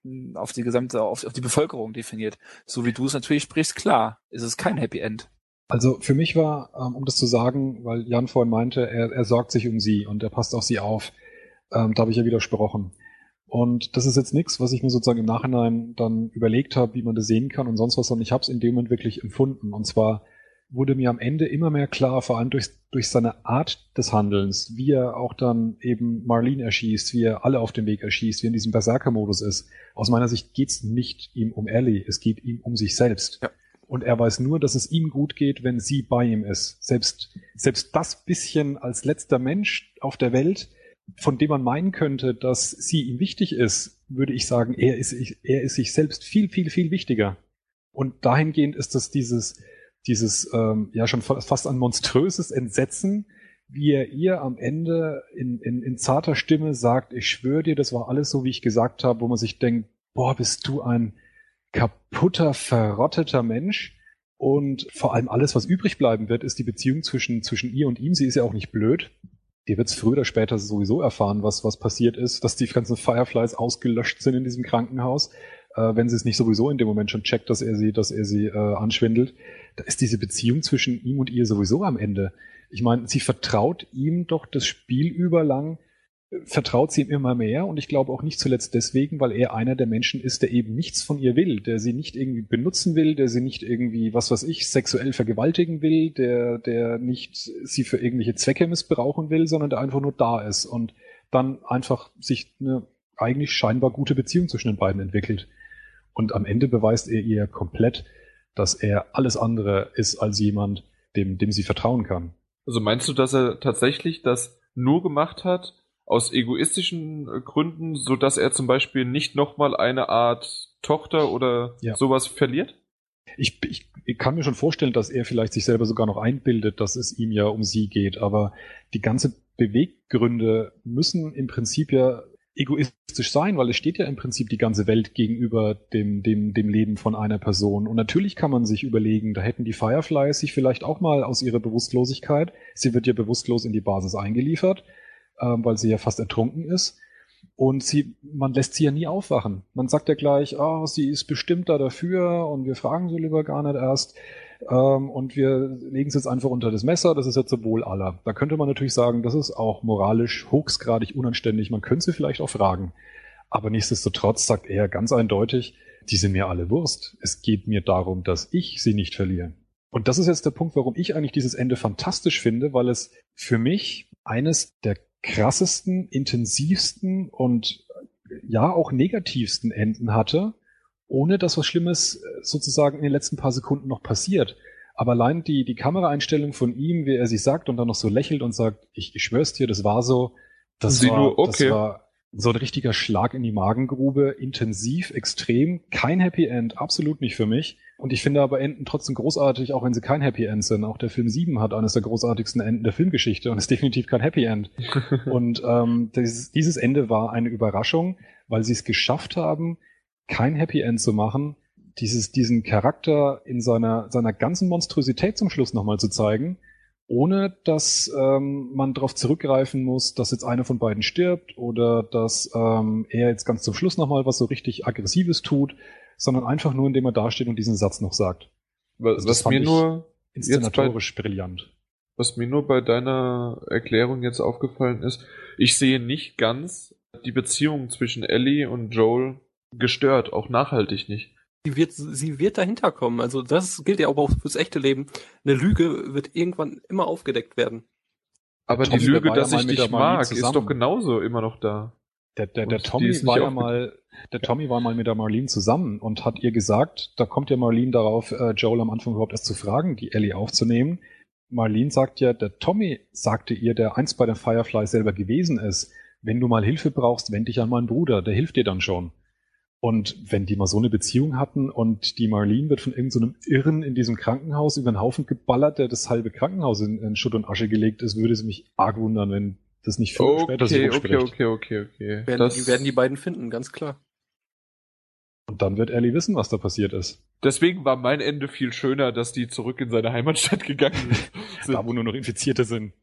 Bevölkerung definiert. So wie du es natürlich sprichst, klar, ist es kein Happy End. Also für mich war, um das zu sagen, weil Jan vorhin meinte, er sorgt sich um sie und er passt auf sie auf. Da habe ich ja widersprochen. Und das ist jetzt nichts, was ich mir sozusagen im Nachhinein dann überlegt habe, wie man das sehen kann und sonst was, sondern ich habe es in dem Moment wirklich empfunden. Und zwar wurde mir am Ende immer mehr klar, vor allem durch seine Art des Handelns, wie er auch dann eben Marlene erschießt, wie er alle auf dem Weg erschießt, wie er in diesem Berserker-Modus ist. Aus meiner Sicht geht es nicht ihm um Ellie, es geht ihm um sich selbst. Ja. Und er weiß nur, dass es ihm gut geht, wenn sie bei ihm ist. Selbst das bisschen als letzter Mensch auf der Welt, von dem man meinen könnte, dass sie ihm wichtig ist, würde ich sagen, er ist sich selbst viel, viel, viel wichtiger. Und dahingehend ist das dieses ja schon fast ein monströses Entsetzen, wie er ihr am Ende in zarter Stimme sagt, ich schwöre dir, das war alles so, wie ich gesagt habe, wo man sich denkt, boah, bist du ein kaputter, verrotteter Mensch. Und vor allem alles, was übrig bleiben wird, ist die Beziehung zwischen ihr und ihm. Sie ist ja auch nicht blöd. ihr wird's früher oder später sowieso erfahren, was passiert ist, dass die ganzen Fireflies ausgelöscht sind in diesem Krankenhaus, wenn sie es nicht sowieso in dem Moment schon checkt, dass er sie anschwindelt. Da ist diese Beziehung zwischen ihm und ihr sowieso am Ende. Ich meine, sie vertraut ihm doch das Spiel über lang, vertraut sie ihm immer mehr und ich glaube auch nicht zuletzt deswegen, weil er einer der Menschen ist, der eben nichts von ihr will, der sie nicht irgendwie benutzen will, der sie nicht irgendwie, was weiß ich, sexuell vergewaltigen will, der nicht sie für irgendwelche Zwecke missbrauchen will, sondern der einfach nur da ist und dann einfach sich eine eigentlich scheinbar gute Beziehung zwischen den beiden entwickelt. Und am Ende beweist er ihr komplett, dass er alles andere ist als jemand, dem sie vertrauen kann. Also meinst du, dass er tatsächlich das nur gemacht hat, aus egoistischen Gründen, so dass er zum Beispiel nicht nochmal eine Art Tochter oder sowas verliert? Ich kann mir schon vorstellen, dass er vielleicht sich selber sogar noch einbildet, dass es ihm ja um sie geht, aber die ganze Beweggründe müssen im Prinzip ja egoistisch sein, weil es steht ja im Prinzip die ganze Welt gegenüber dem Leben von einer Person. Und natürlich kann man sich überlegen, da hätten die Fireflies sich vielleicht auch mal aus ihrer Bewusstlosigkeit, sie wird ja bewusstlos in die Basis eingeliefert, weil sie ja fast ertrunken ist. Und man lässt sie ja nie aufwachen. Man sagt ja gleich, sie ist bestimmt da dafür und wir fragen sie lieber gar nicht erst. Und wir legen es jetzt einfach unter das Messer, das ist jetzt zum Wohl aller. Da könnte man natürlich sagen, das ist auch moralisch hochgradig unanständig. Man könnte sie vielleicht auch fragen. Aber nichtsdestotrotz sagt er ganz eindeutig, die sind mir alle Wurst. Es geht mir darum, dass ich sie nicht verliere. Und das ist jetzt der Punkt, warum ich eigentlich dieses Ende fantastisch finde, weil es für mich eines der krassesten, intensivsten und ja auch negativsten Enden hatte, ohne dass was Schlimmes sozusagen in den letzten paar Sekunden noch passiert. Aber allein die Kameraeinstellung von ihm, wie er sich sagt und dann noch so lächelt und sagt, ich schwör's dir, das war so, das war so ein richtiger Schlag in die Magengrube, intensiv, extrem, kein Happy End, absolut nicht für mich. Und ich finde aber Enden trotzdem großartig, auch wenn sie kein Happy End sind. Auch der Film 7 hat eines der großartigsten Enden der Filmgeschichte und ist definitiv kein Happy End. Und dieses Ende war eine Überraschung, weil sie es geschafft haben, kein Happy End zu machen, diesen Charakter in seiner ganzen Monstrosität zum Schluss nochmal zu zeigen, ohne dass man darauf zurückgreifen muss, dass jetzt einer von beiden stirbt oder dass er jetzt ganz zum Schluss nochmal was so richtig Aggressives tut, sondern einfach nur, indem er dasteht und diesen Satz noch sagt. Also was mir nur inszenatorisch brillant. Was mir nur bei deiner Erklärung jetzt aufgefallen ist, ich sehe nicht ganz die Beziehung zwischen Ellie und Joel gestört, auch nachhaltig nicht. Sie wird dahinter kommen. Also das gilt ja auch fürs echte Leben. Eine Lüge wird irgendwann immer aufgedeckt werden. Aber die Lüge, dass ich dich mag, ist doch genauso immer noch da. Der Tommy war mal mit der Marlene zusammen und hat ihr gesagt, da kommt ja Marlene darauf, Joel am Anfang überhaupt erst zu fragen, die Ellie aufzunehmen. Marlene sagt ja, der Tommy sagte ihr, der einst bei den Fireflies selber gewesen ist, wenn du mal Hilfe brauchst, wend dich an meinen Bruder, der hilft dir dann schon. Und wenn die mal so eine Beziehung hatten und die Marlene wird von irgendeinem Irren in diesem Krankenhaus über den Haufen geballert, der das halbe Krankenhaus in Schutt und Asche gelegt ist, würde es mich arg wundern, wenn das nicht viel später so rumspricht. Okay. Werden die beiden finden, ganz klar. Und dann wird Ellie wissen, was da passiert ist. Deswegen war mein Ende viel schöner, dass die zurück in seine Heimatstadt gegangen sind. Da, wo nur noch Infizierte sind.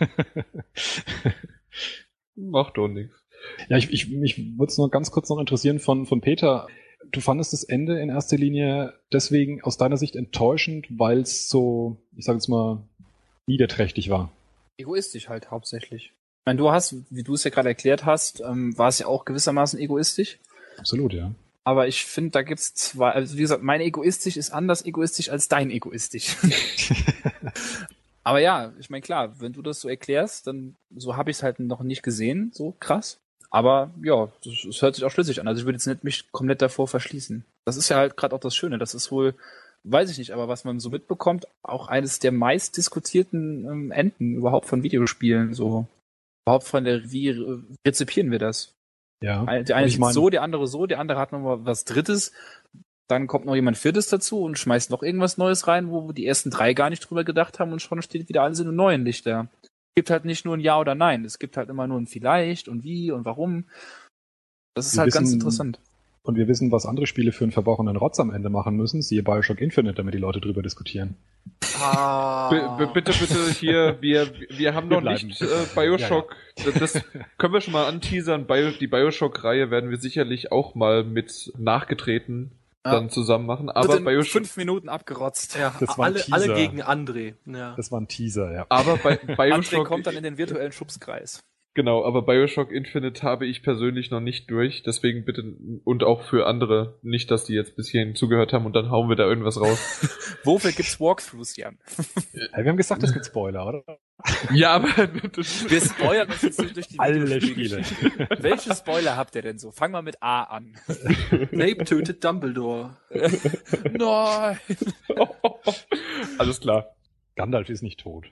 Macht doch nichts. Ja, mich würde es nur ganz kurz noch interessieren von Peter. Du fandest das Ende in erster Linie deswegen aus deiner Sicht enttäuschend, weil es so, ich sage jetzt mal, niederträchtig war. Egoistisch halt hauptsächlich. Ich meine, wie du es ja gerade erklärt hast, war es ja auch gewissermaßen egoistisch. Absolut, ja. Aber ich finde, da gibt's zwei, also wie gesagt, mein egoistisch ist anders egoistisch als dein egoistisch. Aber ja, ich meine, klar, wenn du das so erklärst, dann so habe ich es halt noch nicht gesehen, so krass. Aber ja, das hört sich auch schlüssig an. Also ich würde jetzt nicht mich komplett davor verschließen. Das ist ja halt gerade auch das Schöne. Das ist wohl, weiß ich nicht, aber was man so mitbekommt, auch eines der meist diskutierten Enden überhaupt von Videospielen. So überhaupt wie rezipieren wir das? Ja. Der eine sieht so, der andere so, der andere hat noch mal was Drittes. Dann kommt noch jemand Viertes dazu und schmeißt noch irgendwas Neues rein, wo die ersten drei gar nicht drüber gedacht haben und schon steht wieder alles in einem neuen Licht da. Es gibt halt nicht nur ein Ja oder Nein, es gibt halt immer nur ein Vielleicht und Wie und Warum. Das ist ganz interessant. Und wir wissen, was andere Spiele für einen verworrenen Rotz am Ende machen müssen, siehe Bioshock Infinite, damit die Leute drüber diskutieren. Bitte hier, wir haben Wir noch bleiben. nicht Bioshock. Das können wir schon mal anteasern. Die Bioshock-Reihe werden wir sicherlich auch mal mit nachgetreten dann zusammen machen. Aber Wird in Bioshock, 5 Minuten abgerotzt. Ja, Das war ein alle Teaser. gegen André. Ja. Das war ein Teaser, ja. aber bei André Bioshock, kommt dann in den virtuellen Schubskreis. genau, aber Bioshock Infinite habe ich persönlich noch nicht durch. Deswegen bitte, und auch für andere, nicht, dass die jetzt bis hierhin zugehört haben und dann hauen wir da irgendwas raus. Wofür gibt's Walkthroughs, Jan? Hey, wir haben gesagt, es gibt Spoiler, oder? Ja, aber Wir spoilern uns jetzt durch die Alle Videospiele. Welche Spoiler habt ihr denn so? Fang mal mit A an. Snape tötet Dumbledore. Nein. alles klar. Gandalf ist nicht tot.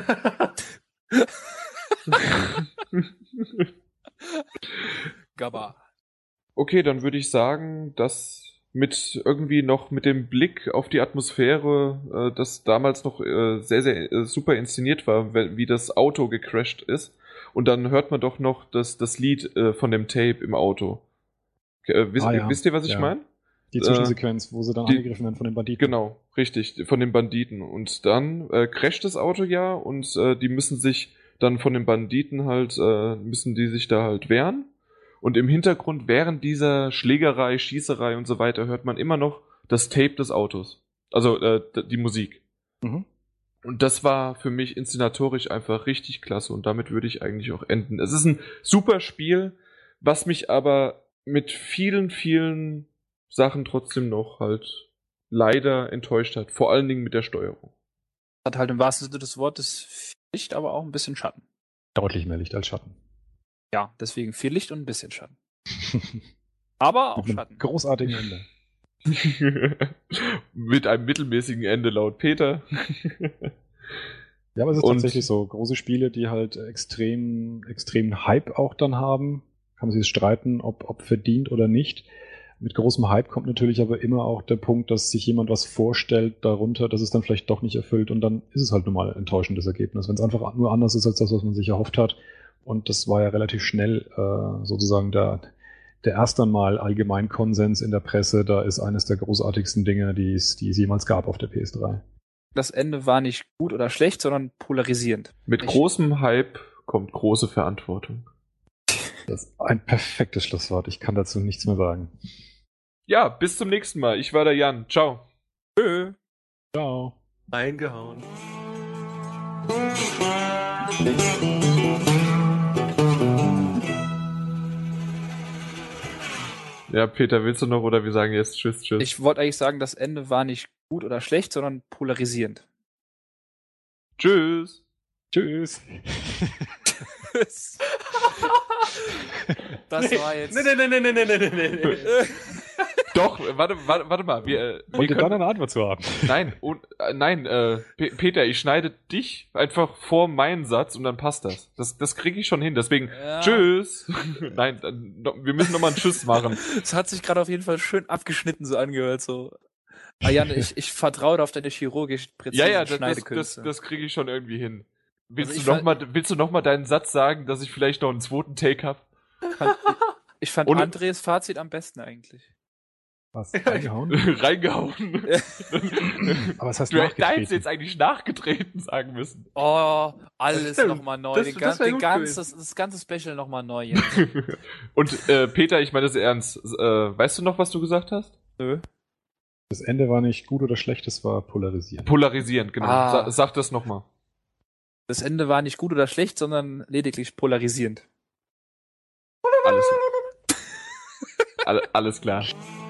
Gabba. Okay, dann würde ich sagen, dass mit irgendwie noch mit dem Blick auf die Atmosphäre, das damals noch sehr super inszeniert war, wie das Auto gecrashed ist. Und dann hört man doch noch das Lied von dem Tape im Auto. Ja. Wisst ihr, was ich Ja. meine? Die Zwischensequenz, wo sie dann angegriffen werden von den Banditen. Genau, richtig, von den Banditen. Und dann crasht das Auto ja und die müssen sich dann von den Banditen halt, müssen die sich da halt wehren. Und im Hintergrund während dieser Schlägerei, Schießerei und so weiter hört man immer noch das Tape des Autos. Also die Musik. Mhm. Und das war für mich inszenatorisch einfach richtig klasse und damit würde ich eigentlich auch enden. Es ist ein super Spiel, was mich aber mit vielen Sachen trotzdem noch halt leider enttäuscht hat. Vor allen Dingen mit der Steuerung. Hat halt im wahrsten Sinne des Wortes Licht, aber auch ein bisschen Schatten. Deutlich mehr Licht als Schatten. Ja, deswegen viel Licht und ein bisschen Schatten. Aber auch Mit einem Schatten. großartigen Ende. Mit einem mittelmäßigen Ende laut Peter. Ja, aber es ist Und- tatsächlich so. Große Spiele, die halt extremen Hype auch dann haben. Kann man sich jetzt streiten, ob verdient oder nicht. Mit großem Hype kommt natürlich aber immer auch der Punkt, dass sich jemand was vorstellt darunter, dass es dann vielleicht doch nicht erfüllt und dann ist es halt nun mal ein enttäuschendes Ergebnis. Wenn es einfach nur anders ist als das, was man sich erhofft hat. Und das war ja relativ schnell sozusagen der erste Mal Allgemeinkonsens in der Presse. Da ist eines der großartigsten Dinge, die es jemals gab auf der PS3. Das Ende war nicht gut oder schlecht, sondern polarisierend. Mit großem Hype kommt große Verantwortung. Das ist ein perfektes Schlusswort. Ich kann dazu nichts mehr sagen. Ja, bis zum nächsten Mal. Ich war der Jan. Ciao. Tschö. Ciao. Reingehauen. Ja, Peter, willst du noch oder wir sagen jetzt Tschüss. Ich wollte eigentlich sagen, das Ende war nicht gut oder schlecht, sondern polarisierend. Tschüss. Tschüss. Das war jetzt. Nee. Doch, warte mal. Wir Wollt ihr da können, eine Antwort zu haben? nein, Peter, ich schneide dich einfach vor meinen Satz und dann passt das. Das kriege ich schon hin. Deswegen, Ja. Tschüss. Nein, wir müssen nochmal einen Tschüss machen. Es hat sich gerade auf jeden Fall schön abgeschnitten so angehört. So. Ah, Jan, ich vertraue auf deine chirurgisch präzise Ja, Schneidekünste. das kriege ich schon irgendwie hin. Also Willst du noch mal deinen Satz sagen, dass ich vielleicht noch einen zweiten Take habe? Ich fand Ohne- Andres Fazit am besten eigentlich. Was? Reingehauen? Reingehauen. Aber es heißt Du hättest nachgetreten. jetzt eigentlich nachgetreten sagen müssen. Oh, alles stimmt. nochmal neu. Das wär gut Das ganze Special nochmal neu jetzt. Und Peter, ich meine das ernst. Weißt du noch, was du gesagt hast? Nö. Das Ende war nicht gut oder schlecht, es war polarisierend. Polarisierend, genau. Ah. Sag das nochmal. Das Ende war nicht gut oder schlecht, sondern lediglich polarisierend. Alles klar.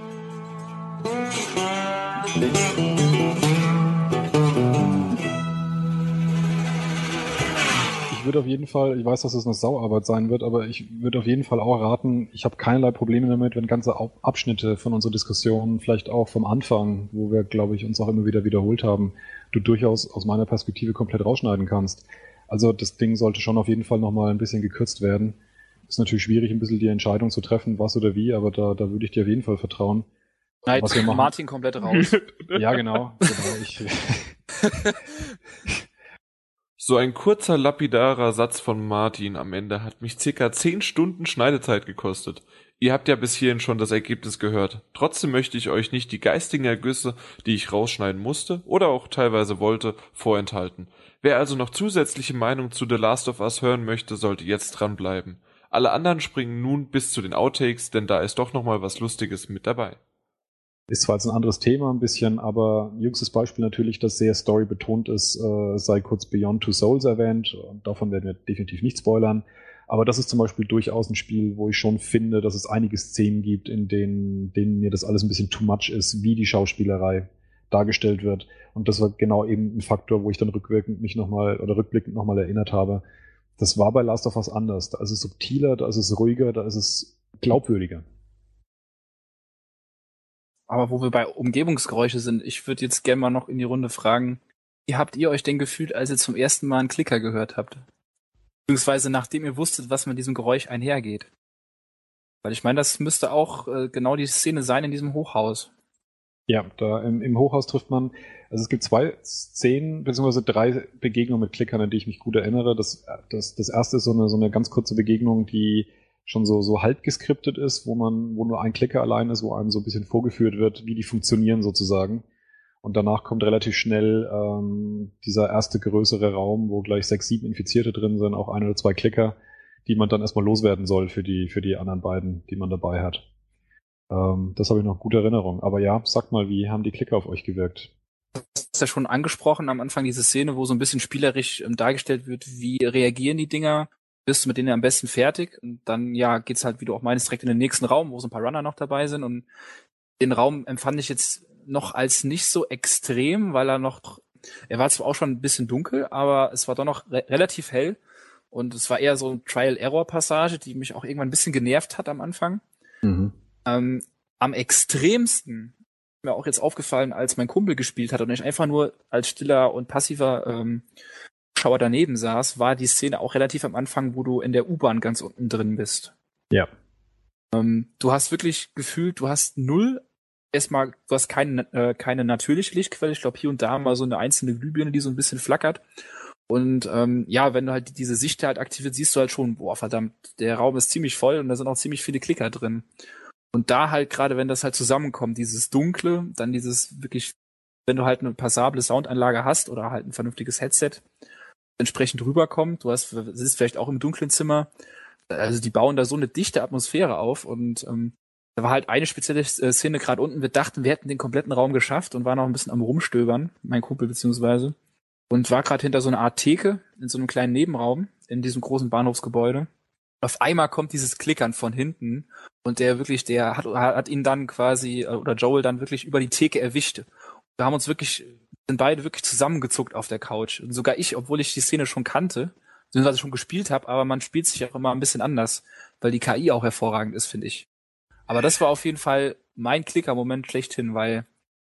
Ich würde auf jeden Fall, ich weiß, dass es eine Sauarbeit sein wird, aber ich würde auf jeden Fall auch raten, ich habe keinerlei Probleme damit, wenn ganze Abschnitte von unserer Diskussion, vielleicht auch vom Anfang, wo wir, glaube ich, uns auch immer wieder wiederholt haben, du durchaus aus meiner Perspektive komplett rausschneiden kannst. Also das Ding sollte schon auf jeden Fall nochmal ein bisschen gekürzt werden. Ist natürlich schwierig, ein bisschen die Entscheidung zu treffen, was oder wie, aber da würde ich dir auf jeden Fall vertrauen. Nein, Was wir machen. Martin komplett raus. Ja, genau. So ein kurzer, lapidarer Satz von Martin am Ende hat mich ca. 10 Stunden Schneidezeit gekostet. Ihr habt ja bis hierhin schon das Ergebnis gehört. Trotzdem möchte ich euch nicht die geistigen Ergüsse, die ich rausschneiden musste oder auch teilweise wollte, vorenthalten. Wer also noch zusätzliche Meinung zu The Last of Us hören möchte, sollte jetzt dranbleiben. Alle anderen springen nun bis zu den Outtakes, denn da ist doch nochmal was Lustiges mit dabei. Ist zwar jetzt ein anderes Thema ein bisschen, aber jüngstes Beispiel natürlich, das sehr storybetont ist, sei kurz Beyond Two Souls erwähnt. Davon werden wir definitiv nicht spoilern. Aber das ist zum Beispiel durchaus ein Spiel, wo ich schon finde, dass es einige Szenen gibt, in denen mir das alles ein bisschen too much ist, wie die Schauspielerei dargestellt wird. Und das war genau eben ein Faktor, wo ich dann rückblickend nochmal erinnert habe. Das war bei Last of Us anders. Da ist es subtiler, da ist es ruhiger, da ist es glaubwürdiger. Aber wo wir bei Umgebungsgeräusche sind, ich würde jetzt gerne mal noch in die Runde fragen, wie habt ihr euch denn gefühlt, als ihr zum ersten Mal einen Klicker gehört habt? Beziehungsweise nachdem ihr wusstet, was mit diesem Geräusch einhergeht. Weil ich meine, das müsste auch genau die Szene sein in diesem Hochhaus. Ja, da im Hochhaus trifft man, also es gibt 2 Szenen, beziehungsweise 3 Begegnungen mit Klickern, an die ich mich gut erinnere. Das erste ist so eine ganz kurze Begegnung, die schon so halb geskriptet ist, wo nur ein Klicker allein ist, wo einem so ein bisschen vorgeführt wird, wie die funktionieren sozusagen. Und danach kommt relativ schnell dieser erste größere Raum, wo gleich 6, 7 Infizierte drin sind, auch 1 oder 2 Klicker, die man dann erstmal loswerden soll für die anderen beiden, die man dabei hat. Das habe ich noch gute Erinnerung. Aber ja, sag mal, wie haben die Klicker auf euch gewirkt? Du hast ja schon angesprochen am Anfang diese Szene, wo so ein bisschen spielerisch dargestellt wird, wie reagieren die Dinger, bist du mit denen am besten fertig und dann ja geht's halt, wie du auch meinst, direkt in den nächsten Raum, wo so ein paar Runner noch dabei sind und den Raum empfand ich jetzt noch als nicht so extrem, weil er war zwar auch schon ein bisschen dunkel, aber es war doch noch relativ hell und es war eher so eine Trial-Error-Passage, die mich auch irgendwann ein bisschen genervt hat am Anfang. Mhm. Am extremsten mir auch jetzt aufgefallen, als mein Kumpel gespielt hat und ich einfach nur als stiller und passiver Schauer daneben saß, war die Szene auch relativ am Anfang, wo du in der U-Bahn ganz unten drin bist. Ja. Du hast wirklich gefühlt, du hast null, erstmal, du hast keine natürliche Lichtquelle, ich glaube hier und da mal so eine einzelne Glühbirne, die so ein bisschen flackert. Und ja, wenn du halt diese Sicht halt aktivierst, siehst du halt schon, boah, verdammt, der Raum ist ziemlich voll und da sind auch ziemlich viele Klicker drin. Und da halt, gerade wenn das halt zusammenkommt, dieses Dunkle, dann dieses wirklich, wenn du halt eine passable Soundanlage hast oder halt ein vernünftiges Headset, entsprechend rüberkommt, sitzt vielleicht auch im dunklen Zimmer, also die bauen da so eine dichte Atmosphäre auf und da war halt eine spezielle Szene gerade unten, wir dachten, wir hätten den kompletten Raum geschafft und waren auch ein bisschen am Rumstöbern, mein Kumpel beziehungsweise, und war gerade hinter so einer Art Theke in so einem kleinen Nebenraum in diesem großen Bahnhofsgebäude. Auf einmal kommt dieses Klickern von hinten und der hat ihn dann quasi, oder Joel dann wirklich über die Theke erwischt. Wir haben sind beide wirklich zusammengezuckt auf der Couch. Und sogar ich, obwohl ich die Szene schon kannte, beziehungsweise schon gespielt habe, aber man spielt sich auch immer ein bisschen anders, weil die KI auch hervorragend ist, finde ich. Aber das war auf jeden Fall mein Klicker-Moment schlechthin, weil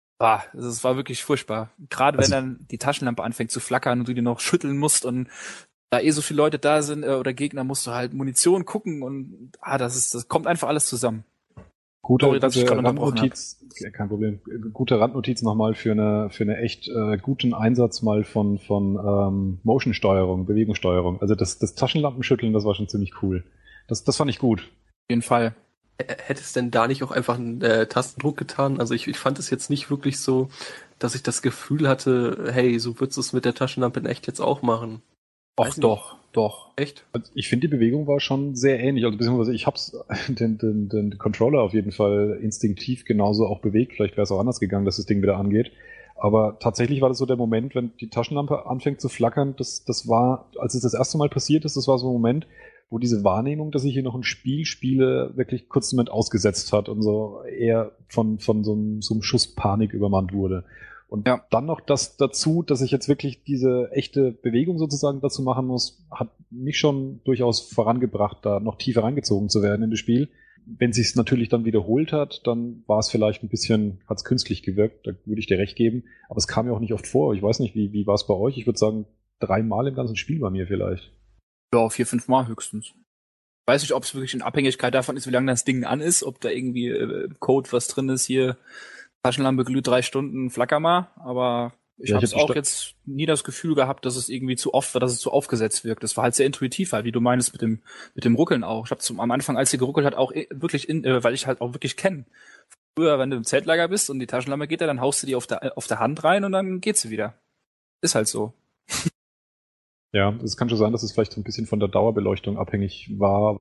es war wirklich furchtbar. Gerade wenn dann die Taschenlampe anfängt zu flackern und du die noch schütteln musst und da so viele Leute da sind oder Gegner, musst du halt Munition gucken und das kommt einfach alles zusammen. Gute Randnotiz, kein Problem. Gute Randnotiz nochmal für eine echt guten Einsatz mal von Motion-Steuerung, Bewegungssteuerung. Also das Taschenlampenschütteln, das war schon ziemlich cool. Das fand ich gut. Auf jeden Fall. Hätte es denn da nicht auch einfach einen Tastendruck getan? Also ich fand es jetzt nicht wirklich so, dass ich das Gefühl hatte, hey, so würdest du es mit der Taschenlampe in echt jetzt auch machen. Ach doch. Echt? Also ich finde, die Bewegung war schon sehr ähnlich. Also beziehungsweise ich hab's den Controller auf jeden Fall instinktiv genauso auch bewegt. Vielleicht wäre es auch anders gegangen, dass das Ding wieder angeht. Aber tatsächlich war das so der Moment, wenn die Taschenlampe anfängt zu flackern, das war, als es das erste Mal passiert ist, das war so ein Moment, wo diese Wahrnehmung, dass ich hier noch ein Spiel spiele, wirklich kurz einen Moment ausgesetzt hat und so eher von so einem Schuss Panik übermannt wurde. Und dann noch das dazu, dass ich jetzt wirklich diese echte Bewegung sozusagen dazu machen muss, hat mich schon durchaus vorangebracht, da noch tiefer reingezogen zu werden in das Spiel. Wenn sich's natürlich dann wiederholt hat, dann war es vielleicht hat's künstlich gewirkt, da würde ich dir recht geben. Aber es kam ja auch nicht oft vor. Ich weiß nicht, wie war es bei euch? Ich würde sagen, 3 Mal im ganzen Spiel bei mir vielleicht. Ja, 4, 5 Mal höchstens. Ich weiß nicht, ob es wirklich in Abhängigkeit davon ist, wie lange das Ding an ist, ob da irgendwie Code was drin ist hier. Taschenlampe glüht 3 Stunden, flacker mal, aber Ich habe auch jetzt nie das Gefühl gehabt, dass es irgendwie zu aufgesetzt wirkt. Das war halt sehr intuitiv, halt, wie du meinst mit dem Ruckeln auch. Ich habe am Anfang, als sie geruckelt hat, auch wirklich weil ich halt auch wirklich kenne. Früher, wenn du im Zeltlager bist und die Taschenlampe geht da, dann haust du die auf der Hand rein und dann geht sie wieder. Ist halt so. Ja, es kann schon sein, dass es vielleicht so ein bisschen von der Dauerbeleuchtung abhängig war.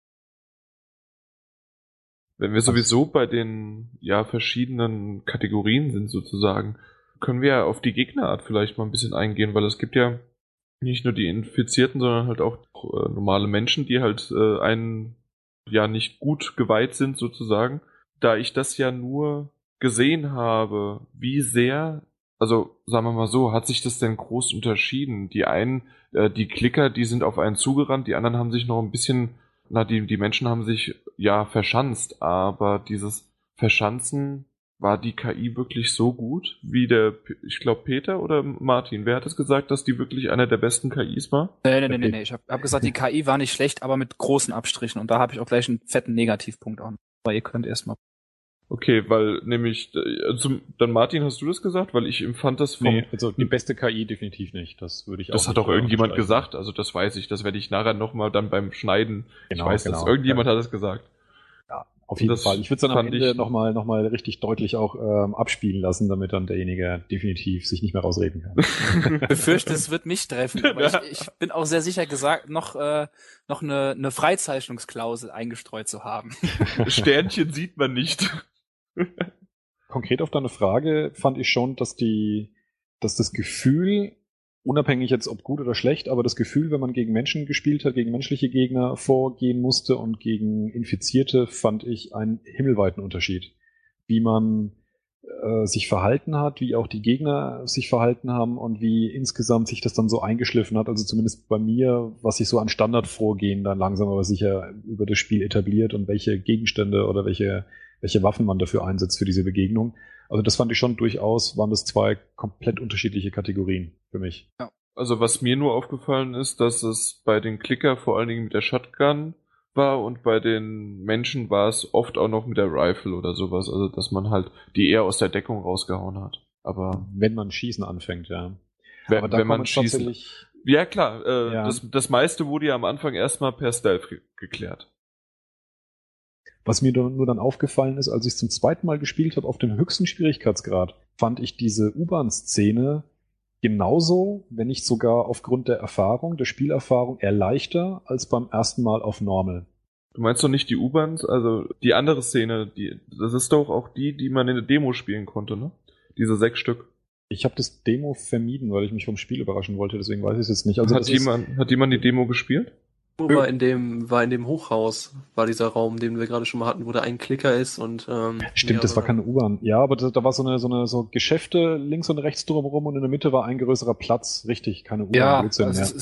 Wenn wir sowieso bei den verschiedenen Kategorien sind sozusagen, können wir ja auf die Gegnerart vielleicht mal ein bisschen eingehen, weil es gibt ja nicht nur die Infizierten, sondern halt auch normale Menschen, die halt nicht gut geweiht sind sozusagen. Da ich das ja nur gesehen habe, wie sehr, also sagen wir mal so, hat sich das denn groß unterschieden? Die einen, die Klicker, die sind auf einen zugerannt, die anderen haben sich noch ein bisschen, die Menschen haben sich verschanzt, aber dieses Verschanzen, war die KI wirklich so gut, wie ich glaube Peter oder Martin, wer hat es gesagt, dass die wirklich einer der besten KIs war? Nee. Ich hab gesagt, die KI war nicht schlecht, aber mit großen Abstrichen und da habe ich auch gleich einen fetten Negativpunkt auch. Aber ihr könnt erstmal. Okay, weil nämlich, dann Martin, hast du das gesagt? Weil ich empfand das also die beste KI definitiv nicht. Das würde ich auch. Das hat auch irgendjemand gesagt, also das weiß ich, das werde ich nachher nochmal dann beim Schneiden. Ich weiß, dass irgendjemand hat es gesagt. Ja, auf jeden Fall. Ich würde es dann am Ende nochmal richtig deutlich auch abspielen lassen, damit dann derjenige definitiv sich nicht mehr rausreden kann. Ich befürchte, es wird mich treffen, aber ich bin auch sehr sicher gesagt, noch eine Freizeichnungsklausel eingestreut zu haben. Sternchen sieht man nicht. Konkret auf deine Frage fand ich schon, dass das Gefühl, unabhängig jetzt ob gut oder schlecht, aber das Gefühl, wenn man gegen Menschen gespielt hat, gegen menschliche Gegner vorgehen musste und gegen Infizierte, fand ich einen himmelweiten Unterschied. Wie man sich verhalten hat, wie auch die Gegner sich verhalten haben und wie insgesamt sich das dann so eingeschliffen hat. Also zumindest bei mir, was sich so an Standardvorgehen dann langsam aber sicher über das Spiel etabliert und welche Gegenstände oder welche Waffen man dafür einsetzt für diese Begegnung. Also das fand ich schon durchaus, waren das zwei komplett unterschiedliche Kategorien für mich. Ja. Also was mir nur aufgefallen ist, dass es bei den Klicker vor allen Dingen mit der Shotgun war und bei den Menschen war es oft auch noch mit der Rifle oder sowas. Also dass man halt die eher aus der Deckung rausgehauen hat. Aber wenn man Schießen anfängt, ja. Aber wenn man schießen... Ja klar, das meiste wurde ja am Anfang erstmal per Stealth geklärt. Was mir nur dann aufgefallen ist, als ich es zum zweiten Mal gespielt habe, auf dem höchsten Schwierigkeitsgrad, fand ich diese U-Bahn-Szene genauso, wenn nicht sogar aufgrund der Spielerfahrung, eher leichter als beim ersten Mal auf Normal. Du meinst doch nicht die U-Bahns, also die andere Szene, das ist doch auch die man in der Demo spielen konnte, ne? Diese 6 Stück. Ich habe das Demo vermieden, weil ich mich vom Spiel überraschen wollte, deswegen weiß ich es jetzt nicht. Also hat jemand die Demo gespielt? War in dem Hochhaus, war dieser Raum, den wir gerade schon mal hatten, wo da ein Klicker ist und stimmt, das war keine U-Bahn. Ja, aber da war so Geschäfte links und rechts drumherum und in der Mitte war ein größerer Platz. Richtig, keine U-Bahn. Ja, also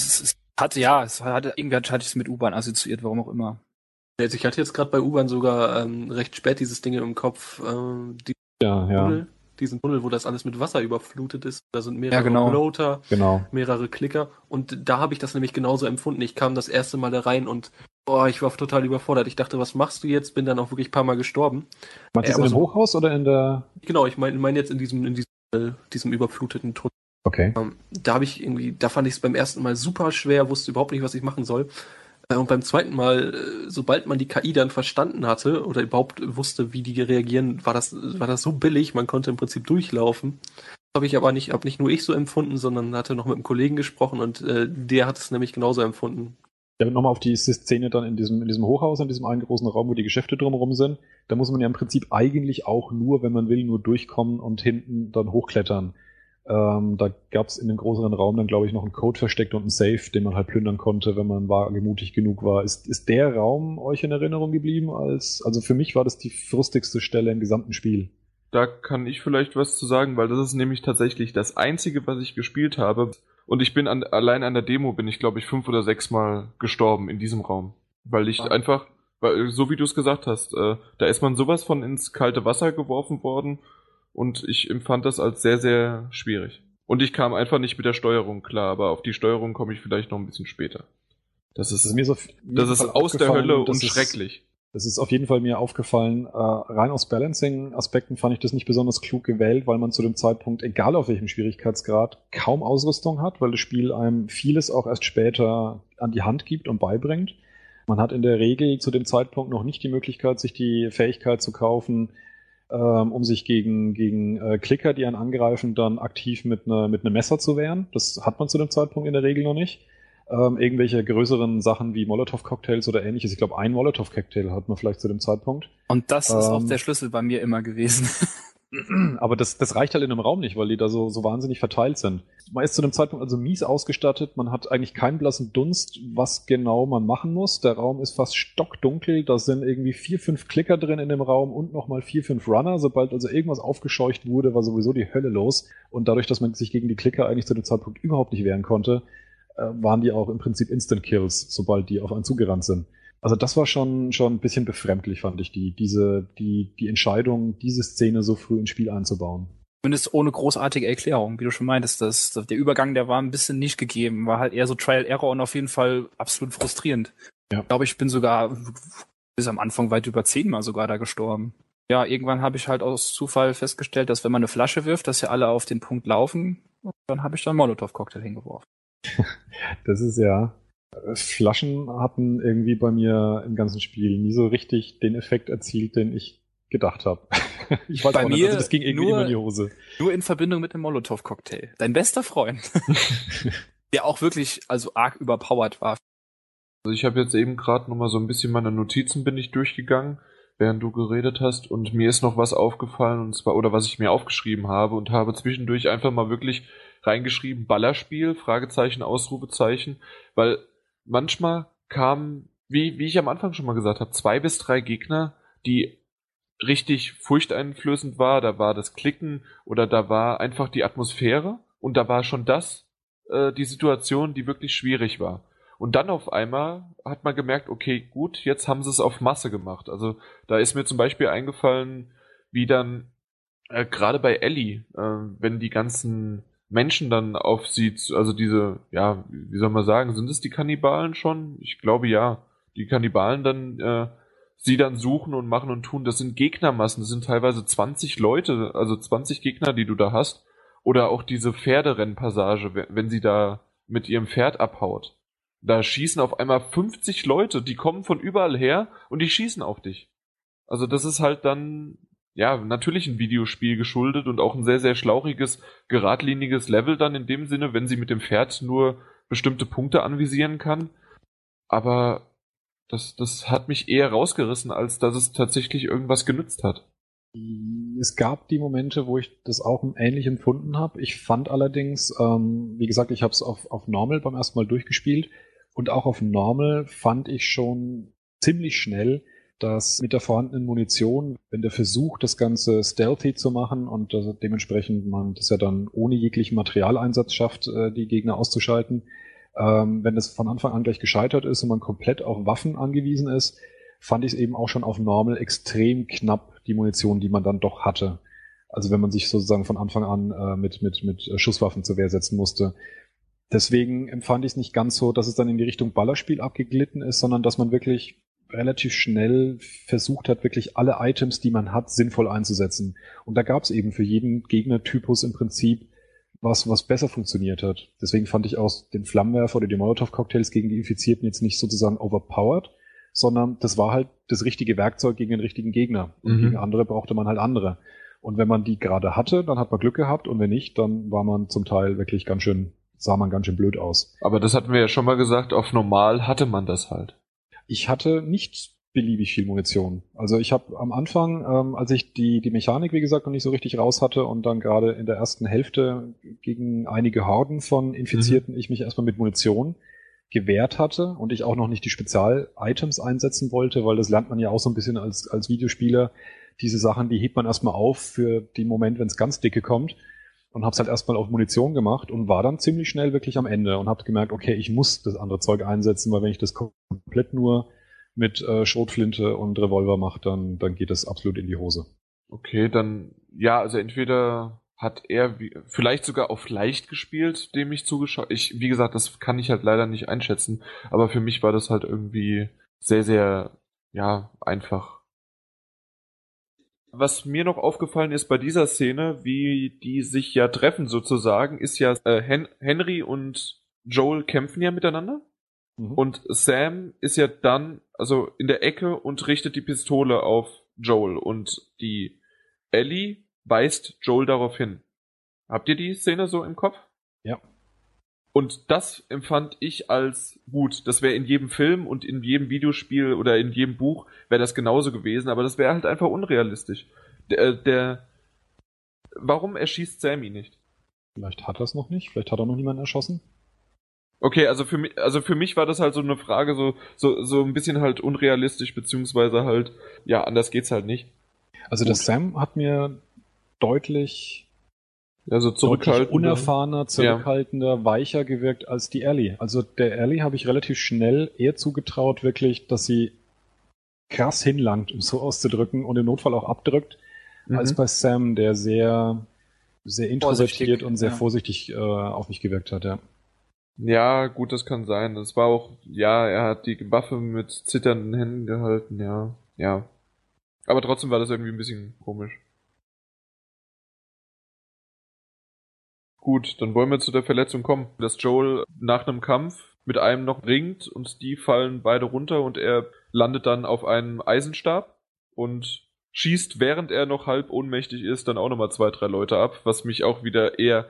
irgendwie hatte ich es mit U-Bahn assoziiert, warum auch immer. Also ich hatte jetzt gerade bei U-Bahn sogar recht spät dieses Ding im Kopf, diesen Tunnel, wo das alles mit Wasser überflutet ist. Da sind mehrere Floater, mehrere Klicker. Und da habe ich das nämlich genauso empfunden. Ich kam das erste Mal da rein und ich war total überfordert. Ich dachte, was machst du jetzt? Bin dann auch wirklich ein paar Mal gestorben. Meinst du das in dem Hochhaus oder in der... Genau, ich meine jetzt in diesem überfluteten Tunnel. Okay. Da fand ich es beim ersten Mal super schwer, wusste überhaupt nicht, was ich machen soll. Und beim zweiten Mal, sobald man die KI dann verstanden hatte oder überhaupt wusste, wie die reagieren, war das so billig, man konnte im Prinzip durchlaufen. Das habe ich aber nicht nur ich so empfunden, sondern hatte noch mit einem Kollegen gesprochen und der hat es nämlich genauso empfunden. Ja, nochmal auf die Szene dann in diesem Hochhaus, in diesem einen großen Raum, wo die Geschäfte drumherum sind. Da muss man ja im Prinzip eigentlich auch nur, wenn man will, nur durchkommen und hinten dann hochklettern. Da gab es in dem größeren Raum dann, glaube ich, noch einen Code versteckt und einen Safe, den man halt plündern konnte, wenn man wagemutig genug war. Ist der Raum euch in Erinnerung geblieben? Also für mich war das die frustigste Stelle im gesamten Spiel. Da kann ich vielleicht was zu sagen, weil das ist nämlich tatsächlich das Einzige, was ich gespielt habe. Und ich bin allein an der Demo bin ich, glaube ich, 5 oder 6 Mal gestorben in diesem Raum. Weil ich einfach, so wie du es gesagt hast, da ist man sowas von ins kalte Wasser geworfen worden. Und ich empfand das als sehr, sehr schwierig. Und ich kam einfach nicht mit der Steuerung klar, aber auf die Steuerung komme ich vielleicht noch ein bisschen später. Das ist aus der Hölle und schrecklich. Das ist auf jeden Fall mir aufgefallen. Rein aus Balancing-Aspekten fand ich das nicht besonders klug gewählt, weil man zu dem Zeitpunkt, egal auf welchem Schwierigkeitsgrad, kaum Ausrüstung hat, weil das Spiel einem vieles auch erst später an die Hand gibt und beibringt. Man hat in der Regel zu dem Zeitpunkt noch nicht die Möglichkeit, sich die Fähigkeit zu kaufen, um sich gegen Klicker, die einen angreifen, dann aktiv mit einem Messer zu wehren. Das hat man zu dem Zeitpunkt in der Regel noch nicht. Irgendwelche größeren Sachen wie Molotow-Cocktails oder ähnliches. Ich glaube, ein Molotow-Cocktail hat man vielleicht zu dem Zeitpunkt. Und das ist auch der Schlüssel bei mir immer gewesen. Aber das reicht halt in einem Raum nicht, weil die da so wahnsinnig verteilt sind. Man ist zu dem Zeitpunkt also mies ausgestattet, man hat eigentlich keinen blassen Dunst, was genau man machen muss. Der Raum ist fast stockdunkel, da sind irgendwie 4, 5 Klicker drin in dem Raum und nochmal 4, 5 Runner. Sobald also irgendwas aufgescheucht wurde, war sowieso die Hölle los. Und dadurch, dass man sich gegen die Klicker eigentlich zu dem Zeitpunkt überhaupt nicht wehren konnte, waren die auch im Prinzip Instant Kills, sobald die auf einen zugerannt sind. Also das war schon ein bisschen befremdlich, fand ich, die Entscheidung, diese Szene so früh ins Spiel einzubauen. Zumindest ohne großartige Erklärung, wie du schon meintest, der Übergang, der war ein bisschen nicht gegeben, war halt eher so Trial Error und auf jeden Fall absolut frustrierend. Ja. Ich glaube, ich bin sogar bis am Anfang weit über 10-mal sogar da gestorben. Ja, irgendwann habe ich halt aus Zufall festgestellt, dass wenn man eine Flasche wirft, dass ja alle auf den Punkt laufen, und dann habe ich dann Molotow-Cocktail hingeworfen. Das ist ja... Flaschen hatten irgendwie bei mir im ganzen Spiel nie so richtig den Effekt erzielt, den ich gedacht habe. Ich weiß bei auch nicht, also das ging irgendwie immer in die Hose. Nur in Verbindung mit dem Molotow-Cocktail. Dein bester Freund. Der auch wirklich also arg überpowered war. Also ich habe jetzt eben gerade nochmal so ein bisschen meine Notizen bin ich durchgegangen, während du geredet hast, und mir ist noch was aufgefallen, und zwar, oder was ich mir aufgeschrieben habe, und habe zwischendurch einfach mal wirklich reingeschrieben, Ballerspiel, Fragezeichen, Ausrufezeichen, weil manchmal kamen, wie ich am Anfang schon mal gesagt habe, 2 bis 3 Gegner, die richtig furchteinflößend war. Da war das Klicken oder da war einfach die Atmosphäre und da war schon die Situation, die wirklich schwierig war. Und dann auf einmal hat man gemerkt, okay, gut, jetzt haben sie es auf Masse gemacht. Also da ist mir zum Beispiel eingefallen, wie dann gerade bei Ellie, wenn die ganzen Menschen dann auf sie, also diese, ja, wie soll man sagen, sind es die Kannibalen schon? Ich glaube ja. Die Kannibalen dann sie dann suchen und machen und tun. Das sind Gegnermassen, das sind teilweise 20 Leute, also 20 Gegner, die du da hast. Oder auch diese Pferderennpassage, wenn sie da mit ihrem Pferd abhaut. Da schießen auf einmal 50 Leute, die kommen von überall her und die schießen auf dich. Also das ist halt dann... ja, natürlich ein Videospiel geschuldet und auch ein sehr, sehr schlauchiges, geradliniges Level dann in dem Sinne, wenn sie mit dem Pferd nur bestimmte Punkte anvisieren kann. Aber das hat mich eher rausgerissen, als dass es tatsächlich irgendwas genützt hat. Es gab die Momente, wo ich das auch ähnlich empfunden habe. Ich fand allerdings, wie gesagt, ich habe es auf Normal beim ersten Mal durchgespielt und auch auf Normal fand ich schon ziemlich schnell, dass mit der vorhandenen Munition, wenn der Versuch, das Ganze stealthy zu machen und dementsprechend man das ja dann ohne jeglichen Materialeinsatz schafft, die Gegner auszuschalten, wenn das von Anfang an gleich gescheitert ist und man komplett auf Waffen angewiesen ist, fand ich es eben auch schon auf Normal extrem knapp, die Munition, die man dann doch hatte. Also wenn man sich sozusagen von Anfang an mit Schusswaffen zur Wehr setzen musste. Deswegen empfand ich es nicht ganz so, dass es dann in die Richtung Ballerspiel abgeglitten ist, sondern dass man wirklich relativ schnell versucht hat, wirklich alle Items, die man hat, sinnvoll einzusetzen. Und da gab es eben für jeden Gegnertypus im Prinzip was besser funktioniert hat. Deswegen fand ich auch den Flammenwerfer oder die Molotow-Cocktails gegen die Infizierten jetzt nicht sozusagen overpowered, sondern das war halt das richtige Werkzeug gegen den richtigen Gegner. Und gegen andere brauchte man halt andere. Und wenn man die gerade hatte, dann hat man Glück gehabt, und wenn nicht, dann war man zum Teil wirklich sah man ganz schön blöd aus. Aber das hatten wir ja schon mal gesagt, auf Normal hatte man das halt. Ich hatte nicht beliebig viel Munition. Also ich habe am Anfang, als ich die Mechanik, wie gesagt, noch nicht so richtig raus hatte und dann gerade in der ersten Hälfte gegen einige Horden von Infizierten ich mich erstmal mit Munition gewehrt hatte und ich auch noch nicht die Spezial-Items einsetzen wollte, weil das lernt man ja auch so ein bisschen als Videospieler. Diese Sachen, die hebt man erstmal auf für den Moment, wenn es ganz dicke kommt, und hab's halt erstmal auf Munition gemacht und war dann ziemlich schnell wirklich am Ende und hab gemerkt, okay, ich muss das andere Zeug einsetzen, weil wenn ich das komplett nur mit Schrotflinte und Revolver mache, dann geht das absolut in die Hose. Okay, dann, ja, also entweder hat er vielleicht sogar auf leicht gespielt, dem ich zugeschaut. Wie gesagt, das kann ich halt leider nicht einschätzen, aber für mich war das halt irgendwie sehr, sehr ja, einfach. Was mir noch aufgefallen ist bei dieser Szene, wie die sich ja treffen sozusagen, ist ja, Henry und Joel kämpfen ja miteinander. Und Sam ist ja dann, also in der Ecke und richtet die Pistole auf Joel. Und die Ellie weist Joel darauf hin. Habt ihr die Szene so im Kopf? Ja. Und das empfand ich als gut. Das wäre in jedem Film und in jedem Videospiel oder in jedem Buch wäre das genauso gewesen, aber das wäre halt einfach unrealistisch. Warum erschießt Sam ihn nicht? Vielleicht hat er es noch nicht, vielleicht hat er noch niemanden erschossen. Okay, also für mich war das halt so eine Frage, so ein bisschen halt unrealistisch, beziehungsweise halt, ja, anders geht's halt nicht. Also der Sam hat mir deutlich zurückhaltender, unerfahrener, zurückhaltender, weicher gewirkt als die Ellie. Also der Ellie habe ich relativ schnell eher zugetraut, wirklich, dass sie krass hinlangt, um so auszudrücken, und im Notfall auch abdrückt, als bei Sam, der sehr, sehr introvertiert und sehr vorsichtig auf mich gewirkt hat, ja. Ja, gut, das kann sein. Das war auch, ja, er hat die Waffe mit zitternden Händen gehalten, ja. Aber trotzdem war das irgendwie ein bisschen komisch. Gut, dann wollen wir zu der Verletzung kommen. Dass Joel nach einem Kampf mit einem noch ringt und die fallen beide runter und er landet dann auf einem Eisenstab und schießt, während er noch halb ohnmächtig ist, dann auch nochmal 2, 3 Leute ab, was mich auch wieder eher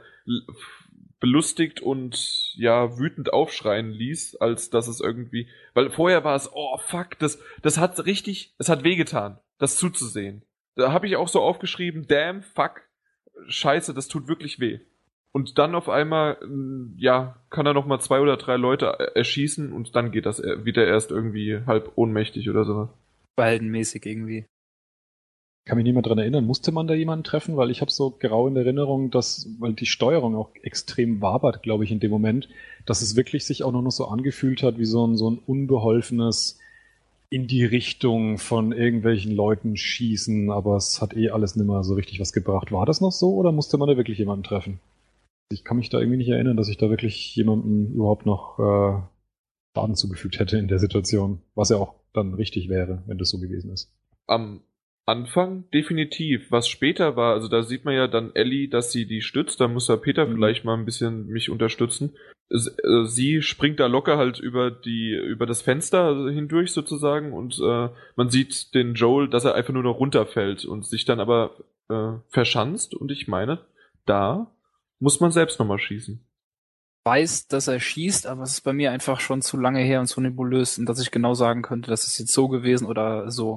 belustigt und ja wütend aufschreien ließ, als dass es irgendwie, weil vorher war es, oh fuck, das hat es hat wehgetan, das zuzusehen. Da habe ich auch so aufgeschrieben, damn, fuck, scheiße, das tut wirklich weh. Und dann auf einmal, ja, kann er nochmal 2 oder 3 Leute erschießen und dann geht das wieder erst irgendwie halb ohnmächtig oder sowas. Baldenmäßig irgendwie. Kann mich nicht mehr dran erinnern, musste man da jemanden treffen? Weil ich habe so grau in Erinnerung, weil die Steuerung auch extrem wabert, glaube ich, in dem Moment, dass es wirklich sich auch noch so angefühlt hat, wie so ein unbeholfenes in die Richtung von irgendwelchen Leuten schießen, aber es hat alles nicht mehr so richtig was gebracht. War das noch so oder musste man da wirklich jemanden treffen? Ich kann mich da irgendwie nicht erinnern, dass ich da wirklich jemandem überhaupt noch Schaden zugefügt hätte in der Situation, was ja auch dann richtig wäre, wenn das so gewesen ist. Am Anfang definitiv. Was später war, also da sieht man ja dann Ellie, dass sie die stützt, da muss ja Peter vielleicht mal ein bisschen mich unterstützen. Sie springt da locker halt über das Fenster hindurch sozusagen und man sieht den Joel, dass er einfach nur noch runterfällt und sich dann aber verschanzt und ich meine, da muss man selbst nochmal schießen. Weiß, dass er schießt, aber es ist bei mir einfach schon zu lange her und so nebulös, dass ich genau sagen könnte, das ist jetzt so gewesen oder so.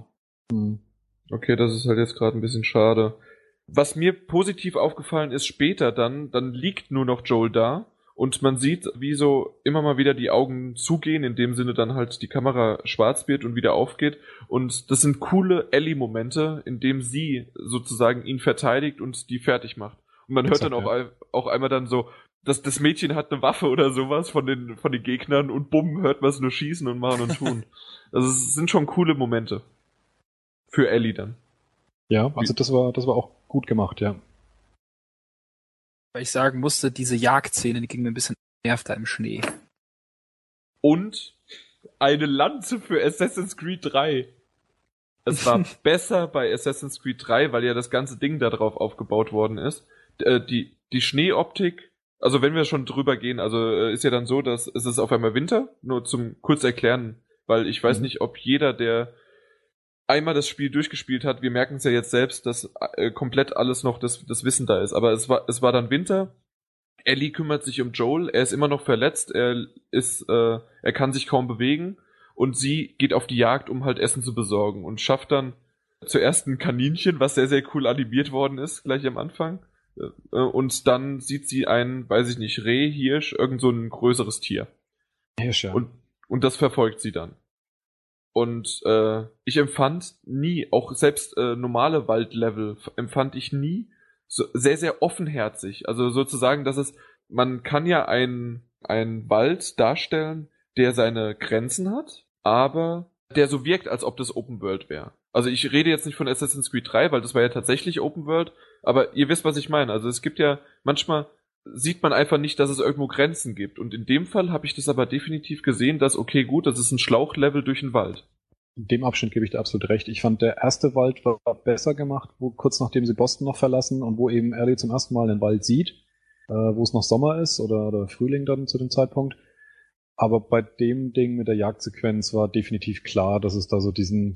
Okay, das ist halt jetzt gerade ein bisschen schade. Was mir positiv aufgefallen ist später dann liegt nur noch Joel da und man sieht, wie so immer mal wieder die Augen zugehen, in dem Sinne dann halt die Kamera schwarz wird und wieder aufgeht und das sind coole Ellie-Momente, in dem sie sozusagen ihn verteidigt und die fertig macht. Und man hört dann auch einmal dann so, dass das Mädchen hat eine Waffe oder sowas von den Gegnern und bumm, hört man es nur schießen und machen und tun. Also es sind schon coole Momente. Für Ellie dann. Ja, also das war auch gut gemacht, ja. Weil ich sagen musste, diese Jagdszene, die ging mir ein bisschen nervt da im Schnee. Und eine Lanze für Assassin's Creed 3. Es war besser bei Assassin's Creed 3, weil ja das ganze Ding da drauf aufgebaut worden ist. Die Schneeoptik, also wenn wir schon drüber gehen, also ist ja dann so, dass es ist auf einmal Winter, nur zum kurz erklären, weil ich weiß nicht, ob jeder, der einmal das Spiel durchgespielt hat, wir merken es ja jetzt selbst, dass komplett alles noch das Wissen da ist, aber es war dann Winter, Ellie kümmert sich um Joel, er ist immer noch verletzt, er kann sich kaum bewegen und sie geht auf die Jagd, um halt Essen zu besorgen und schafft dann zuerst ein Kaninchen, was sehr, sehr cool animiert worden ist, gleich am Anfang. Und dann sieht sie ein, weiß ich nicht, Reh, Hirsch, irgend so ein größeres Tier. Hirsch, ja. Und das verfolgt sie dann. Und ich empfand nie, auch selbst normale Waldlevel empfand ich nie so sehr, sehr offenherzig. Also sozusagen, man kann ja einen Wald darstellen, der seine Grenzen hat, aber der so wirkt, als ob das Open World wäre. Also ich rede jetzt nicht von Assassin's Creed 3, weil das war ja tatsächlich Open World, aber ihr wisst, was ich meine. Also es gibt ja, manchmal sieht man einfach nicht, dass es irgendwo Grenzen gibt. Und in dem Fall habe ich das aber definitiv gesehen, dass, okay, gut, das ist ein Schlauchlevel durch den Wald. In dem Abschnitt gebe ich dir absolut recht. Ich fand, der erste Wald war besser gemacht, wo kurz nachdem sie Boston noch verlassen und wo eben Ellie zum ersten Mal den Wald sieht, wo es noch Sommer ist oder Frühling dann zu dem Zeitpunkt. Aber bei dem Ding mit der Jagdsequenz war definitiv klar, dass es da so diesen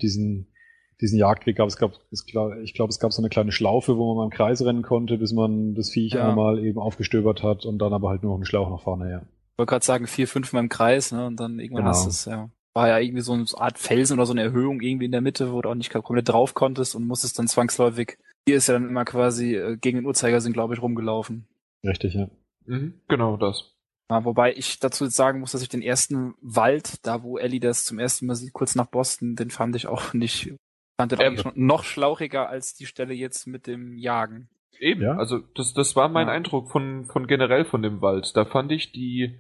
Jagdweg gab. Ich glaube, es gab so eine kleine Schlaufe, wo man mal im Kreis rennen konnte, bis man das Viech einmal eben aufgestöbert hat und dann aber halt nur noch einen Schlauch nach vorne, ja. Ich wollte gerade sagen, 4, 5 Mal im Kreis, ne? Und dann irgendwann hast du es, ja. War ja irgendwie so eine Art Felsen oder so eine Erhöhung irgendwie in der Mitte, wo du auch nicht komplett drauf konntest und musstest dann zwangsläufig. Hier ist ja dann immer quasi gegen den Uhrzeigersinn, glaube ich, rumgelaufen. Richtig, ja. Genau das. Ja, wobei ich dazu jetzt sagen muss, dass ich den ersten Wald, da wo Ellie das zum ersten Mal sieht, kurz nach Boston, den fand ich auch nicht, fand den eigentlich schon noch schlauchiger als die Stelle jetzt mit dem Jagen. Eben, ja? Also das war mein Eindruck von generell von dem Wald. Da fand ich die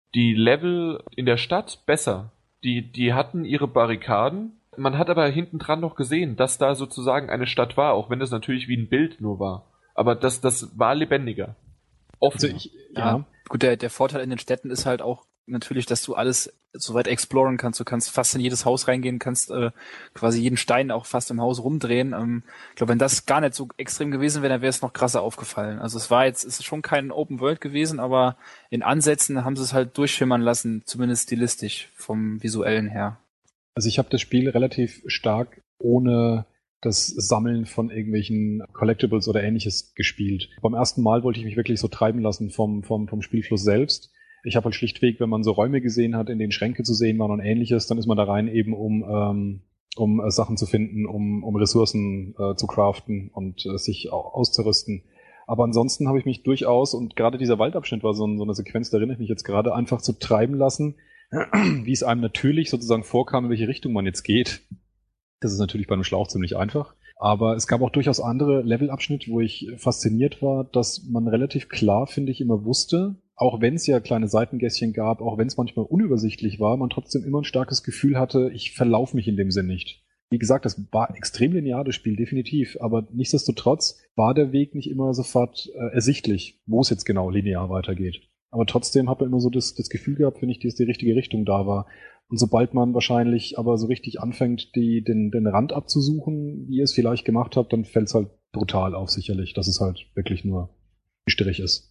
Level in der Stadt besser. Die hatten ihre Barrikaden. Man hat aber hinten dran noch gesehen, dass da sozusagen eine Stadt war, auch wenn das natürlich wie ein Bild nur war. Aber das war lebendiger. Also ja. Gut, der Vorteil in den Städten ist halt auch natürlich, dass du alles soweit exploren kannst. Du kannst fast in jedes Haus reingehen, kannst quasi jeden Stein auch fast im Haus rumdrehen. Ich glaube, wenn das gar nicht so extrem gewesen wäre, dann wäre es noch krasser aufgefallen. Also ist schon kein Open World gewesen, aber in Ansätzen haben sie es halt durchschimmern lassen, zumindest stilistisch vom Visuellen her. Also ich habe das Spiel relativ stark ohne das Sammeln von irgendwelchen Collectibles oder ähnliches gespielt. Beim ersten Mal wollte ich mich wirklich so treiben lassen vom Spielfluss selbst. Ich habe halt schlichtweg, wenn man so Räume gesehen hat, in denen Schränke zu sehen waren und ähnliches, dann ist man da rein eben um Sachen zu finden, um Ressourcen zu craften und sich auszurüsten. Aber ansonsten habe ich mich durchaus, und gerade dieser Waldabschnitt war so eine Sequenz, da erinnere ich mich jetzt gerade, einfach zu treiben lassen, wie es einem natürlich sozusagen vorkam, in welche Richtung man jetzt geht. Das ist natürlich bei einem Schlauch ziemlich einfach. Aber es gab auch durchaus andere Levelabschnitte, wo ich fasziniert war, dass man relativ klar, finde ich, immer wusste, auch wenn es ja kleine Seitengässchen gab, auch wenn es manchmal unübersichtlich war, man trotzdem immer ein starkes Gefühl hatte, ich verlaufe mich in dem Sinn nicht. Wie gesagt, das war extrem linear, das Spiel, definitiv. Aber nichtsdestotrotz war der Weg nicht immer sofort ersichtlich, wo es jetzt genau linear weitergeht. Aber trotzdem habe ich immer so das Gefühl gehabt, finde ich, dass die richtige Richtung da war. Und sobald man wahrscheinlich aber so richtig anfängt, den Rand abzusuchen, wie ihr es vielleicht gemacht habt, dann fällt es halt brutal auf, sicherlich, dass es halt wirklich nur ein Strich ist.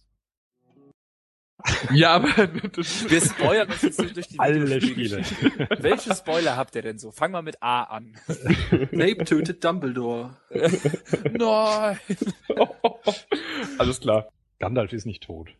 Ja, aber wir spoilern uns jetzt durch die alle Spiele. Welche Spoiler habt ihr denn so? Fang mal mit A an. Snape tötet Dumbledore. Nein. Alles klar. Gandalf ist nicht tot.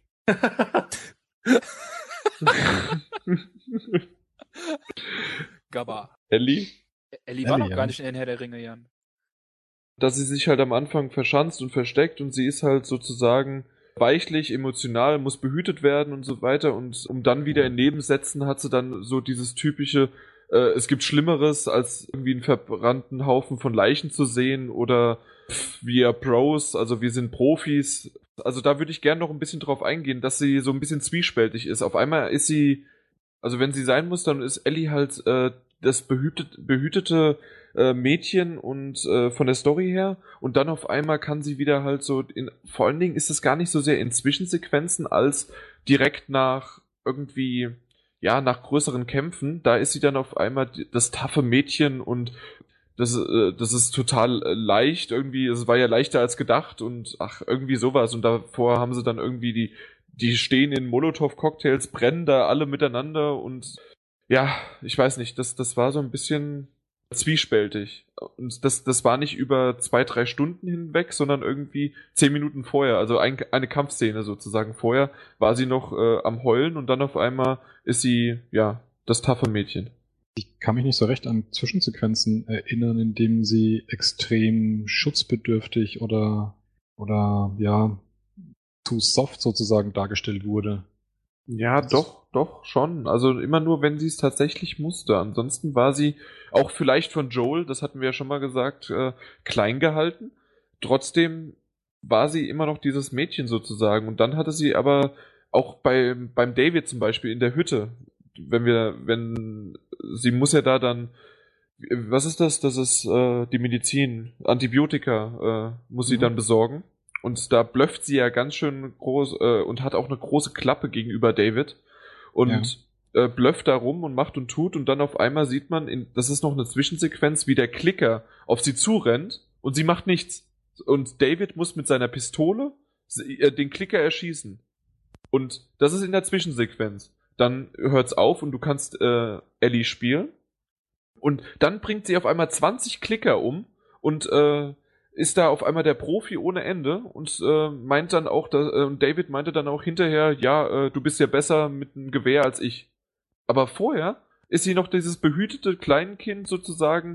Gabba. Ellie war noch gar nicht in den Herr der Ringe, Jan. Dass sie sich halt am Anfang verschanzt und versteckt und sie ist halt sozusagen weichlich, emotional, muss behütet werden und so weiter und um dann wieder in Nebensätzen hat sie dann so dieses typische, es gibt Schlimmeres, als irgendwie einen verbrannten Haufen von Leichen zu sehen oder wir Pros, also wir sind Profis. Also da würde ich gerne noch ein bisschen drauf eingehen, dass sie so ein bisschen zwiespältig ist. Auf einmal ist sie, also wenn sie sein muss, dann ist Ellie halt das behütete Mädchen und von der Story her und dann auf einmal kann sie wieder halt so, vor allen Dingen ist es gar nicht so sehr in Zwischensequenzen als direkt nach irgendwie, ja, nach größeren Kämpfen, da ist sie dann auf einmal das taffe Mädchen und das ist total leicht irgendwie, es war ja leichter als gedacht und irgendwie sowas und davor haben sie dann irgendwie die stehen in Molotow-Cocktails, brennen da alle miteinander und ja, ich weiß nicht, das war so ein bisschen zwiespältig. Und das war nicht über 2-3 Stunden hinweg, sondern irgendwie 10 Minuten vorher, also eine Kampfszene sozusagen vorher, war sie noch am Heulen und dann auf einmal ist sie, ja, das taffe Mädchen. Ich kann mich nicht so recht an Zwischensequenzen erinnern, in denen sie extrem schutzbedürftig oder ja, zu soft sozusagen dargestellt wurde. Ja, doch, schon. Also immer nur, wenn sie es tatsächlich musste. Ansonsten war sie auch vielleicht von Joel, das hatten wir ja schon mal gesagt, klein gehalten. Trotzdem war sie immer noch dieses Mädchen sozusagen. Und dann hatte sie aber auch beim David zum Beispiel in der Hütte, wenn sie muss ja da dann, was ist das? Das ist die Medizin, Antibiotika muss sie dann besorgen. Und da blöfft sie ja ganz schön groß und hat auch eine große Klappe gegenüber David. Und blufft da rum und macht und tut und dann auf einmal sieht man, das ist noch eine Zwischensequenz, wie der Klicker auf sie zurennt und sie macht nichts. Und David muss mit seiner Pistole den Klicker erschießen. Und das ist in der Zwischensequenz. Dann hört's auf und du kannst Ellie spielen. Und dann bringt sie auf einmal 20 Klicker um und ist da auf einmal der Profi ohne Ende und meint dann auch, David meinte dann auch hinterher, ja, du bist ja besser mit einem Gewehr als ich. Aber vorher ist sie noch dieses behütete Kleinkind sozusagen,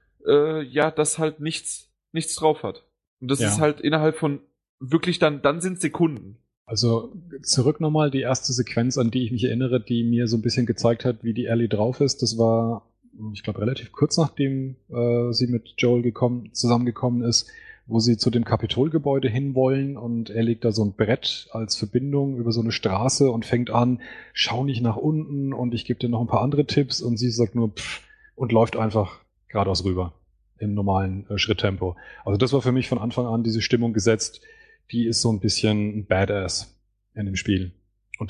das halt nichts drauf hat. Und das ist halt innerhalb von wirklich dann sind Sekunden. Also zurück nochmal, die erste Sequenz, an die ich mich erinnere, die mir so ein bisschen gezeigt hat, wie die Ellie drauf ist, das war, ich glaube, relativ kurz nachdem sie mit Joel zusammengekommen ist, wo sie zu dem Kapitolgebäude hinwollen und er legt da so ein Brett als Verbindung über so eine Straße und fängt an, schau nicht nach unten und ich gebe dir noch ein paar andere Tipps und sie sagt nur pff und läuft einfach geradeaus rüber im normalen Schritttempo. Also das war für mich von Anfang an diese Stimmung gesetzt, die ist so ein bisschen Badass in dem Spiel. Und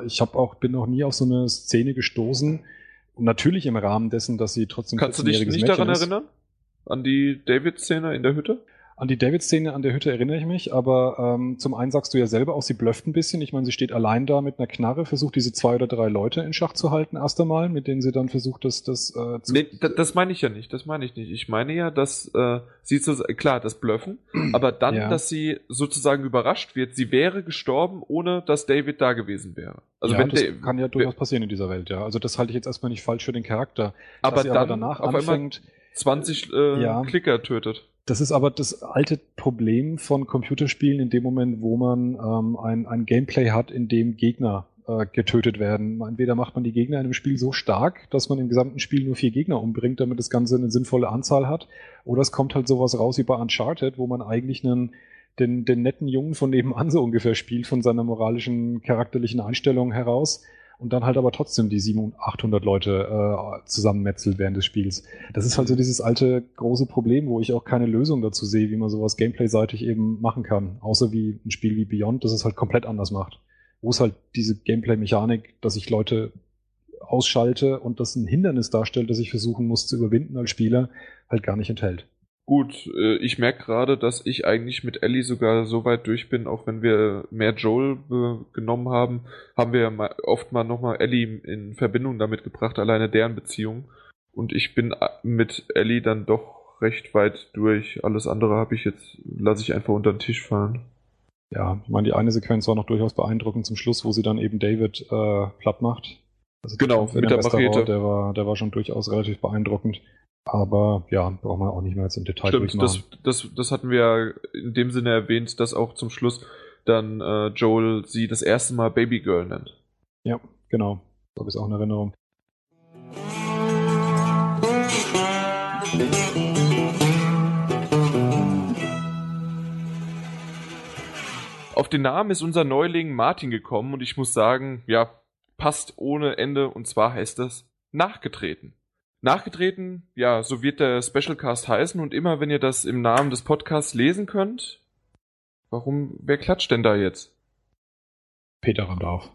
bin noch nie auf so eine Szene gestoßen, und natürlich im Rahmen dessen, dass sie trotzdem Kannst du dich nicht daran erinnern? An die David-Szene in der Hütte? An die David-Szene an der Hütte erinnere ich mich, aber zum einen sagst du ja selber auch, sie blufft ein bisschen. Ich meine, sie steht allein da mit einer Knarre, versucht diese 2 oder 3 Leute in Schach zu halten erst einmal, mit denen sie dann versucht, das meine ich ja nicht, das meine ich nicht. Ich meine ja, dass sie klar, das Bluffen, aber dann, dass sie sozusagen überrascht wird, sie wäre gestorben, ohne dass David da gewesen wäre. Also ja, das kann ja durchaus passieren in dieser Welt, ja. Also das halte ich jetzt erstmal nicht falsch für den Charakter. Aber dann danach auf anfängt, einmal 20 Klicker tötet. Das ist aber das alte Problem von Computerspielen in dem Moment, wo man ein Gameplay hat, in dem Gegner getötet werden. Entweder macht man die Gegner in einem Spiel so stark, dass man im gesamten Spiel nur 4 Gegner umbringt, damit das Ganze eine sinnvolle Anzahl hat, oder es kommt halt sowas raus wie bei Uncharted, wo man eigentlich den netten Jungen von nebenan so ungefähr spielt, von seiner moralischen, charakterlichen Einstellung heraus, und dann halt aber trotzdem die 700, 800 Leute zusammenmetzelt während des Spiels. Das ist halt so dieses alte große Problem, wo ich auch keine Lösung dazu sehe, wie man sowas gameplayseitig eben machen kann. Außer wie ein Spiel wie Beyond, das es halt komplett anders macht. Wo es halt diese Gameplay-Mechanik, dass ich Leute ausschalte und das ein Hindernis darstellt, das ich versuchen muss zu überwinden als Spieler, halt gar nicht enthält. Gut, ich merke gerade, dass ich eigentlich mit Ellie sogar so weit durch bin, auch wenn wir mehr Joel genommen haben wir oft mal nochmal Ellie in Verbindung damit gebracht, alleine deren Beziehung. Und ich bin mit Ellie dann doch recht weit durch. Alles andere lasse ich einfach unter den Tisch fallen. Ja, ich meine, die eine Sequenz war noch durchaus beeindruckend zum Schluss, wo sie dann eben David platt macht. Also genau, mit der Machete. Der war schon durchaus relativ beaindruckend. Aber ja, brauchen wir auch nicht mehr jetzt im Detail durchmachen. Das hatten wir ja in dem Sinne erwähnt, dass auch zum Schluss dann Joel sie das erste Mal Babygirl nennt. Ja, genau. So habe ich es auch in Erinnerung. Auf den Namen ist unser Neuling Martin gekommen und ich muss sagen, ja, passt ohne Ende, und zwar heißt das Nachgetreten. Nachgetreten, ja, so wird der Specialcast heißen, und immer wenn ihr das im Namen des Podcasts lesen könnt, wer klatscht denn da jetzt? Peter räumt auf.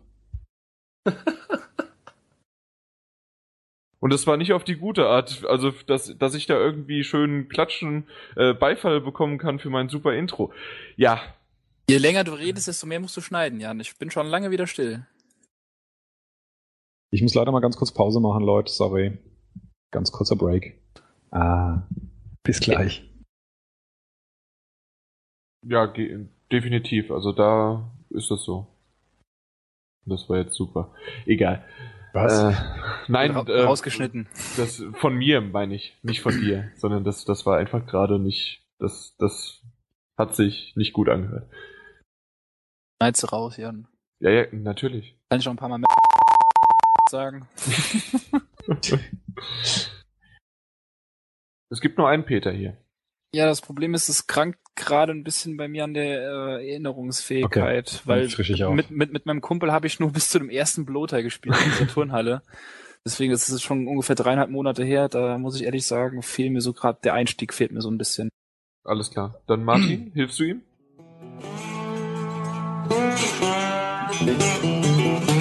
Und das war nicht auf die gute Art, also dass ich da irgendwie schön klatschen, Beifall bekommen kann für mein super Intro. Ja. Je länger du redest, desto mehr musst du schneiden, Jan. Ich bin schon lange wieder still. Ich muss leider mal ganz kurz Pause machen, Leute, sorry. Ganz kurzer Break. Bis gleich. Ja, definitiv. Also da ist das so. Das war jetzt super. Egal. Was? Nein, rausgeschnitten. Das von mir meine ich, nicht von dir, sondern das war einfach gerade nicht. Das hat sich nicht gut angehört. Schneid's raus, Jan. Ja, natürlich. Kann ich schon ein paar Mal mehr sagen. Es gibt nur einen Peter hier. Ja, das Problem ist, es krankt gerade ein bisschen bei mir an der Erinnerungsfähigkeit, weil mit meinem Kumpel habe ich nur bis zu dem ersten Bloater gespielt in dieser Turnhalle. Deswegen ist es schon ungefähr 3,5 Monate her. Da muss ich ehrlich sagen, fehlt mir so gerade der Einstieg fehlt mir so ein bisschen. Alles klar. Dann Martin, hilfst du ihm?